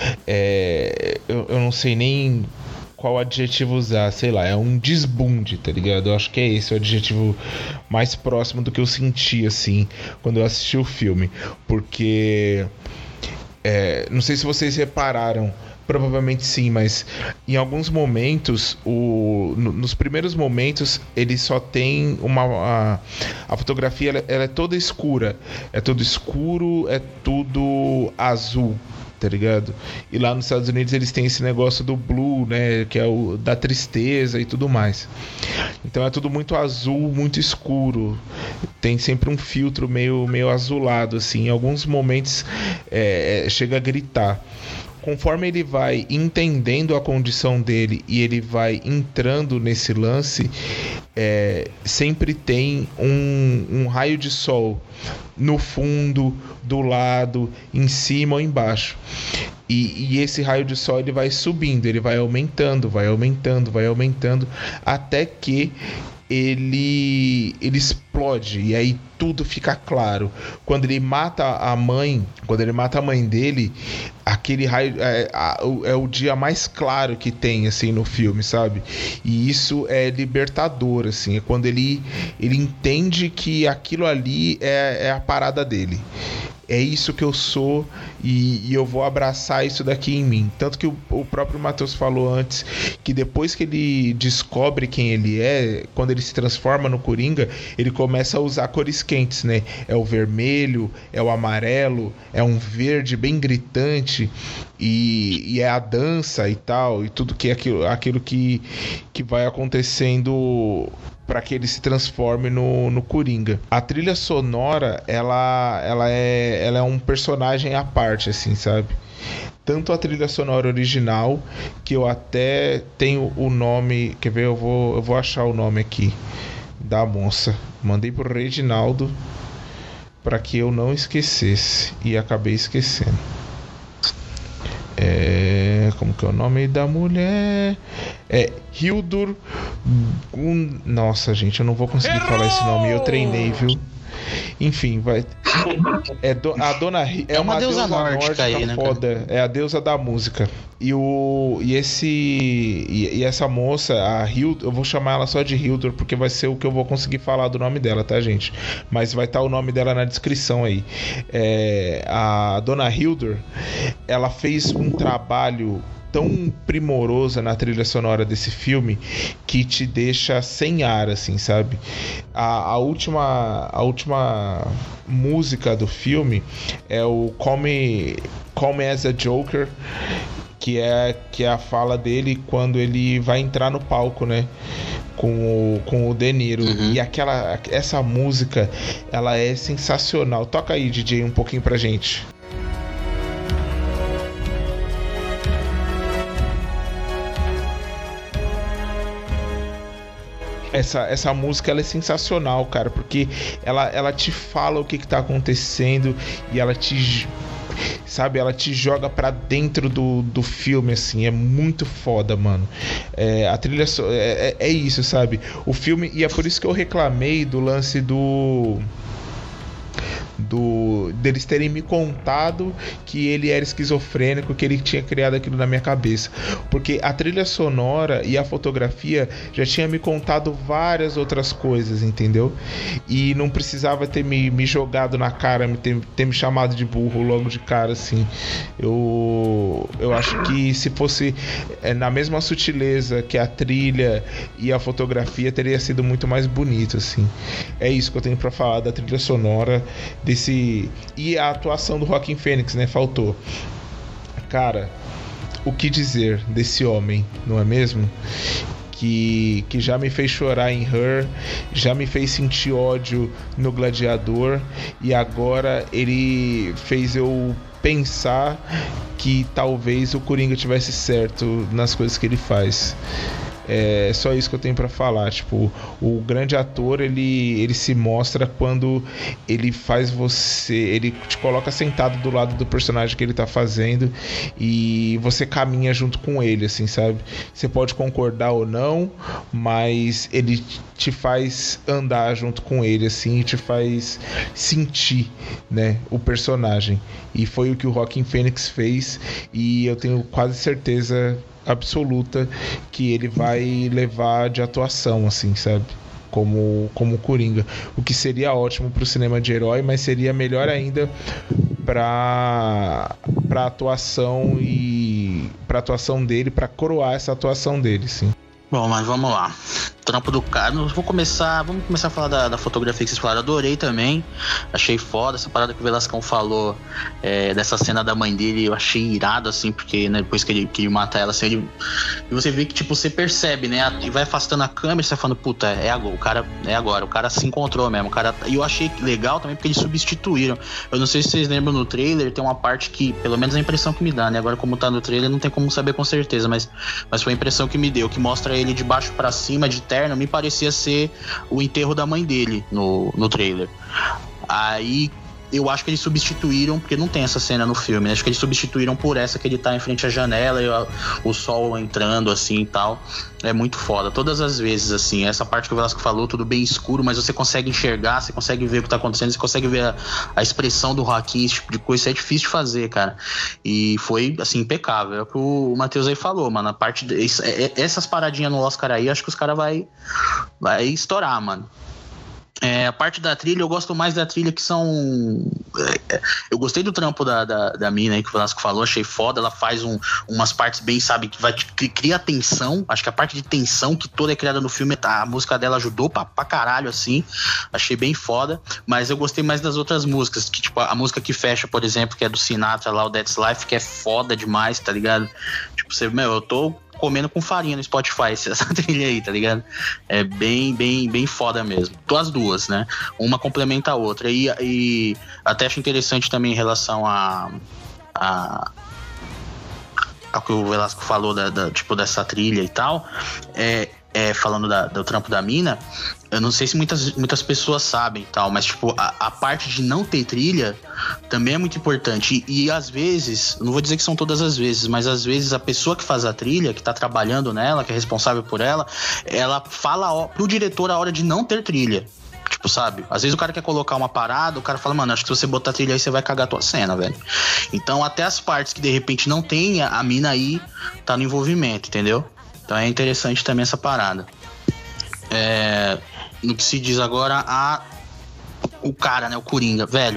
É, eu, eu não sei nem qual adjetivo usar, sei lá, é um desbunde, tá ligado? Eu acho que é esse o adjetivo mais próximo do que eu senti, assim, quando eu assisti o filme. Porque... É, não sei se vocês repararam, provavelmente sim, mas em alguns momentos, o, no, nos primeiros momentos, ele só tem uma... A, a fotografia, ela, ela é toda escura. É tudo escuro, é tudo azul, tá ligado? E lá nos Estados Unidos eles têm esse negócio do blue, né? Que é o da tristeza e tudo mais. Então é tudo muito azul, muito escuro. Tem sempre um filtro meio, meio azulado, assim. Em alguns momentos é, chega a gritar. Conforme ele vai entendendo a condição dele e ele vai entrando nesse lance, é, sempre tem um, um raio de sol no fundo, do lado, em cima ou embaixo. E, e esse raio de sol ele vai subindo, ele vai aumentando, vai aumentando, vai aumentando, até que ele, ele explode e aí tudo fica claro. Quando ele mata a mãe, quando ele mata a mãe dele, aquele raio é, é o dia mais claro que tem, assim, no filme, sabe? E isso é libertador, assim, é quando ele, ele entende que aquilo ali é, é a parada dele. É isso que eu sou e, e eu vou abraçar isso daqui em mim. Tanto que o, o próprio Matheus falou antes que depois que ele descobre quem ele é, quando ele se transforma no Coringa, ele começa a usar cores quentes, né? É o vermelho, é o amarelo, é um verde bem gritante e, e é a dança e tal, e tudo que é aquilo, aquilo que, que vai acontecendo para que ele se transforme no, no Coringa. A trilha sonora, ela, ela, é, ela é um personagem à parte, assim, sabe? tanto a trilha sonora original, que eu até tenho o nome, quer ver, eu vou, eu vou achar o nome aqui da moça, mandei pro Reginaldo para que eu não esquecesse e acabei esquecendo. É, como que é o nome da mulher? É Hildur Gun... Nossa, gente, eu não vou conseguir Hello! falar esse nome. Eu treinei, viu? Enfim, vai. É do... a dona é, é uma, uma deusa, deusa nórdica, nórdica aí, né, foda. Cara? É a deusa da música. E o e esse e, e essa moça, a Hildur, eu vou chamar ela só de Hildur porque vai ser o que eu vou conseguir falar do nome dela, tá, gente? Mas vai estar o nome dela na descrição aí. É, a dona Hildur, ela fez um trabalho tão primorosa na trilha sonora desse filme que te deixa sem ar, assim, sabe? A, a, última, a última música do filme é o Call Me, Call Me As a Joker, que é, que é a fala dele quando ele vai entrar no palco, né? Com o, com o De Niro. Uhum. E aquela, essa música, ela é sensacional. Toca aí, D J, um pouquinho pra gente. Essa, essa música, ela é sensacional, cara, porque ela, ela te fala o que que tá acontecendo e ela te, sabe, ela te joga pra dentro do, do filme, assim, é muito foda, mano. É, a trilha, é, é isso, sabe, o filme, e é por isso que eu reclamei do lance do... Do, deles terem me contado que ele era esquizofrênico, que ele tinha criado aquilo na minha cabeça, porque a trilha sonora e a fotografia já tinha me contado várias outras coisas, entendeu? E não precisava ter me, me jogado na cara, me ter, ter me chamado de burro logo de cara, assim. Eu, eu acho que se fosse é, na mesma sutileza que a trilha e a fotografia, teria sido muito mais bonito, assim. É isso que eu tenho pra falar da trilha sonora desse... E a atuação do Joaquin Phoenix, né? Faltou. Cara, o que dizer desse homem, não é mesmo? Que, que já me fez chorar em Her, já me fez sentir ódio no Gladiador, e agora ele fez eu pensar que talvez o Coringa tivesse certo nas coisas que ele faz. É só isso que eu tenho pra falar. Tipo, o grande ator, ele, ele se mostra quando ele faz você, ele te coloca sentado do lado do personagem que ele tá fazendo e você caminha junto com ele, assim, sabe? Você pode concordar ou não, mas ele te faz andar junto com ele, assim, e te faz sentir, né, o personagem. E foi o que o Joaquin Phoenix fez, e eu tenho quase certeza absoluta que ele vai levar de atuação, assim, sabe? Como, como Coringa. O que seria ótimo pro cinema de herói, mas seria melhor ainda pra, pra atuação e pra atuação dele, pra coroar essa atuação dele, sim. Bom, mas vamos lá. Trampo do cara. Vou começar. Vamos começar a falar da, da fotografia que vocês falaram. Adorei também. Achei foda essa parada que o Velascão falou, é, dessa cena da mãe dele. Eu achei irado, assim, porque, né, depois que ele, que ele mata ela, assim, ele, e você vê que, tipo, você percebe, né? E vai afastando a câmera e você vai falando, puta, é agora. O cara é agora. O cara se encontrou mesmo. O cara, e eu achei legal também porque eles substituíram. Eu não sei se vocês lembram no trailer, tem uma parte que, pelo menos a impressão que me dá, né? Agora, como tá no trailer, não tem como saber com certeza, mas, mas foi a impressão que me deu, que mostra ele de baixo pra cima, de terno, me parecia ser o enterro da mãe dele no, no trailer. Aí eu acho que eles substituíram, porque não tem essa cena no filme, né? Acho que eles substituíram por essa que ele tá em frente à janela e a, o sol entrando assim e tal. É muito foda, todas as vezes, assim. Essa parte que o Velasco falou, tudo bem escuro, mas você consegue enxergar, você consegue ver o que tá acontecendo, você consegue ver a, a expressão do Joaquin, esse tipo de coisa. Isso é difícil de fazer, cara. E foi, assim, impecável. É o que o Matheus aí falou, mano. A parte de, essas paradinhas no Oscar aí, acho que os caras vai, vai estourar, mano. É, a parte da trilha, eu gosto mais da trilha que são... É, eu gostei do trampo da, da, da mina aí que o Velasco falou, achei foda. Ela faz um, umas partes bem, sabe, que vai que cria tensão. Acho que a parte de tensão que toda é criada no filme, a música dela ajudou pra, pra caralho, assim. Achei bem foda. Mas eu gostei mais das outras músicas, que tipo, a música que fecha, por exemplo, que é do Sinatra lá, o That's Life, que é foda demais, tá ligado? Tipo, você, meu, eu tô comendo com farinha no Spotify essa trilha aí, tá ligado? É bem, bem, bem foda mesmo. Tô as duas, né? Uma complementa a outra. E, e até acho interessante também em relação a, a o que o Velasco falou, da, da, tipo, dessa trilha e tal, é, é, falando da, do trampo da mina, eu não sei se muitas, muitas pessoas sabem e tal, mas tipo, a, a parte de não ter trilha também é muito importante. E, e às vezes, não vou dizer que são todas as vezes, mas às vezes a pessoa que faz a trilha, que tá trabalhando nela, que é responsável por ela, ela fala ó, pro diretor a hora de não ter trilha. Tipo, sabe? Às vezes o cara quer colocar uma parada, o cara fala, mano, acho que se você botar trilha aí, você vai cagar a tua cena, velho. Então, até as partes que de repente não tem, a mina aí tá no envolvimento, entendeu? Então é interessante também essa parada. É, no que se diz agora, a, o cara, né? O Coringa, velho.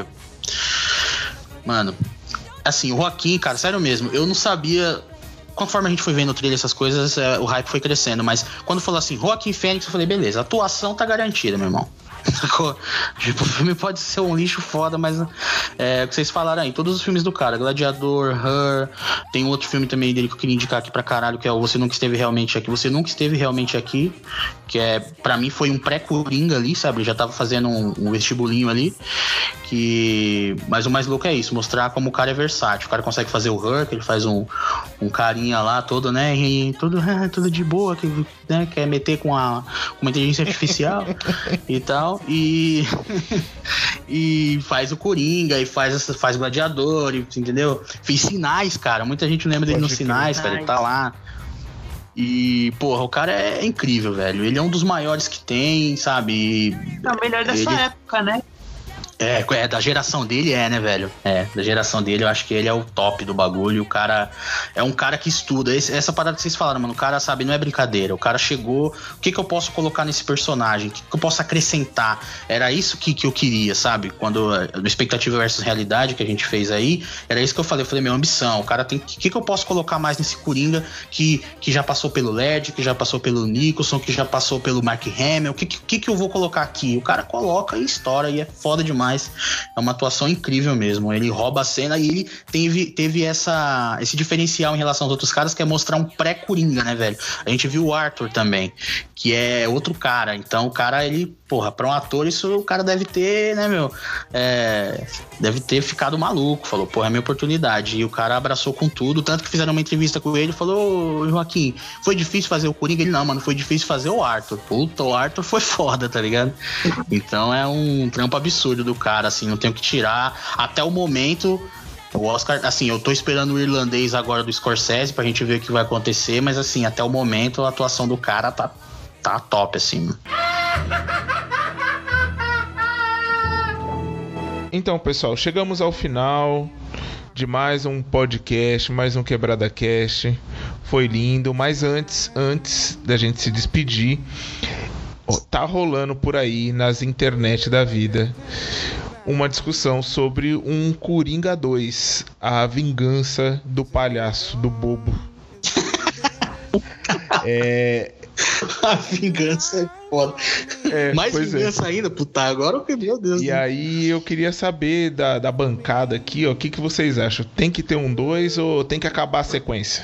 Mano, assim, o Joaquim, cara, sério mesmo, eu não sabia. Conforme a gente foi vendo o trailer, essas coisas, é, o hype foi crescendo. Mas quando falou assim, Joaquim Fênix, eu falei, beleza, a atuação tá garantida, meu irmão. Tipo, o filme pode ser um lixo foda, mas é o que vocês falaram aí, todos os filmes do cara, Gladiador, Her, tem outro filme também dele que eu queria indicar aqui pra caralho, que é o Você Nunca Esteve Realmente Aqui, Você Nunca Esteve Realmente Aqui, que é, pra mim foi um pré-Coringa ali, sabe, ele já tava fazendo um, um vestibulinho ali, que, mas o mais louco é isso, mostrar como o cara é versátil, o cara consegue fazer o Her, que ele faz um, um carinha lá, todo, né, e tudo, tudo de boa, que, né, quer meter com a, com uma inteligência artificial e tal, e e faz o Coringa, e faz, faz Gladiador, entendeu? Fez Sinais, cara, muita gente lembra dele nos Sinais, cara, ele tá lá. E, porra, o cara é incrível, velho. Ele é um dos maiores que tem, sabe? É o melhor dessa ele... época, né? É, é, da geração dele é, né, velho? É, da geração dele eu acho que ele é o top do bagulho. O cara é um cara que estuda. Esse, essa parada que vocês falaram, mano, o cara, sabe, não é brincadeira. O cara chegou, o que que eu posso colocar nesse personagem? O que que eu posso acrescentar? Era isso que, que eu queria, sabe? Quando, no Expectativa versus Realidade que a gente fez aí, era isso que eu falei. Eu falei, minha ambição, o cara tem, o que que eu posso colocar mais nesse Coringa que, que já passou pelo Led, que já passou pelo Nicholson, que já passou pelo Mark Hamill, o que, que que eu vou colocar aqui? O cara coloca e estoura e é foda demais. É uma atuação incrível mesmo. Ele rouba a cena e ele teve, teve essa, esse diferencial em relação aos outros caras, que é mostrar um pré-Coringa, né, velho? A gente viu o Arthur também, que é outro cara. Então o cara, ele, porra, pra um ator, isso o cara deve ter, né, meu? É, deve ter ficado maluco. Falou, porra, é minha oportunidade. E o cara abraçou com tudo. Tanto que fizeram uma entrevista com ele e falou, ô, Joaquim, foi difícil fazer o Coringa? Ele, não, mano, foi difícil fazer o Arthur. Puta, o Arthur foi foda, tá ligado? Então é um trampo absurdo do cara, assim, não tenho que tirar. Até o momento, o Oscar, assim, eu tô esperando o irlandês agora do Scorsese pra gente ver o que vai acontecer, mas assim, até o momento a atuação do cara tá, tá top, assim. Então, pessoal, chegamos ao final de mais um podcast, mais um Quebrada Cast. Foi lindo, mas antes, antes da gente se despedir, tá rolando por aí nas internet da vida uma discussão sobre um Coringa dois, a vingança do palhaço, do bobo. é... A vingança é foda. É, mais vingança é. ainda, puta, agora que meu Deus. E né? aí eu queria saber da, da bancada aqui, ó, o que, que vocês acham? Tem que ter um dois ou tem que acabar a sequência?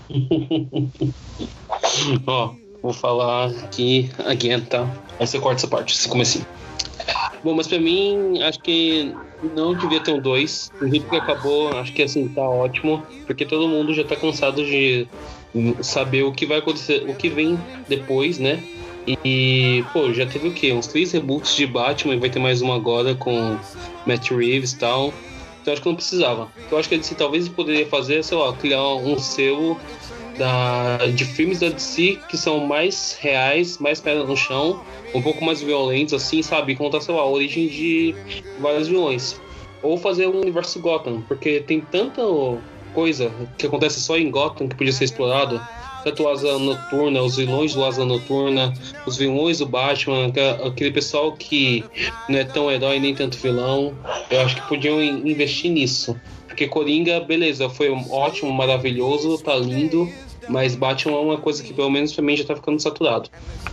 Ó, vou falar aqui, again, tá? Aí você corta essa parte, esse comecinho. Bom, mas pra mim, acho que não devia ter um dois. O jeito que acabou, acho que assim, tá ótimo. Porque todo mundo já tá cansado de saber o que vai acontecer, o que vem depois, né? E, pô, já teve o quê? Uns três reboots de Batman e vai ter mais uma agora com Matt Reeves e tal. Então acho que não precisava. Eu acho que a D C talvez poderia fazer, sei lá, criar um selo da, de filmes da D C que são mais reais, mais pé no chão, um pouco mais violentos, assim, sabe? Contar, sei lá, a origem de vários vilões. Ou fazer um universo Gotham, porque tem tanta coisa que acontece só em Gotham que podia ser explorado. Tanto o Asa Noturna, os vilões do Asa Noturna, os vilões do Batman, aquele pessoal que não é tão herói nem tanto vilão. Eu acho que podiam investir nisso. Porque Coringa, beleza, foi ótimo, maravilhoso, tá lindo, mas Batman é uma coisa que pelo menos pra mim já tá ficando saturado.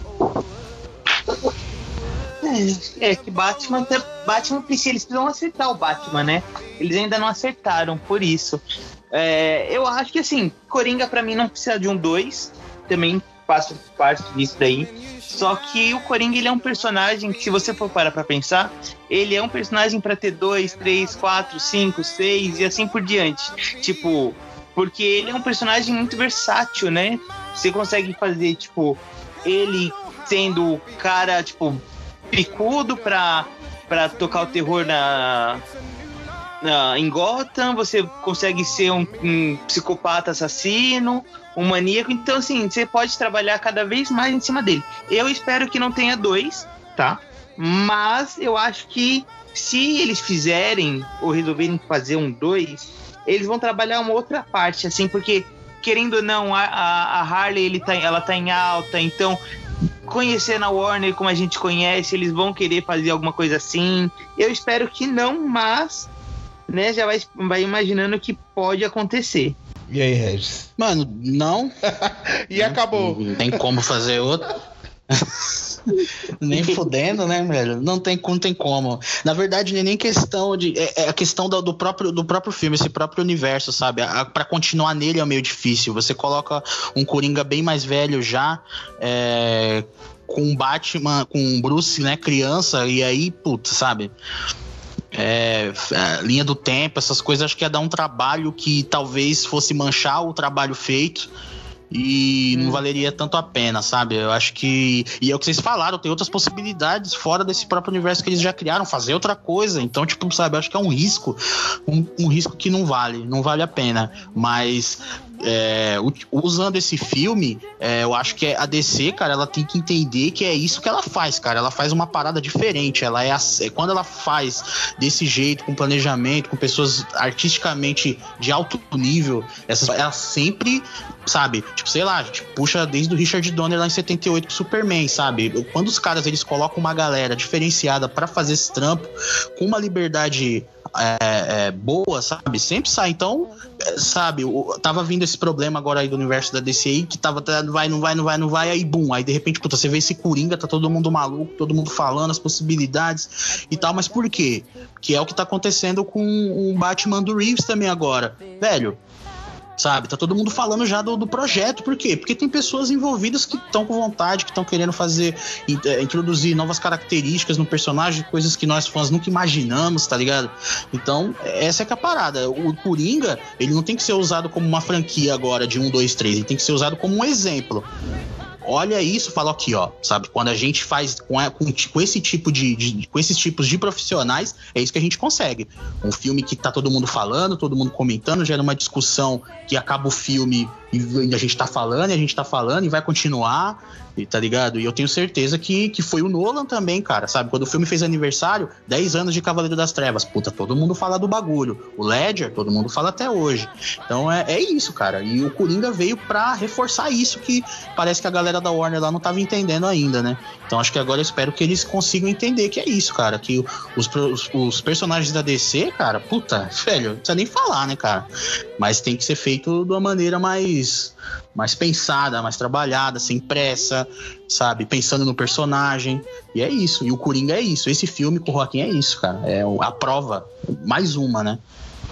É, é que Batman, Batman precisa, eles precisam acertar o Batman, né? Eles ainda não acertaram, por isso. É, eu acho que assim, Coringa pra mim não precisa de um dois, também faço parte disso daí. Só que o Coringa, ele é um personagem que, se você for parar pra pensar, ele é um personagem pra ter dois, três, quatro, cinco, seis e assim por diante. Tipo, porque ele é um personagem muito versátil, né? Você consegue fazer, tipo, ele sendo o cara, tipo, picudo pra, pra tocar o terror na, na, em Gotham, você consegue ser um, um psicopata assassino, um maníaco, então assim, você pode trabalhar cada vez mais em cima dele. Eu espero que não tenha dois, tá? Mas eu acho que se eles fizerem ou resolverem fazer um dois, eles vão trabalhar uma outra parte, assim, porque querendo ou não, a, a Harley ele tá, ela tá em alta, então conhecendo a Warner como a gente conhece, eles vão querer fazer alguma coisa assim. Eu espero que não, mas né, já vai, vai imaginando que pode acontecer. E aí, Regis? Mano, não. E acabou. Não, não tem como fazer outro. Nem fudendo, né, velho? Não tem, não tem como. Na verdade, nem questão de. É, é a questão do, do, próprio, do próprio filme, esse próprio universo, sabe? A, pra continuar nele é meio difícil. Você coloca um Coringa bem mais velho já, é, com Batman, com Bruce, né, criança, e aí, putz, sabe? É, linha do tempo, essas coisas, acho que ia dar um trabalho que talvez fosse manchar o trabalho feito. E hum. não valeria tanto a pena, sabe? Eu acho que... E é o que vocês falaram, tem outras possibilidades fora desse próprio universo que eles já criaram, fazer outra coisa. Então, tipo, sabe? Eu acho que é um risco. Um, um risco que não vale. Não vale a pena. Mas... É, usando esse filme, é, eu acho que a D C, cara, ela tem que entender que é isso que ela faz, cara. Ela faz uma parada diferente. Ela é, é quando ela faz desse jeito, com planejamento, com pessoas artisticamente de alto nível, essas, ela sempre, sabe, tipo, sei lá, a gente puxa desde o Richard Donner lá em setenta e oito com Superman, sabe? Quando os caras, eles colocam uma galera diferenciada pra fazer esse trampo, com uma liberdade É, é, boa, sabe? Sempre sai. Então, é, sabe, eu, tava vindo esse problema agora aí do universo da D C aí, que tava, não vai, não vai, não vai, não vai, aí bum, aí de repente, puta, você vê esse Coringa, tá todo mundo maluco, todo mundo falando as possibilidades e tal, mas por quê? Que é o que tá acontecendo com o Batman do Reeves também agora, velho. Sabe, tá todo mundo falando já do, do projeto. Por quê? Porque tem pessoas envolvidas que estão com vontade, que estão querendo fazer, introduzir novas características no personagem, coisas que nós fãs nunca imaginamos, tá ligado? Então, essa é que é a parada. O Coringa, ele não tem que ser usado como uma franquia agora de um, dois, três, ele tem que ser usado como um exemplo. Olha isso, fala aqui, ó, sabe? Quando a gente faz com, a, com, com esse tipo de, de com esses tipos de profissionais, é isso que a gente consegue. Um filme que tá todo mundo falando, todo mundo comentando, gera uma discussão que acaba o filme e a gente tá falando, e a gente tá falando e vai continuar, e tá ligado? E eu tenho certeza que, que foi o Nolan também, cara, sabe? Quando o filme fez aniversário, dez anos de Cavaleiro das Trevas, puta, todo mundo fala do bagulho. O Ledger, todo mundo fala até hoje. Então é, é isso, cara. E o Coringa veio pra reforçar isso que parece que a galera da Warner lá não tava entendendo ainda, né? Então acho que agora eu espero que eles consigam entender que é isso, cara. Que os, os, os personagens da D C, cara, puta, velho, não precisa nem falar, né, cara? Mas tem que ser feito de uma maneira mais mais pensada, mais trabalhada, sem pressa, sabe? Pensando no personagem. E é isso. E o Coringa é isso. Esse filme com o Joaquin é isso, cara. É a prova. Mais uma, né?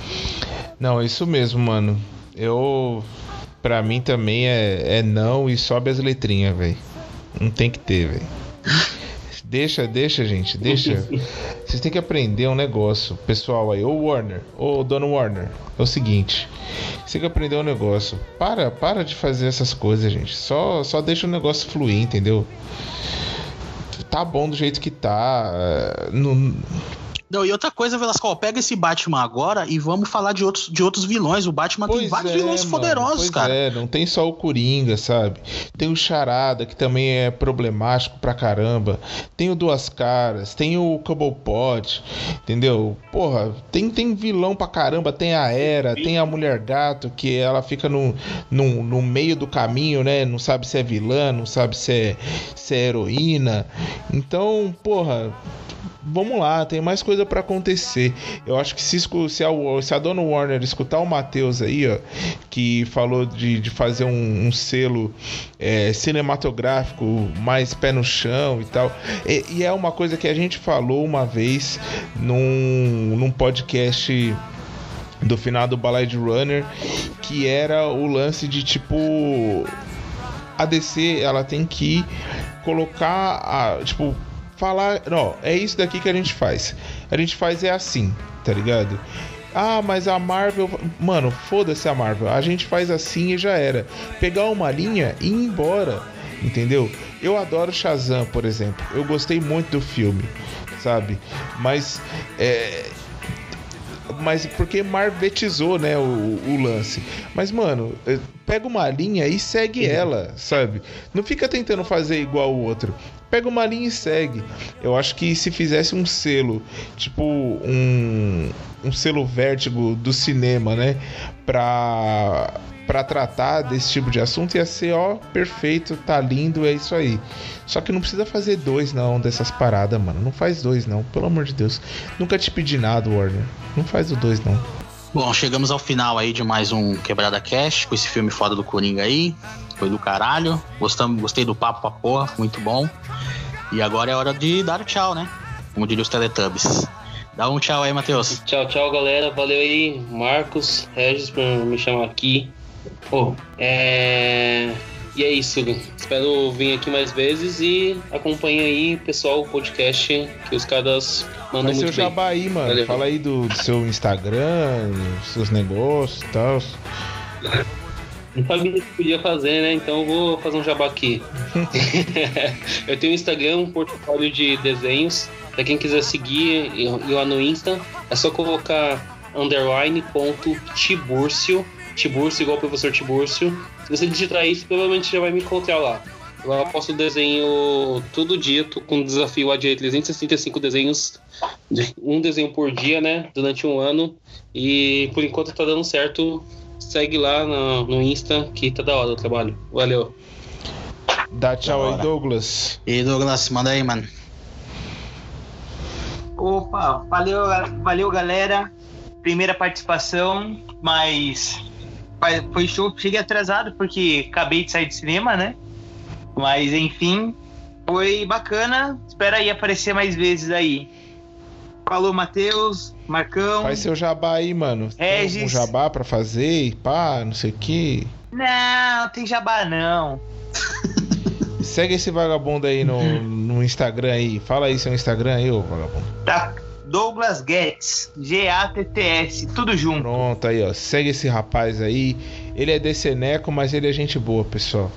Não, é isso mesmo, mano. Eu... Pra mim também é, é não e sobe as letrinhas, velho. Não tem que ter, velho. Deixa, deixa, gente, deixa. Vocês têm que aprender um negócio, pessoal aí. Ô Warner, ô dono Warner, é o seguinte. Você tem que aprender um negócio. Para, para de fazer essas coisas, gente. Só, só deixa o negócio fluir, entendeu? Tá bom do jeito que tá. Não... Não, e outra coisa, Velasco, pega esse Batman agora e vamos falar de outros, de outros vilões. O Batman pois tem vários é, vilões mano, poderosos, pois cara. É, não tem só o Coringa, sabe? Tem o Charada, que também é problemático pra caramba. Tem o Duas Caras, tem o Cobblepot, entendeu? Porra, tem, tem vilão pra caramba. Tem a Hera, tem a Mulher Gato, que ela fica no, no, no meio do caminho, né? Não sabe se é vilã, não sabe se é, se é heroína. Então, porra... Vamos lá, tem mais coisa pra acontecer. Eu acho que se, se, a, se a dona Warner escutar o Matheus aí, ó, que falou de, de fazer um, um selo é, cinematográfico mais pé no chão e tal, e, e é uma coisa que a gente falou uma vez num, num podcast do final do Blade Runner, que era o lance de tipo... A D C, ela tem que colocar a, tipo... falar, não, é isso daqui que a gente faz. A gente faz é assim, tá ligado? Ah, mas a Marvel... Mano, foda-se a Marvel. A gente faz assim e já era. Pegar uma linha e ir embora, entendeu? Eu adoro Shazam, por exemplo. Eu gostei muito do filme, sabe? Mas... É... Mas porque marvetizou, né, o, o lance. Mas, mano, pega uma linha e segue ela, sabe? Não fica tentando fazer igual o outro. Pega uma linha e segue. Eu acho que se fizesse um selo, tipo um, um selo Vértigo do cinema, né, pra, pra tratar desse tipo de assunto, ia ser, ó, perfeito, tá lindo, é isso aí. Só que não precisa fazer dois, não, dessas paradas, mano. Não faz dois, não, pelo amor de Deus. Nunca te pedi nada, Warner. Não faz o dois, não. Bom, chegamos ao final aí de mais um Quebrada Cash, com esse filme foda do Coringa aí. Foi do caralho. Gostamos, gostei do papo pra porra, muito bom. E agora é hora de dar o tchau, né? Como diriam os Teletubbies. Dá um tchau aí, Matheus. Tchau, tchau, galera. Valeu aí, Marcos, Regis, por me chamar aqui. Pô, é... E é isso. Espero vir aqui mais vezes e acompanhe aí, pessoal, o podcast que os caras mandam muito bem. Vai ser o jabá aí, mano. Valeu. Fala aí do, do seu Instagram, seus negócios e tal. Não sabia o que podia fazer, né? Então eu vou fazer um jabá aqui. Eu tenho um Instagram, um portfólio de desenhos. Pra quem quiser seguir, eu, eu lá no Insta, é só colocar underline ponto Tiburcio. Tiburcio igual o professor Tiburcio. Se você digitar isso, provavelmente já vai me encontrar lá. Eu posto desenho todo dia, tô com um desafio lá de trezentos e sessenta e cinco desenhos, um desenho por dia, né? Durante um ano. E por enquanto tá dando certo. Segue lá no, no Insta, que tá da hora o trabalho. Valeu. Dá tchau aí, Douglas. E Douglas, manda aí, mano. Opa, valeu, valeu, galera. Primeira participação, mas foi show. Cheguei atrasado porque acabei de sair do cinema, né? Mas enfim, foi bacana. Espero aí aparecer mais vezes aí. Falou, Matheus, Marcão. Faz seu jabá aí, mano. Regis. Tem um jabá pra fazer e pá, não sei o que. Não, não tem jabá não. Segue esse vagabundo aí no, no Instagram aí. Fala aí seu Instagram aí, ô vagabundo. Tá, Douglas Getz, G A T T S, tudo junto. Pronto, aí ó, segue esse rapaz aí. Ele é deceneco, mas ele é gente boa, pessoal.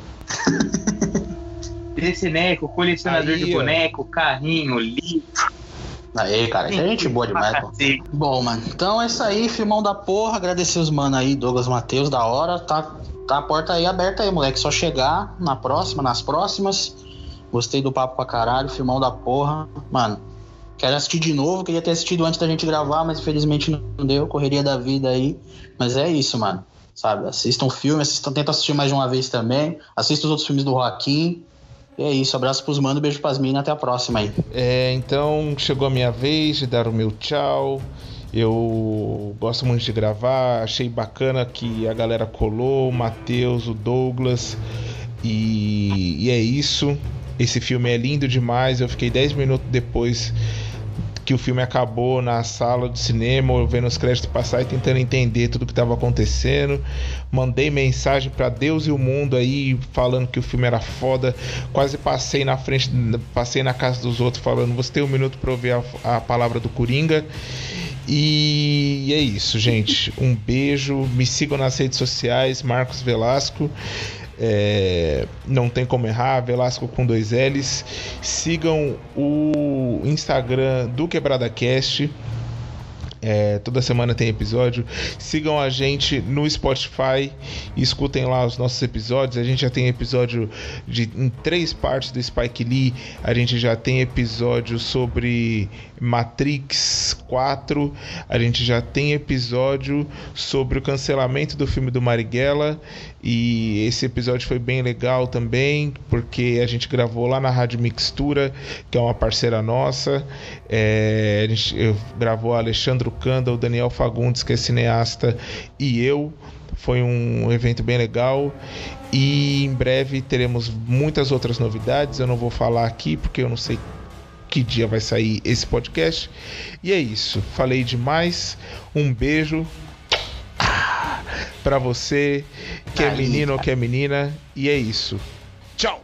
Deceneco, colecionador aí, de boneco, ó. Carrinho, livro. Aí, cara, isso é gente boa demais, pô. Bom, mano, então é isso aí, filmão da porra. Agradecer os mano aí, Douglas, Matheus, da hora. Tá, tá a porta aí aberta aí, moleque. Só chegar na próxima, nas próximas. Gostei do papo pra caralho, filmão da porra. Mano, quero assistir de novo. Queria ter assistido antes da gente gravar, mas infelizmente não deu. Correria da vida aí. Mas é isso, mano. Sabe, assistam o filme, assistam, tenta assistir mais de uma vez também. Assista os outros filmes do Joaquim. E é isso, abraço pros manos, beijo pras minas, até a próxima aí. É, então chegou a minha vez de dar o meu tchau. Eu gosto muito de gravar, achei bacana que a galera colou, o Matheus, o Douglas. E, e é isso. Esse filme é lindo demais. Eu fiquei dez minutos depois que o filme acabou na sala do cinema, vendo os créditos passar e tentando entender tudo que estava acontecendo. Mandei mensagem para Deus e o mundo aí, falando que o filme era foda. Quase passei na frente, passei na casa dos outros falando: você tem um minuto para ouvir a, a palavra do Coringa. E é isso, gente. Um beijo. Me sigam nas redes sociais, Marcos Velasco. É, não tem como errar, Velasco com dois L's. Sigam o Instagram do QuebradaCast. É, toda semana tem episódio. Sigam a gente no Spotify e escutem lá os nossos episódios. A gente já tem episódio de, em três partes do Spike Lee. A gente já tem episódio sobre Matrix quatro. A gente já tem episódio sobre o cancelamento do filme do Marighella. E esse episódio foi bem legal também, porque a gente gravou lá na Rádio Mixtura, que é uma parceira nossa. É, a gente eu, gravou a Alexandre Canda, o Daniel Fagundes, que é cineasta, e eu. Foi um evento bem legal. E em breve teremos muitas outras novidades. Eu não vou falar aqui porque eu não sei que dia vai sair esse podcast. E é isso, falei demais. Um beijo pra você que é menino ou que é menina. E é isso. Tchau!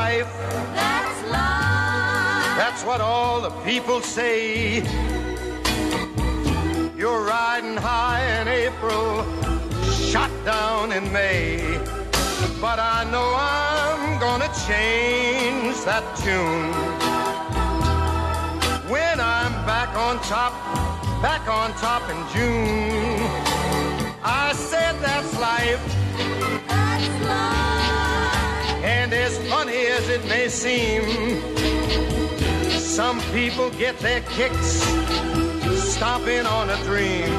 life. That's life. That's what all the people say. You're riding high in April, shot down in May. But I know I'm gonna change that tune when I'm back on top, back on top in June. I said that's life. That's life. And as funny as it may seem, some people get their kicks stomping on a dream.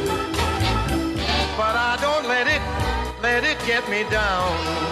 But I don't let it, let it get me down.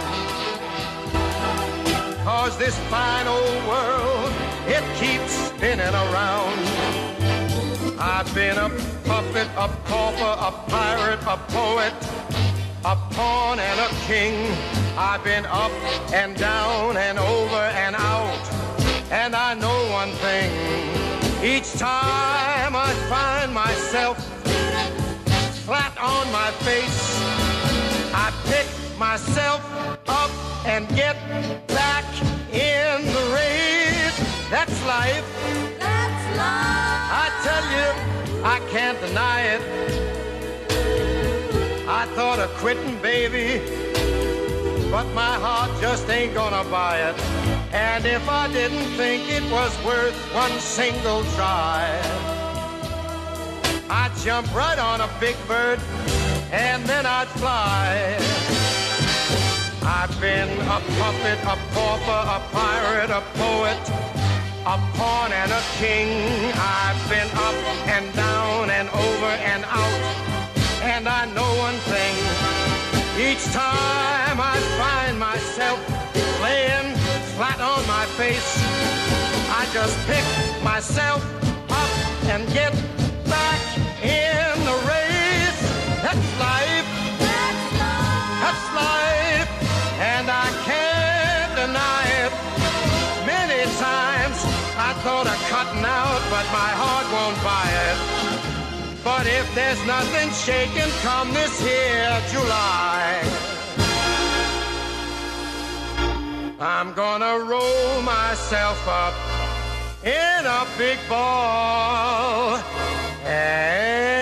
'Cause this fine old world, it keeps spinning around. I've been a puppet, a pauper, a pirate, a poet, a pawn and a king. I've been up and down and over and out. And I know one thing, each time I find myself flat on my face, I pick myself up and get back in the race. That's life. That's life. I tell you, I can't deny it. I thought of quitting, baby, but my heart just ain't gonna buy it. And if I didn't think it was worth one single try, I'd jump right on a big bird and then I'd fly. I've been a puppet, a pauper, a pirate, a poet, a pawn and a king. I've been up and down and over and out. And I know one thing, each time I find myself laying flat on my face, I just pick myself up and get back in the race. That's life. That's life. That's life. And I can't deny it. Many times I thought of cutting out, but my heart won't buy it. But if there's nothing shaking come this here July, I'm gonna roll myself up in a big ball and